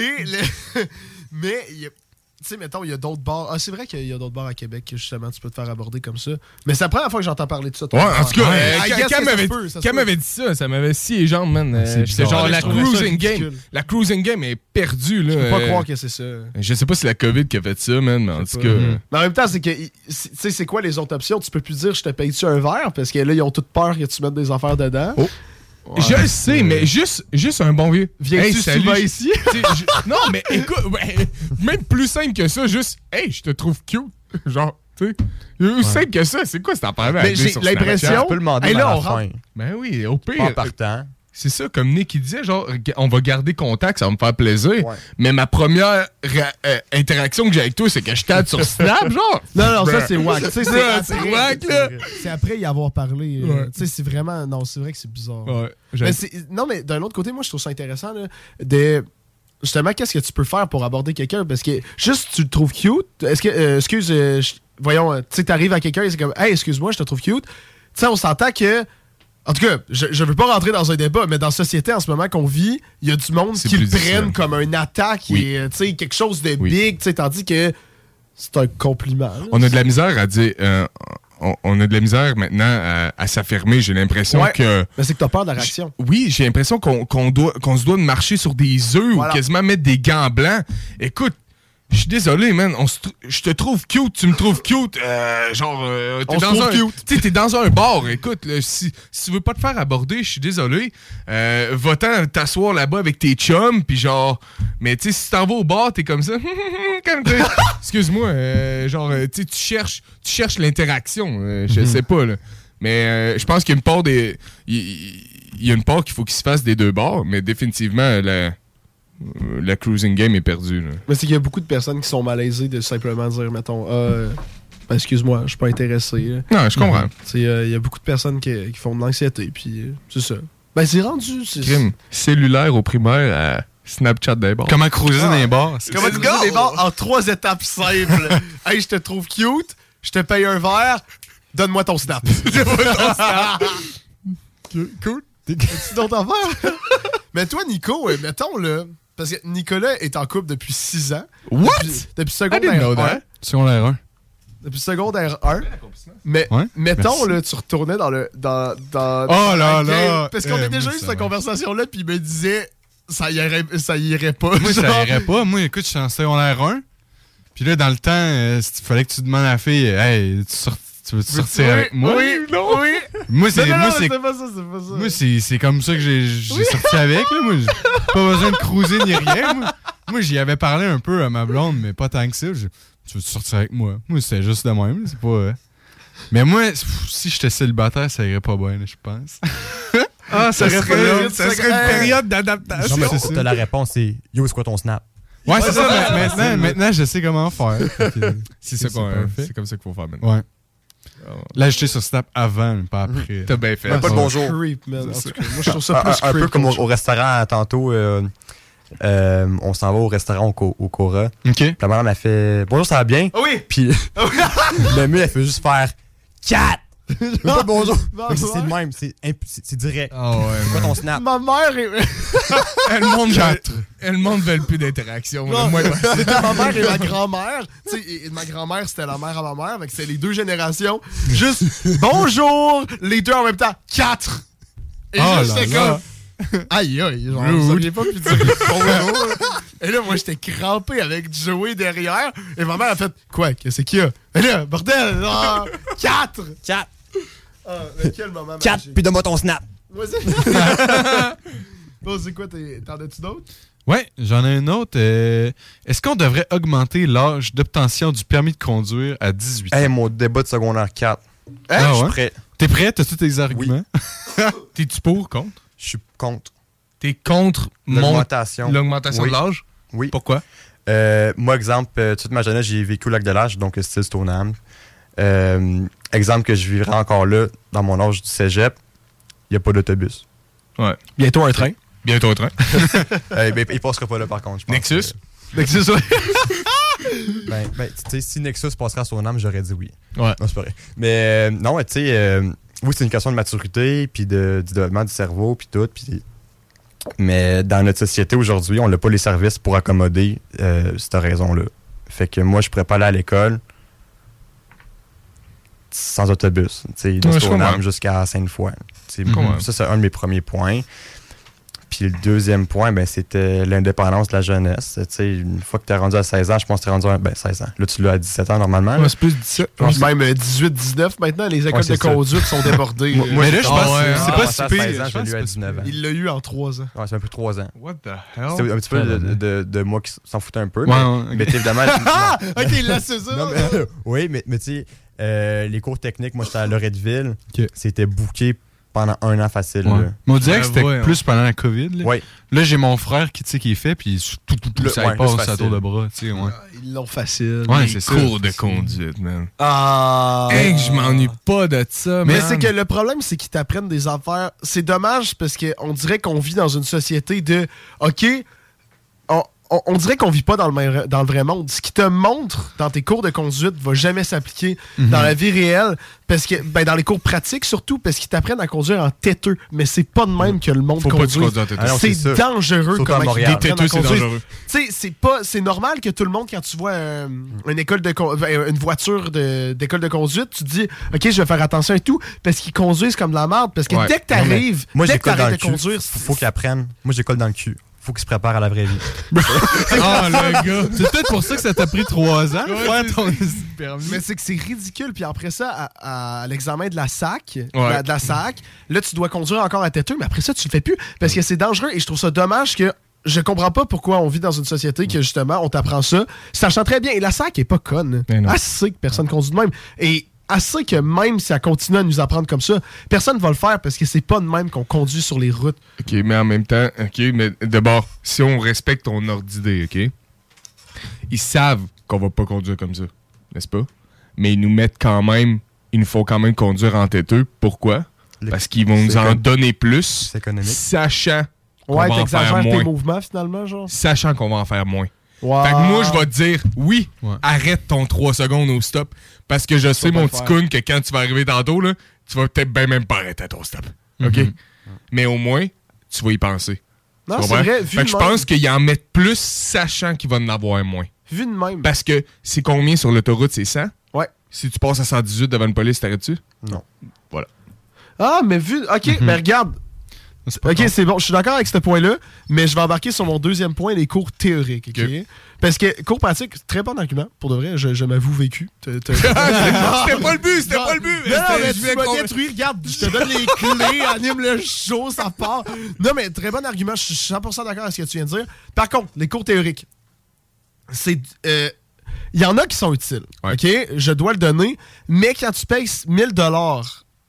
Mais tu sais, mettons, il y a d'autres bars. Ah, c'est vrai qu'il y a d'autres bars à Québec que, justement, tu peux te faire aborder comme ça. Mais c'est la première fois que j'entends parler de ça. Ouais, en tout cas, quand m'avait dit ça m'avait scié les jambes, man. C'est genre la cruising game. La cruising game est perdue, là. Je peux pas croire que c'est ça. Je sais pas si c'est la COVID qui a fait ça, man, mais en tout cas... Mais en même temps, c'est que, tu sais, c'est quoi les autres options? Tu peux plus dire, je te paye-tu un verre? Parce que là, ils ont toute peur que tu mettes des affaires dedans. Oh. Ouais, je le sais, mais juste un bon vieux. Viens-tu souvent ici? Non, mais écoute, même plus simple que ça, juste, hey, je te trouve cute. Genre, tu sais. Plus simple que ça, c'est quoi cette affaire? Mais j'ai l'impression. Tu peux le demander à la fin. Ben oui, au pire. Pas en partant. C'est ça, comme Nick il disait, genre, on va garder contact, ça va me faire plaisir. Ouais. Mais ma première interaction que j'ai avec toi, c'est que je t'aide sur Snap, genre. Non, ça c'est wack. C'est wack, là. C'est après y avoir parlé. Tu sais, c'est vraiment. Non, c'est vrai que c'est bizarre. Ouais, mais d'un autre côté, moi, je trouve ça intéressant, là, justement, qu'est-ce que tu peux faire pour aborder quelqu'un? Parce que juste, tu le trouves cute. Est-ce que. Voyons, tu sais, t'arrives à quelqu'un et c'est comme, hey, excuse-moi, je te trouve cute. Tu sais, on s'entend que. En tout cas, je veux pas rentrer dans un débat, mais dans la société en ce moment qu'on vit, il y a du monde qui le prennent comme une attaque et quelque chose de big, tandis que c'est un compliment. Là. On a de la misère à dire... on a de la misère maintenant à s'affirmer. J'ai l'impression que... Mais c'est que t'as peur de la réaction. Oui, j'ai l'impression qu'on se doit de marcher sur des œufs ou quasiment mettre des gants blancs. Écoute, je suis désolé, man. Je te trouve cute, tu me trouves cute. T'es dans un bar. Écoute, là, si tu veux pas te faire aborder, je suis désolé. Va-t'en t'asseoir là-bas avec tes chums, puis genre... Mais tu sais, si t'en vas au bar, t'es comme ça. Excuse-moi, tu cherches l'interaction. Je sais pas, là. Mais je pense qu'il y a une part il y a une part qu'il faut qu'il se fasse des deux bords, mais définitivement, la cruising game est perdue. Là. Mais c'est qu'il y a beaucoup de personnes qui sont malaisées de simplement dire, mettons, excuse-moi, je suis pas intéressé. Là. Non, je comprends. Il y a beaucoup de personnes qui font de l'anxiété, puis c'est ça. Ben, c'est rendu. Crime cellulaire au primaire à Snapchat des bars. Comment cruiser dans les bars? Comment cruiser des bars en 3 étapes simples. Hey, je te trouve cute, je te paye un verre, donne-moi ton snap. Cool. T'as-tu d'autres affaires? Mais toi, Nico, mettons, là, parce que Nicolas est en couple depuis 6 ans. What? Depuis secondaire 1. Secondaire 1. Depuis secondaire 1. Mais mettons, là, tu retournais dans le. Dans oh là là! Parce qu'on a déjà eu cette conversation-là, puis il me disait ça irait pas. Moi, ça irait pas. Moi, écoute, je suis en secondaire 1. Puis là, dans le temps, il fallait que tu demandes à la fille, hey, tu veux sortir avec moi? Oui, non, oui. Moi, c'est pas ça. Moi, c'est comme ça que j'ai sorti avec. Là. Moi, j'ai pas besoin de cruiser ni rien. Moi, j'y avais parlé un peu à ma blonde, mais pas tant que ça. Tu veux sortir avec moi? Moi, c'était juste de même. C'est pas. Mais moi, si j'étais célibataire, ça irait pas bien, là, je pense. Ça serait une période d'adaptation. Non, mais t'as la réponse, c'est yo, c'est quoi ton snap? Ouais, c'est ça. Maintenant, je sais comment faire. C'est comme ça qu'il faut faire maintenant. Ouais. Là, j'étais sur Snap avant, pas après. T'as bien fait. Pas le bonjour. Creep, man. Moi, je trouve ça plus un peu comme au restaurant tantôt. On s'en va au restaurant au Cora. Puis la madame a fait bonjour, ça va bien? Oui! Puis le mieux, elle fait juste faire 4! Pas bonjour. C'est le même, c'est direct. Oh ouais, c'est quoi ton snap? Ma mère est. Le monde ne veut plus d'interaction. C'était ma mère et ma grand-mère. Et ma grand-mère, c'était la mère à ma mère. C'est les 2 générations. Juste bonjour, les 2 en même temps. 4! Et juste c'était comme. Aïe aïe, genre, vous auriez pas pu dire bonjour. Et là, moi, j'étais crampé avec Joey derrière. Et ma mère a fait quoi? Qu'est-ce qu'il y a? Et là, bordel! 4! 4! Mais quel moment 4, puis donne-moi ton snap. Vas-y. Bon, c'est quoi? T'en as-tu d'autres? Ouais, j'en ai une autre. Est-ce qu'on devrait augmenter l'âge d'obtention du permis de conduire à 18 ans? Hey, mon débat de secondaire 4. Je suis prêt. T'es prêt? T'as tous tes arguments? Oui. T'es-tu pour ou contre? Je suis contre. T'es contre l'augmentation de l'âge? Oui. Pourquoi? Moi, exemple, toute ma jeunesse, j'ai vécu au Lac de l'Âge, donc style Stoneham. Exemple que je vivrai encore là, dans mon âge du cégep, il n'y a pas d'autobus. Ouais. Bientôt un train. Bientôt un train. Il passera pas là, par contre, je pense. Nexus? Nexus, oui. Tu sais, si Nexus passera à Stoneham, j'aurais dit oui. Ouais. Non, c'est pas vrai. Mais non, tu sais, oui, c'est une question de maturité, puis de développement du cerveau, puis tout, puis... Mais dans notre société aujourd'hui, on n'a pas les services pour accommoder cette raison-là. Fait que moi, je pourrais pas aller à l'école sans autobus. De Stoneham jusqu'à Sainte-Foy. Ça, c'est un de mes premiers points. Puis le deuxième point, c'était l'indépendance de la jeunesse. Une fois que tu es rendu à 16 ans, je pense que tu es rendu à 16 ans. Là, tu l'as à 17 ans normalement. Ouais, c'est plus 17. Je pense même 18-19 maintenant. Les écoles de conduite sont débordées. Mais là, je pense que c'est pas si pire. 16 ans, je l'ai eu à 19 ans. Il l'a eu en 3 ans. Ouais, c'est un peu 3 ans. What the hell? C'était un petit peu de moi qui s'en foutait un peu. Ouais, mais évidemment... OK, là, c'est ça. Oui, mais tu sais, les cours techniques, moi, j'étais à Loretteville. C'était booké pendant 1 an facile. Ouais. Mais on dirait que c'était plus pendant la COVID. Là, là j'ai mon frère qui est fait, puis ça passe à tour de bras. Ils l'ont facile. Ouais, c'est ça. Cours de conduite, man. Hey, je m'ennuie pas de ça, mais c'est que le problème, c'est qu'ils t'apprennent des affaires. C'est dommage parce qu'on dirait qu'on vit dans une société de OK, on dirait qu'on vit pas dans le vrai monde. Ce qui te montre dans tes cours de conduite va jamais s'appliquer dans la vie réelle, parce que dans les cours pratiques surtout, parce qu'ils t'apprennent à conduire en têteux, mais c'est pas de même que le monde conduit. C'est dangereux comment ils t'apprennent à conduire. C'est normal que tout le monde, quand tu vois une voiture d'école de conduite, tu te dis OK, je vais faire attention et tout, parce qu'ils conduisent comme de la merde, parce que dès que t'arrives, dès que t'arrêtes de conduire, faut qu'ils apprennent. Moi, j'école dans le cul. Faut qu'il se prépare à la vraie vie. Le gars! C'est peut-être pour ça que ça t'a pris 3 ans de faire ton permis. Mais c'est que c'est ridicule. Puis après ça, à l'examen de la SAC, de la SAC, là, tu dois conduire encore à têteux, mais après ça, tu le fais plus. Parce que c'est dangereux et je trouve ça dommage que je comprends pas pourquoi on vit dans une société que, justement, on t'apprend ça, sachant très bien. Et la SAC est pas conne. Elle sait que personne conduit de même. Et assez que même si elle continue à nous apprendre comme ça, personne ne va le faire parce que c'est pas de même qu'on conduit sur les routes. OK, mais en même temps, mais d'abord, si on respecte ton ordre d'idée, OK? Ils savent qu'on va pas conduire comme ça, n'est-ce pas? Mais ils nous font quand même conduire en têteux. Pourquoi? Parce qu'ils vont nous en donner plus, sachant qu'on va en faire moins. Tes mouvements, finalement, genre? Sachant qu'on va en faire moins. Wow. Fait que moi, je vais te dire, oui, arrête ton 3 secondes au stop. Parce que je sais, mon petit coon, que quand tu vas arriver tantôt, là, tu vas peut-être bien même pas arrêter à ton stop. OK? Mais au moins, tu vas y penser. Non, c'est vrai. Fait que je pense qu'ils en mettent plus, sachant qu'il va en avoir moins. Vu de même. Parce que c'est combien sur l'autoroute? C'est 100? Ouais. Si tu passes à 118 devant une police, t'arrêtes-tu? Non. Voilà. Ah, mais vu... OK, mais regarde. OK, c'est bon. Je suis d'accord avec ce point-là, mais je vais embarquer sur mon deuxième point, les cours théoriques. OK? Parce que cours pratique, très bon argument. Pour de vrai, je m'avoue vécu. C'était pas le but, c'était pas le but. Non, mais tu m'as détruit. Regarde, je te donne les clés, anime le show, ça part. Non, mais très bon argument. Je suis 100% d'accord avec ce que tu viens de dire. Par contre, les cours théoriques, c'est... Il y en a qui sont utiles. Ouais. OK? Je dois le donner. Mais quand tu payes 1000$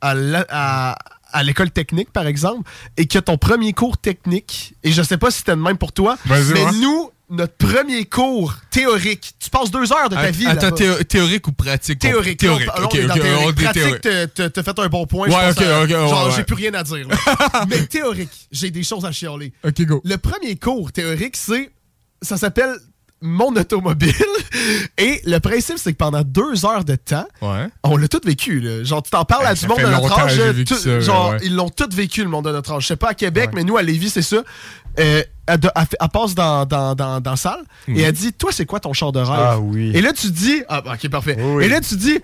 à l'école technique, par exemple, et que ton premier cours technique, et je sais pas si c'était le même pour toi, mais nous, notre premier cours théorique, tu passes 2 heures de ta vie là-bas. Théorique ou pratique? Théorique. OK. Pratique, t'as fait un bon point. Ouais, j'ai plus rien à dire. Mais théorique, j'ai des choses à chialer. OK, go. Le premier cours théorique, ça s'appelle mon automobile. Et le principe, c'est que pendant 2 heures de temps, on l'a tout vécu. Là. Genre, tu t'en parles à du monde de notre âge. Ils l'ont tout vécu, le monde de notre âge. Je sais pas à Québec, mais nous, à Lévis, c'est ça. Elle passe dans la salle et elle dit, toi, c'est quoi ton char de rêve? Ah oui. Et là, tu dis, OK, parfait. Oui. Et là, tu dis,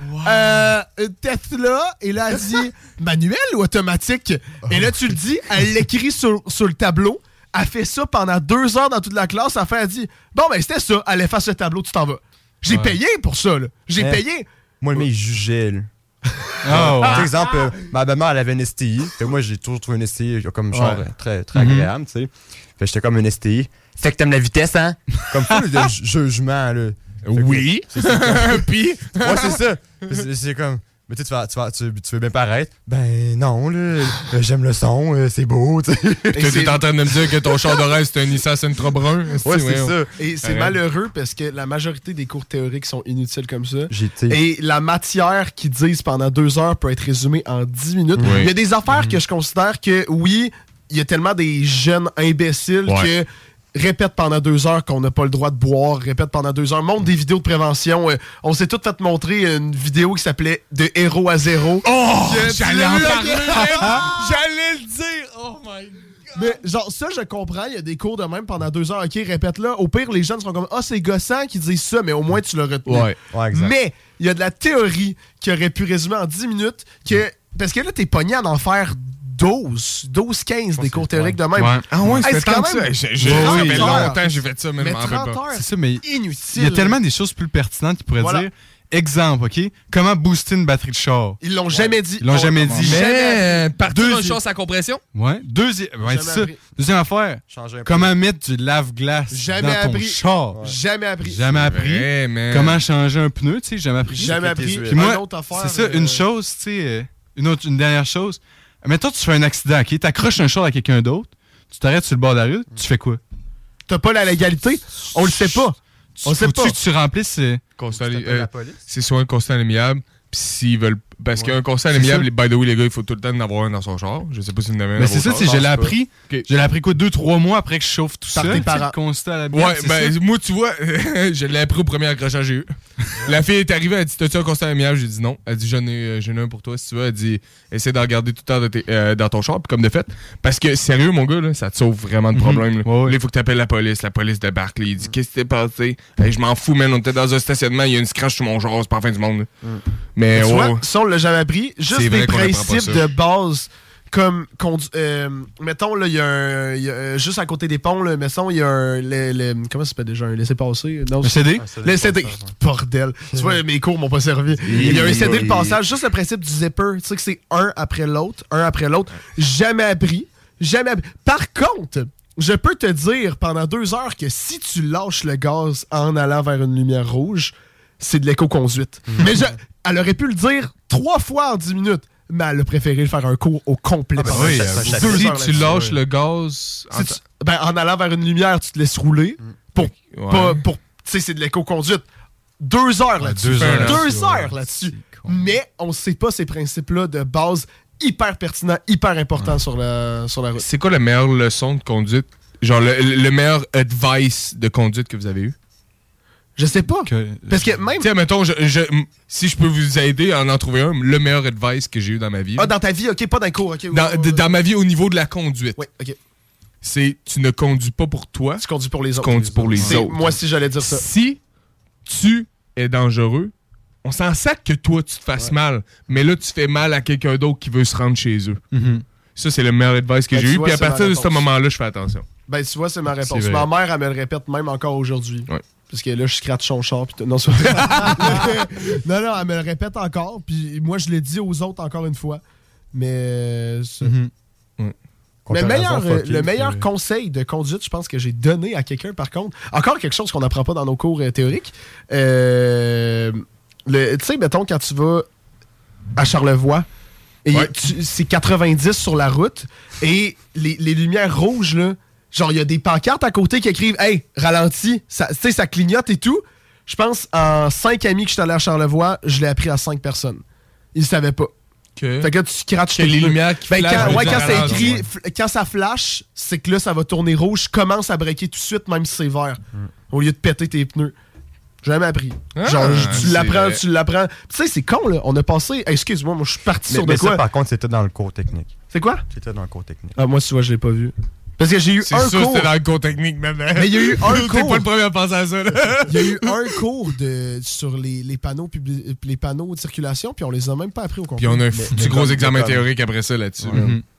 Tesla. Et là, elle dit, manuel ou automatique? Et là, tu le dis, elle l'écrit sur le tableau. Elle fait ça pendant 2 heures dans toute la classe. Elle dit, bon, ben c'était ça. Elle efface le tableau, tu t'en vas. J'ai payé pour ça, là. J'ai payé. Moi, le mec, il jugeait, là. Par exemple, ma belle-mère, elle avait une STI. Fait moi, j'ai toujours trouvé une STI comme genre très, très agréable, tu sais. Fait j'étais comme une STI. Fait que t'aimes la vitesse, hein? Comme full de jugement, là. Oui. Puis, ouais, c'est ça. C'est comme... Mais tu veux bien paraître? Ben non, là, j'aime le son, c'est beau, tu sais. T'es en train de me dire que ton char de rêve, c'est un Nissan Sentra brun? Ouais, c'est ça. Et c'est malheureux parce que la majorité des cours théoriques sont inutiles comme ça. Et la matière qu'ils disent pendant 2 heures peut être résumée en 10 minutes. Oui. Il y a des affaires que je considère que, oui, il y a tellement des jeunes imbéciles que... Répète pendant 2 heures qu'on n'a pas le droit de boire. Répète pendant 2 heures. Montre des vidéos de prévention. On s'est tout fait montrer une vidéo qui s'appelait « De héros à zéro ». Oh! J'allais en parler! J'allais le dire! Oh my God! Mais genre, ça, je comprends. Il y a des cours de même pendant 2 heures. OK, répète-là. Au pire, les jeunes seront comme « Ah, c'est gossant qu'ils disent ça, mais au moins, tu l'as retenu. » Ouais, exact. Mais il y a de la théorie qui aurait pu résumer en 10 minutes parce que là, t'es pogné à en faire 12-15 des cours théoriques de même. Ouais. Ah ouais, c'est quand même même... Ça fait longtemps que j'ai fait ça, mais 30 heures, c'est ça, mais inutile. Il y a tellement des choses plus pertinentes qu'ils pourraient dire. Exemple, OK? Comment booster une batterie de char? Ils l'ont jamais dit. Ils l'ont jamais dit. Mais partir un char sans compression? Ouais. Deuxième affaire. Comment mettre du lave-glace dans ton char? Jamais appris. Jamais appris. Vrai, comment changer un pneu? Tu sais, jamais appris. Jamais appris. Puis moi, c'est ça, une chose, tu sais, une dernière chose. Mettons, tu fais un accident, OK? T'accroches un char à quelqu'un d'autre, tu t'arrêtes sur le bord de la rue, tu fais quoi? T'as pas la légalité? On le sait pas. On sait pas. Tu remplisses... c'est soit un constat amiable, pis s'ils veulent... Parce qu'un constat amiable, by the way, les gars, il faut tout le temps en avoir un dans son char. Je sais pas si vous en avez un. Mais c'est ça, tu sais, je l'ai appris. Je l'ai appris quoi, 2-3 mois après que je chauffe tout ça. Tes parents. Constat à la ouais, ben, moi, tu vois, je l'ai appris au premier accrochage que j'ai eu. La fille est arrivée, elle dit, t'as-tu un constat amiable? J'ai dit non. Elle dit, j'en ai un pour toi, si tu veux. Elle dit, essaie d'en regarder tout le temps dans ton char, puis comme de fait. Parce que, sérieux, mon gars, là, ça te sauve vraiment de problèmes. Là, il faut que t'appelles la police débarque. Là, il dit, qu'est-ce qui s'est passé? Hey, je m'en fous, man. On était dans un stationnement, il y a une scratch sur mon char, c'est pas la fin du monde. Mais, tu vois, ça, on l'a jamais appris. Juste des principes de base comme mettons là il y a juste à côté des ponts là, mettons il y a un comment ça s'appelle déjà un laissez-passer le CD bordel tu vois mes cours m'ont pas servi il y a un CD de passage juste le principe du zipper tu sais que c'est un après l'autre jamais appris par contre je peux te dire pendant 2 heures que si tu lâches le gaz en allant vers une lumière rouge c'est de l'éco-conduite mais elle aurait pu le dire 3 fois en 10 minutes. Mais elle a préféré faire un cours au complet. Si tu lâches le gaz... En allant vers une lumière, tu te laisses rouler. Tu sais, c'est de l'éco-conduite. 2 heures là-dessus. 2 heures là-dessus. Mais on ne sait pas ces principes-là de base hyper pertinents, hyper importants sur la route. C'est quoi la meilleure leçon de conduite? Genre le meilleur advice de conduite que vous avez eu? Je sais pas. Parce que même... Tiens, mettons, si je peux vous aider à en trouver un, le meilleur advice que j'ai eu dans ma vie. Ah, dans ta vie, OK, pas dans le cours. OK. Dans ma vie, au niveau de la conduite. Oui, OK. C'est, tu ne conduis pas pour toi. Tu conduis pour les autres. Tu conduis pour les autres. Moi aussi, j'allais dire ça. Si tu es dangereux, on s'en sac que toi, tu te fasses mal. Mais là, tu fais mal à quelqu'un d'autre qui veut se rendre chez eux. Ça, c'est le meilleur advice que j'ai eu. Puis à partir de ce moment-là, je fais attention. Ben, tu vois, c'est ma réponse. Ma mère, elle me le répète même encore aujourd'hui. Ouais. Parce que là, je scratch son char. Pis non, non, elle me le répète encore. Puis moi, je l'ai dit aux autres encore une fois. Mais... Mais le meilleur conseil de conduite, je pense que j'ai donné à quelqu'un, par contre, encore quelque chose qu'on n'apprend pas dans nos cours théoriques. Tu sais, mettons, quand tu vas à Charlevoix, et c'est 90 sur la route, et les lumières rouges, là, genre, il y a des pancartes à côté qui écrivent « Hey, ralentis », tu sais, ça clignote et tout. Je pense, en 5 amis que je suis allé à Charlevoix, je l'ai appris à 5 personnes. Ils ne savaient pas. Okay. Fait que tu scratches les lumières qui flashent. Quand c'est écrit, quand ça flash, c'est que là, ça va tourner rouge. Je commence à breaker tout de suite, même si c'est vert. Au lieu de péter tes pneus. J'ai jamais appris. Genre, tu l'apprends. Tu sais, c'est con, là. On a passé... Excuse-moi, moi, je suis parti sur de quoi. Ça, par contre, c'était dans le cours technique. C'est quoi? C'était dans le cours technique. Ah, moi, tu vois, je l'ai pas vu. Parce que j'ai eu un cours... C'est sûr c'était dans le cours technique, même. Mais il y a eu un cours... T'es pas le premier à penser à ça, là. Il y a eu un cours sur les panneaux les panneaux de circulation, puis on les a même pas appris au complet. Puis on a un foutu gros examen théorique après ça, là-dessus.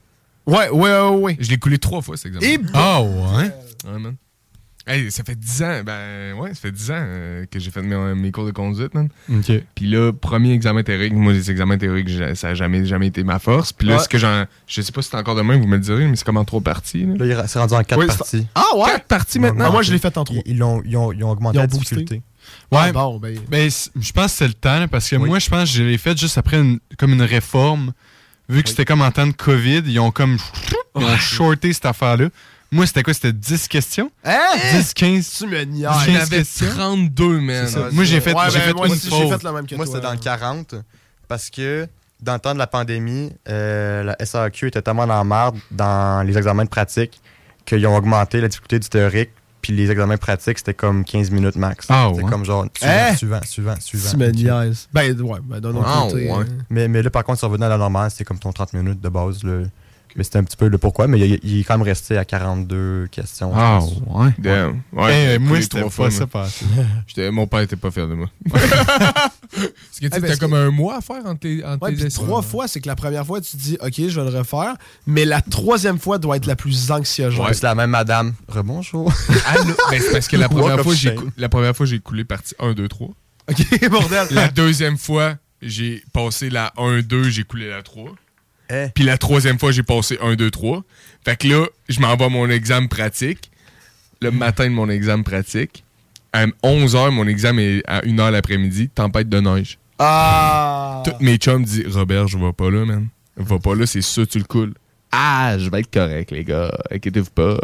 Ouais. Je l'ai coulé 3 fois, cet examen. Ah ouais? Ouais, man. Hey, ça fait 10 ans, ça fait 10 ans que j'ai fait mes cours de conduite, man. OK. Puis là, premier examen théorique, moi, les examens théoriques, ça n'a jamais été ma force. Puis là, ce que je sais pas si c'est encore demain, vous me le direz, mais c'est comme en 3 parties. Là, c'est rendu en 4 parties. Ah ouais? 4 parties maintenant? Moi, je l'ai fait en 3. Ils ont augmenté la difficulté. Ouais, je pense que c'est le temps, là, parce que moi, je pense que je l'ai fait juste après comme une réforme. Vu que c'était comme en temps de COVID, ils ont shorté cette affaire-là. Moi, c'était quoi? C'était 10 questions? 10, 15... Tu me niaises. J'en avais 32, man. Moi, j'ai fait moi une aussi, j'ai fait la même que toi. Moi, c'était dans 40. Parce que, dans le temps de la pandémie, la SAQ était tellement dans la marde dans les examens de pratique qu'ils ont augmenté la difficulté du théorique. Puis les examens pratiques, c'était comme 15 minutes max. C'était comme genre suivant. Tu me niaises. Ben, d'un autre côté. Mais là, par contre, si on revenait à la normale, c'était comme ton 30 minutes de base, là. Mais c'était un petit peu le pourquoi, mais il est quand même resté à 42 questions. Ah, ouais. Damn. Moi, c'était pas ça passé. Mon père était pas fier de moi. Parce que tu as comme un mois à faire entre tes essais. 3 fois, c'est que la première fois, tu dis, OK, je vais le refaire, mais la 3e fois doit être la plus anxiogène. C'est la même madame. Rebonjour. C'est parce que la première fois, j'ai coulé partie 1, 2, 3. OK, bordel. La 2e fois, j'ai passé la 1, 2, j'ai coulé la 3. Puis la 3e fois, j'ai passé 1, 2, 3. Fait que là, je m'en vais à mon examen pratique. Le matin de mon examen pratique. À 11h, mon examen est à 1h l'après-midi. Tempête de neige. Ah! Tous mes chums disent « Robert, je vais pas là, man. Va pas là, c'est sûr tu le coules. » Ah, je vais être correct, les gars. Inquiétez-vous pas.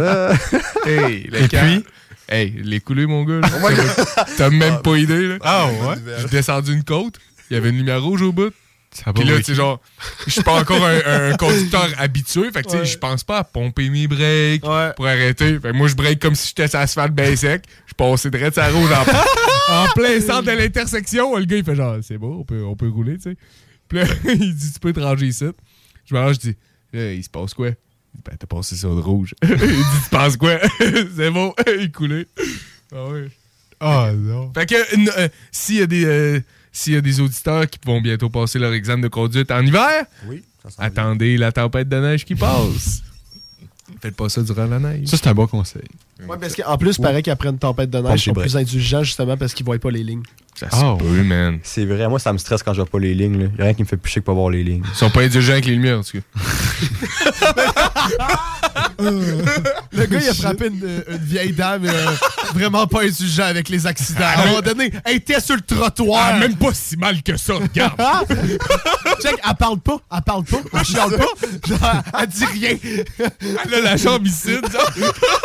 Hey, et puis? Hey, les coulés, mon gars. T'as même pas idée, là. Ah ouais? J'ai descendu une côte. Il y avait une lumière rouge au bout. Puis là, tu sais, genre, je suis pas encore un conducteur habitué. Fait que, tu sais, je pense pas à pomper mes breaks pour arrêter. Fait que moi, je break comme si j'étais sur l'asphalte bien sec. Je passais direct sur la rouge en plein centre de l'intersection. Le gars, il fait genre, c'est bon, on peut rouler, tu sais. Puis là, il dit, tu peux te ranger ici. Je me range, je dis, là, il se passe quoi? Ben, t'as passé sur le rouge. Il dit, tu penses quoi? C'est bon, il coulait. Ah ouais. Ah non. Fait que, s'il y a des auditeurs qui vont bientôt passer leur examen de conduite en hiver, attendez la tempête de neige qui passe. Faites pas ça durant la neige. Ça, c'est un bon conseil. Ouais, parce qu'en plus, il paraît qu'après une tempête de neige, ils sont plus indulgents justement parce qu'ils voient pas les lignes. Ça se peut, man. C'est vrai, moi, ça me stresse quand je vois pas les lignes. Il y a rien qui me fait plus chier que pas voir les lignes. Ils sont pas indulgents avec les lumières, en tout cas. Le gars, il a frappé une vieille dame vraiment pas indulgent avec les accidents. À un moment donné, elle était sur le trottoir. Même pas si mal que ça, regarde. Check, elle parle pas. Elle chiale pas. Genre, elle dit rien. Elle a la jambe ici, genre.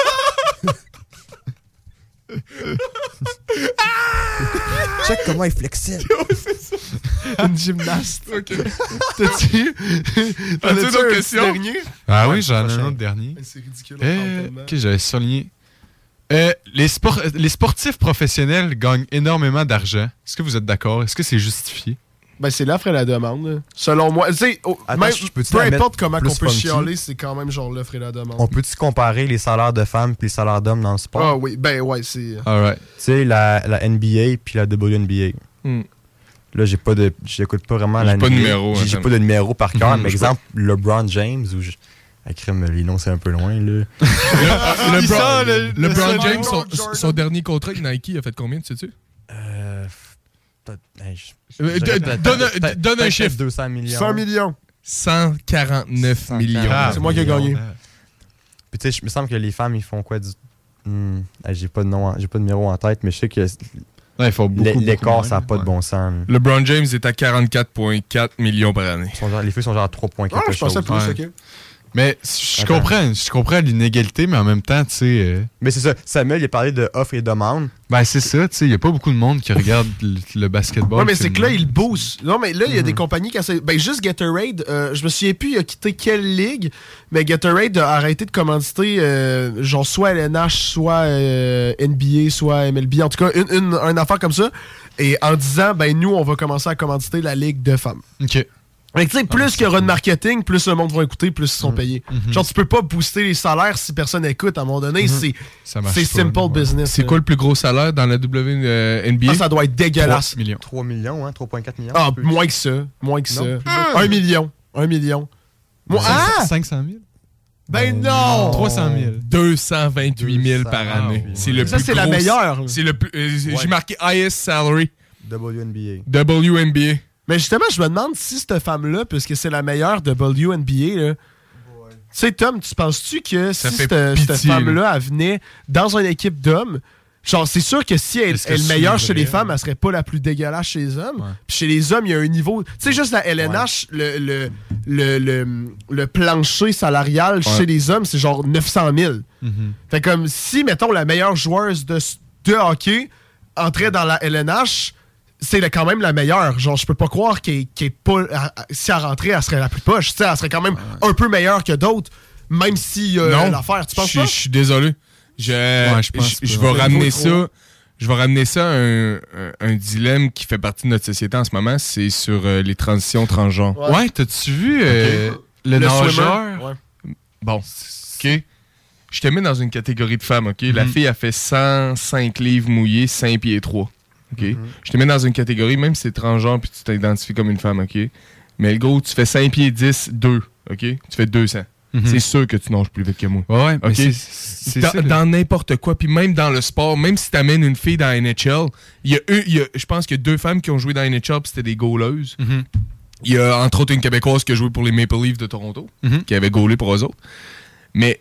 Check comment il est flexible. C'est ça. Une gymnaste. OK. T'as-tu une autre question? Dernier? Ah oui, j'en ai un autre dernier. C'est ridicule. OK, j'avais souligné. Les sportifs professionnels gagnent énormément d'argent. Est-ce que vous êtes d'accord? Est-ce que c'est justifié? Ben, c'est l'offre et la demande. Selon moi. Tu sais, même peu importe comment on peut chialer, c'est quand même genre l'offre et la demande. On peut-tu comparer les salaires de femmes et les salaires d'hommes dans le sport? Ah oui, ben ouais, c'est... Alright. Tu sais, la NBA puis la WNBA. Là, j'écoute pas vraiment la NBA. Pas de numéro. J'ai pas de numéro par cœur. Mais exemple, LeBron James, ou les noms, c'est un peu loin, là. LeBron James, son dernier contrat avec Nike, il a fait combien, tu sais-tu? Donne un chiffre. 200 millions. 100 millions. 149 millions. C'est moi qui ai gagné. Puis tu sais, il me semble que les femmes, ils font quoi du... j'ai pas de numéro en tête, mais je sais que l'écart, ça n'a pas de bon sens. LeBron James est à 44,4 millions par année. Les filles sont genre à 3,4 quelque chose. Je pensais plus, OK. Mais je comprends l'inégalité, mais en même temps, tu sais... Mais c'est ça. Samuel, il a parlé de offre et demande. Ben, c'est ça, tu sais. Il n'y a pas beaucoup de monde qui regarde le basketball. Ouais, mais c'est que là, il boost. Non, mais là, il y a des compagnies qui essaient... Ben, juste Gatorade, je me souviens plus, il a quitté quelle ligue, mais Gatorade a arrêté de commanditer, genre, soit LNH, soit NBA, soit MLB. En tout cas, une affaire comme ça. Et en disant, ben, nous, on va commencer à commanditer la ligue de femmes. OK. Mais tu sais, plus qu'il y aura de marketing, plus le monde va écouter, plus ils sont payés. Genre, tu peux pas booster les salaires si personne écoute. À un moment donné, c'est simple business. C'est quoi le plus gros salaire dans la WNBA? Ça doit être dégueulasse. 3 millions, 3,4 millions. Ah, moins que ça. 1 million. 1 million. 500 000? Ben non! 300 000. 228 000 par année. C'est le plus c'est gros, la meilleure. C'est le plus. J'ai marqué highest salary. WNBA. Mais justement, je me demande si cette femme-là, puisque c'est la meilleure de WNBA, tu sais, Tom, tu penses-tu que si cette femme-là, elle venait dans une équipe d'hommes, genre, c'est sûr que si elle est meilleure chez les femmes, elle serait pas la plus dégueulasse chez les hommes. Puis chez les hommes, il y a un niveau... Tu sais, juste la LNH, le plancher salarial chez les hommes, c'est genre 900 000. Fait comme si, mettons, la meilleure joueuse de hockey entrait dans la LNH... c'est quand même la meilleure. Genre, je peux pas croire qu'elle est pas... Si elle rentrait, elle serait la plus poche. Tu sais, elle serait quand même un peu meilleure que d'autres, même si l'affaire. Tu penses pas? Je suis désolé. Je vais ramener ça. Je vais ramener ça à un dilemme qui fait partie de notre société en ce moment. C'est sur les transitions transgenres. Ouais, t'as-tu vu le nageur? Ouais. Bon, OK. Je te mets dans une catégorie de femmes, OK? La fille a fait 105 livres mouillés, 5 pieds 3. OK? Je te mets dans une catégorie, même si t'es transgenre puis tu t'identifies comme une femme, OK? Mais le gros, tu fais 5 pieds 10, 2, OK? Tu fais 200. C'est sûr que tu nages plus vite que moi. Ouais, OK? Dans n'importe quoi, puis même dans le sport, même si t'amènes une fille dans la NHL, je pense qu'il y a 2 femmes qui ont joué dans la NHL puis c'était des goaleuses. Il y a entre autres une Québécoise qui a joué pour les Maple Leafs de Toronto, qui avait goalé pour eux autres. Mais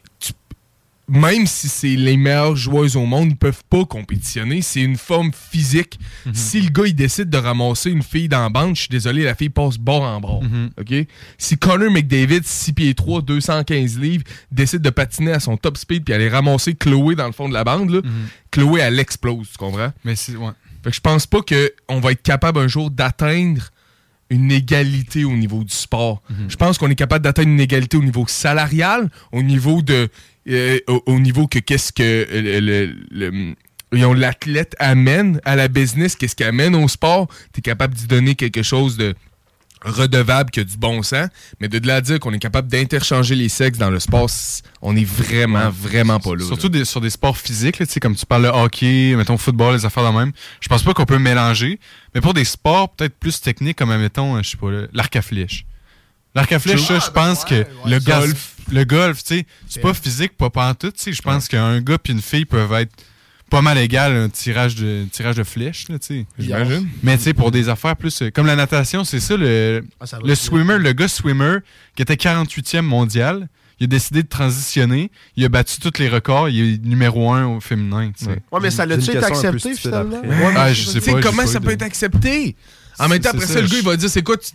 même si c'est les meilleures joueuses au monde, ils peuvent pas compétitionner. C'est une forme physique. Si le gars, il décide de ramasser une fille dans la bande, je suis désolé, la fille passe bord en bord. OK? Si Connor McDavid, 6 pieds 3, 215 livres, décide de patiner à son top speed puis aller ramasser Chloé dans le fond de la bande, là, Chloé, elle explose, tu comprends? Mais c'est... Ouais. Fait que je pense pas qu'on va être capable un jour d'atteindre une égalité au niveau du sport. Je pense qu'on est capable d'atteindre une égalité au niveau salarial, au niveau de... au niveau que qu'est-ce que l'athlète amène à la business, qu'est-ce qu'il amène au sport, tu es capable d'y donner quelque chose de redevable qui a du bon sens, mais de là à dire qu'on est capable d'interchanger les sexes dans le sport, on est vraiment pas là. Surtout sur des sports physiques, là, comme tu parles de hockey, mettons football, les affaires de même. Je pense pas qu'on peut mélanger, mais pour des sports peut-être plus techniques comme, mettons, je sais pas, l'arc à flèche. L'arc à flèche, je pense que le golf, tu sais, c'est pas physique, pas pantoute, tu sais. Je pense qu'un gars puis une fille peuvent être pas mal égal un tirage de flèches, là, tu sais. J'imagine. Mais tu sais, pour des affaires plus... comme la natation, c'est ça, le swimmer, le gars swimmer, qui était 48e mondial, il a décidé de transitionner, il a battu tous les records, il est numéro 1 au féminin, tu sais. Ouais, mais ça l'a-tu été accepté, finalement? Je sais pas. Comment ça peut être accepté? En même temps, après ça, le gars, il va dire, c'est quoi, tu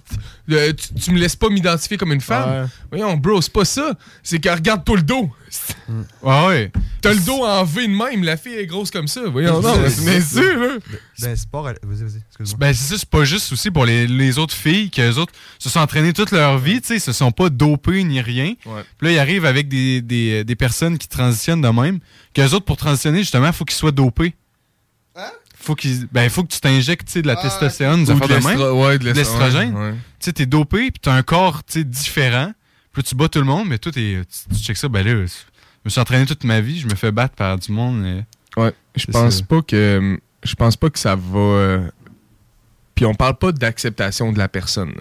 me laisses pas m'identifier comme une femme? Voyons, bro, c'est pas ça. C'est que regarde-toi le dos. Ouais. T'as le dos en V de même, la fille est grosse comme ça. Voyons, non, c'est sûr, là. Ben, sport, vas-y, excuse-moi. Ben, c'est ça, c'est pas juste aussi pour les autres filles, qu'eux autres se sont entraînées toute leur vie, tu sais, se sont pas dopées ni rien. Ouais. Puis là, ils arrivent avec des personnes qui transitionnent de même, qu'eux autres, pour transitionner, justement, il faut qu'ils soient dopés. Faut que tu t'injectes de la testostérone, ou de l'estrogène. Ouais. Tu sais, t'es dopé, puis t'as un corps différent. Puis là, tu bats tout le monde, mais toi, tu checkes ça. Ben là, je me suis entraîné toute ma vie, je me fais battre par du monde. Ouais, je pense pas que ça va. Puis on parle pas d'acceptation de la personne.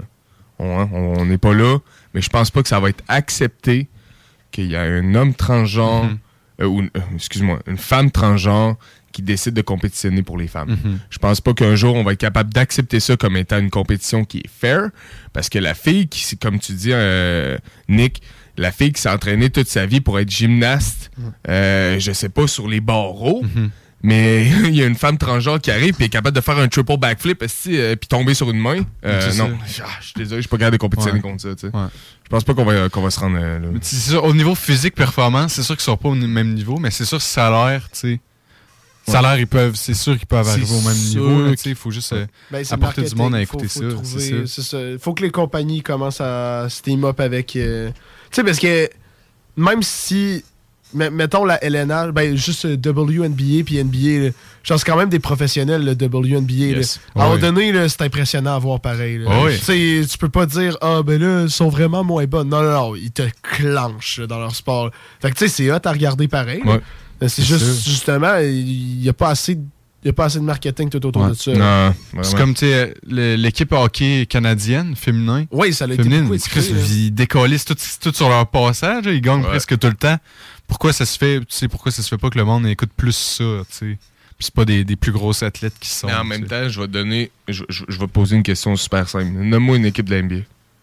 On n'est pas là, mais je pense pas que ça va être accepté qu'il y a un homme transgenre, excuse-moi, une femme transgenre qui décide de compétitionner pour les femmes. Je pense pas qu'un jour, on va être capable d'accepter ça comme étant une compétition qui est fair, parce que la fille qui, comme tu dis, Nick, la fille qui s'est entraînée toute sa vie pour être gymnaste, je sais pas, sur les barreaux, mais il y a une femme transgenre qui arrive et est capable de faire un triple backflip puis tomber sur une main. Non, je suis désolé, je suis pas capable de compétitionner contre ça. Je pense pas qu'on va se rendre là. C'est sûr, au niveau physique, performance, c'est sûr qu'ils sont pas au même niveau, mais c'est sûr que salaire, tu sais. Salaire, c'est sûr qu'ils peuvent arriver au même niveau. Il faut juste apporter du monde à écouter ça. C'est ça. Il faut que les compagnies commencent à se team up avec... tu sais, parce que même si... Mettons la LNH, juste WNBA puis NBA, c'est quand même des professionnels, le WNBA. Yes. À un moment donné, c'est impressionnant à voir pareil. Tu peux pas dire « Ah, ben là, ils sont vraiment moins bons. » Non, ils te clenchent dans leur sport. Fait que tu sais, c'est hot à regarder pareil. C'est juste, justement, il n'y a pas assez de marketing tout autour de ça. Non, c'est comme, tu sais, l'équipe hockey canadienne, féminin. Oui, ça l'a été beaucoup écouté. Ils décollissent tout sur leur passage. Ils gagnent presque tout le temps. Pourquoi ça se fait? Tu sais, pourquoi ça se fait pas que le monde écoute plus ça, tu sais? Puis c'est pas des plus grosses athlètes qui sont. Mais en même temps, je vais poser une question super simple. Nomme-moi une équipe de la NBA.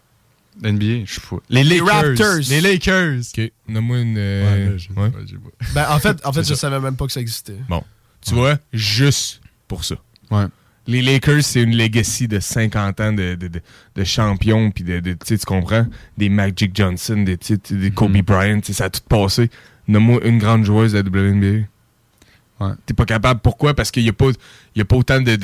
NBA, je sais pas. Les Raptors. Les Lakers. OK. Nomme-moi une... En fait je savais même pas que ça existait. Bon. Tu vois, juste pour ça. Ouais. Les Lakers, c'est une legacy de 50 ans de champions, puis tu comprends? Des Magic Johnson, des Kobe Bryant, ça a tout passé. Nomme-moi une grande joueuse de la WNBA. Ouais. T'es pas capable. Pourquoi? Parce qu'il y a pas autant de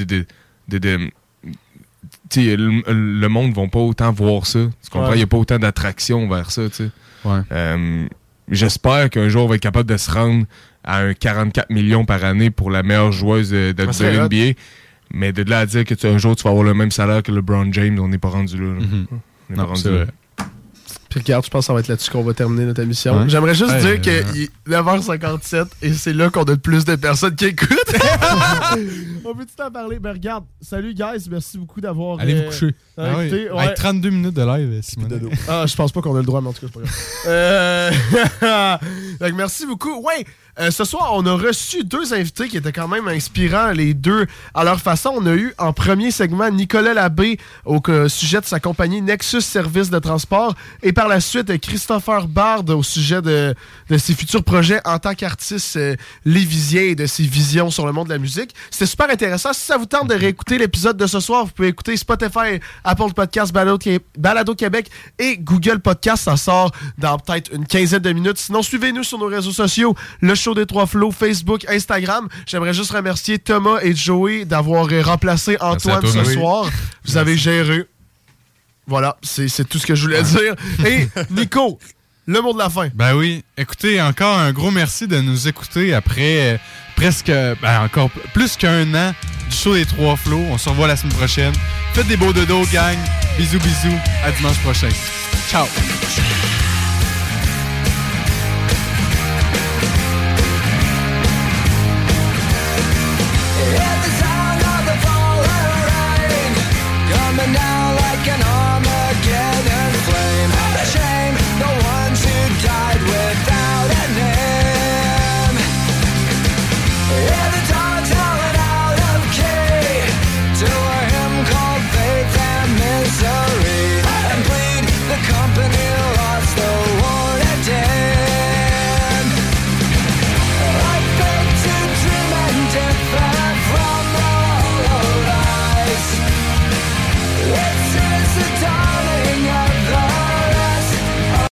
le monde ne va pas autant voir ça. Tu comprends? Il n'y a pas autant d'attraction vers ça. J'espère qu'un jour, on va être capable de se rendre à un 44 millions par année pour la meilleure joueuse de la NBA. Mais de là à dire que un jour, tu vas avoir le même salaire que LeBron James, on n'est pas rendu là. On n'est pas rendu là. Puis regarde, je pense que ça va être là-dessus qu'on va terminer notre émission. Ouais. J'aimerais juste dire qu'il est 9h57 et c'est là qu'on a le plus de personnes qui écoutent. On peut-tu t'en parler? Ben regarde, salut guys, merci beaucoup d'avoir... Allez vous coucher. Avec 32 minutes de live, Simon. Je pense pas qu'on a le droit, mais en tout cas, c'est pas grave. Merci beaucoup. Ouais, ce soir, on a reçu deux invités qui étaient quand même inspirants, les deux à leur façon. On a eu en premier segment Nicolas Labbé au sujet de sa compagnie Nexus Services de transport et par la suite Christopher Bard au sujet de ses futurs projets en tant qu'artiste lévisien et de ses visions sur le monde de la musique. C'était super intéressant. Si ça vous tente de réécouter l'épisode de ce soir, vous pouvez écouter Spotify, Apple Podcasts, Balado Québec et Google Podcasts. Ça sort dans peut-être une quinzaine de minutes. Sinon, suivez-nous sur nos réseaux sociaux, le Show des Trois Flots, Facebook, Instagram. J'aimerais juste remercier Thomas et Joey d'avoir remplacé Antoine ce soir. Vous avez géré. Voilà, c'est tout ce que je voulais dire. Et Nico, le mot de la fin. Ben oui, écoutez, encore un gros merci de nous écouter après encore plus qu'un an du Show des Trois Flots. On se revoit la semaine prochaine. Faites des beaux dodos, gang. Bisous, bisous. À dimanche prochain. Ciao.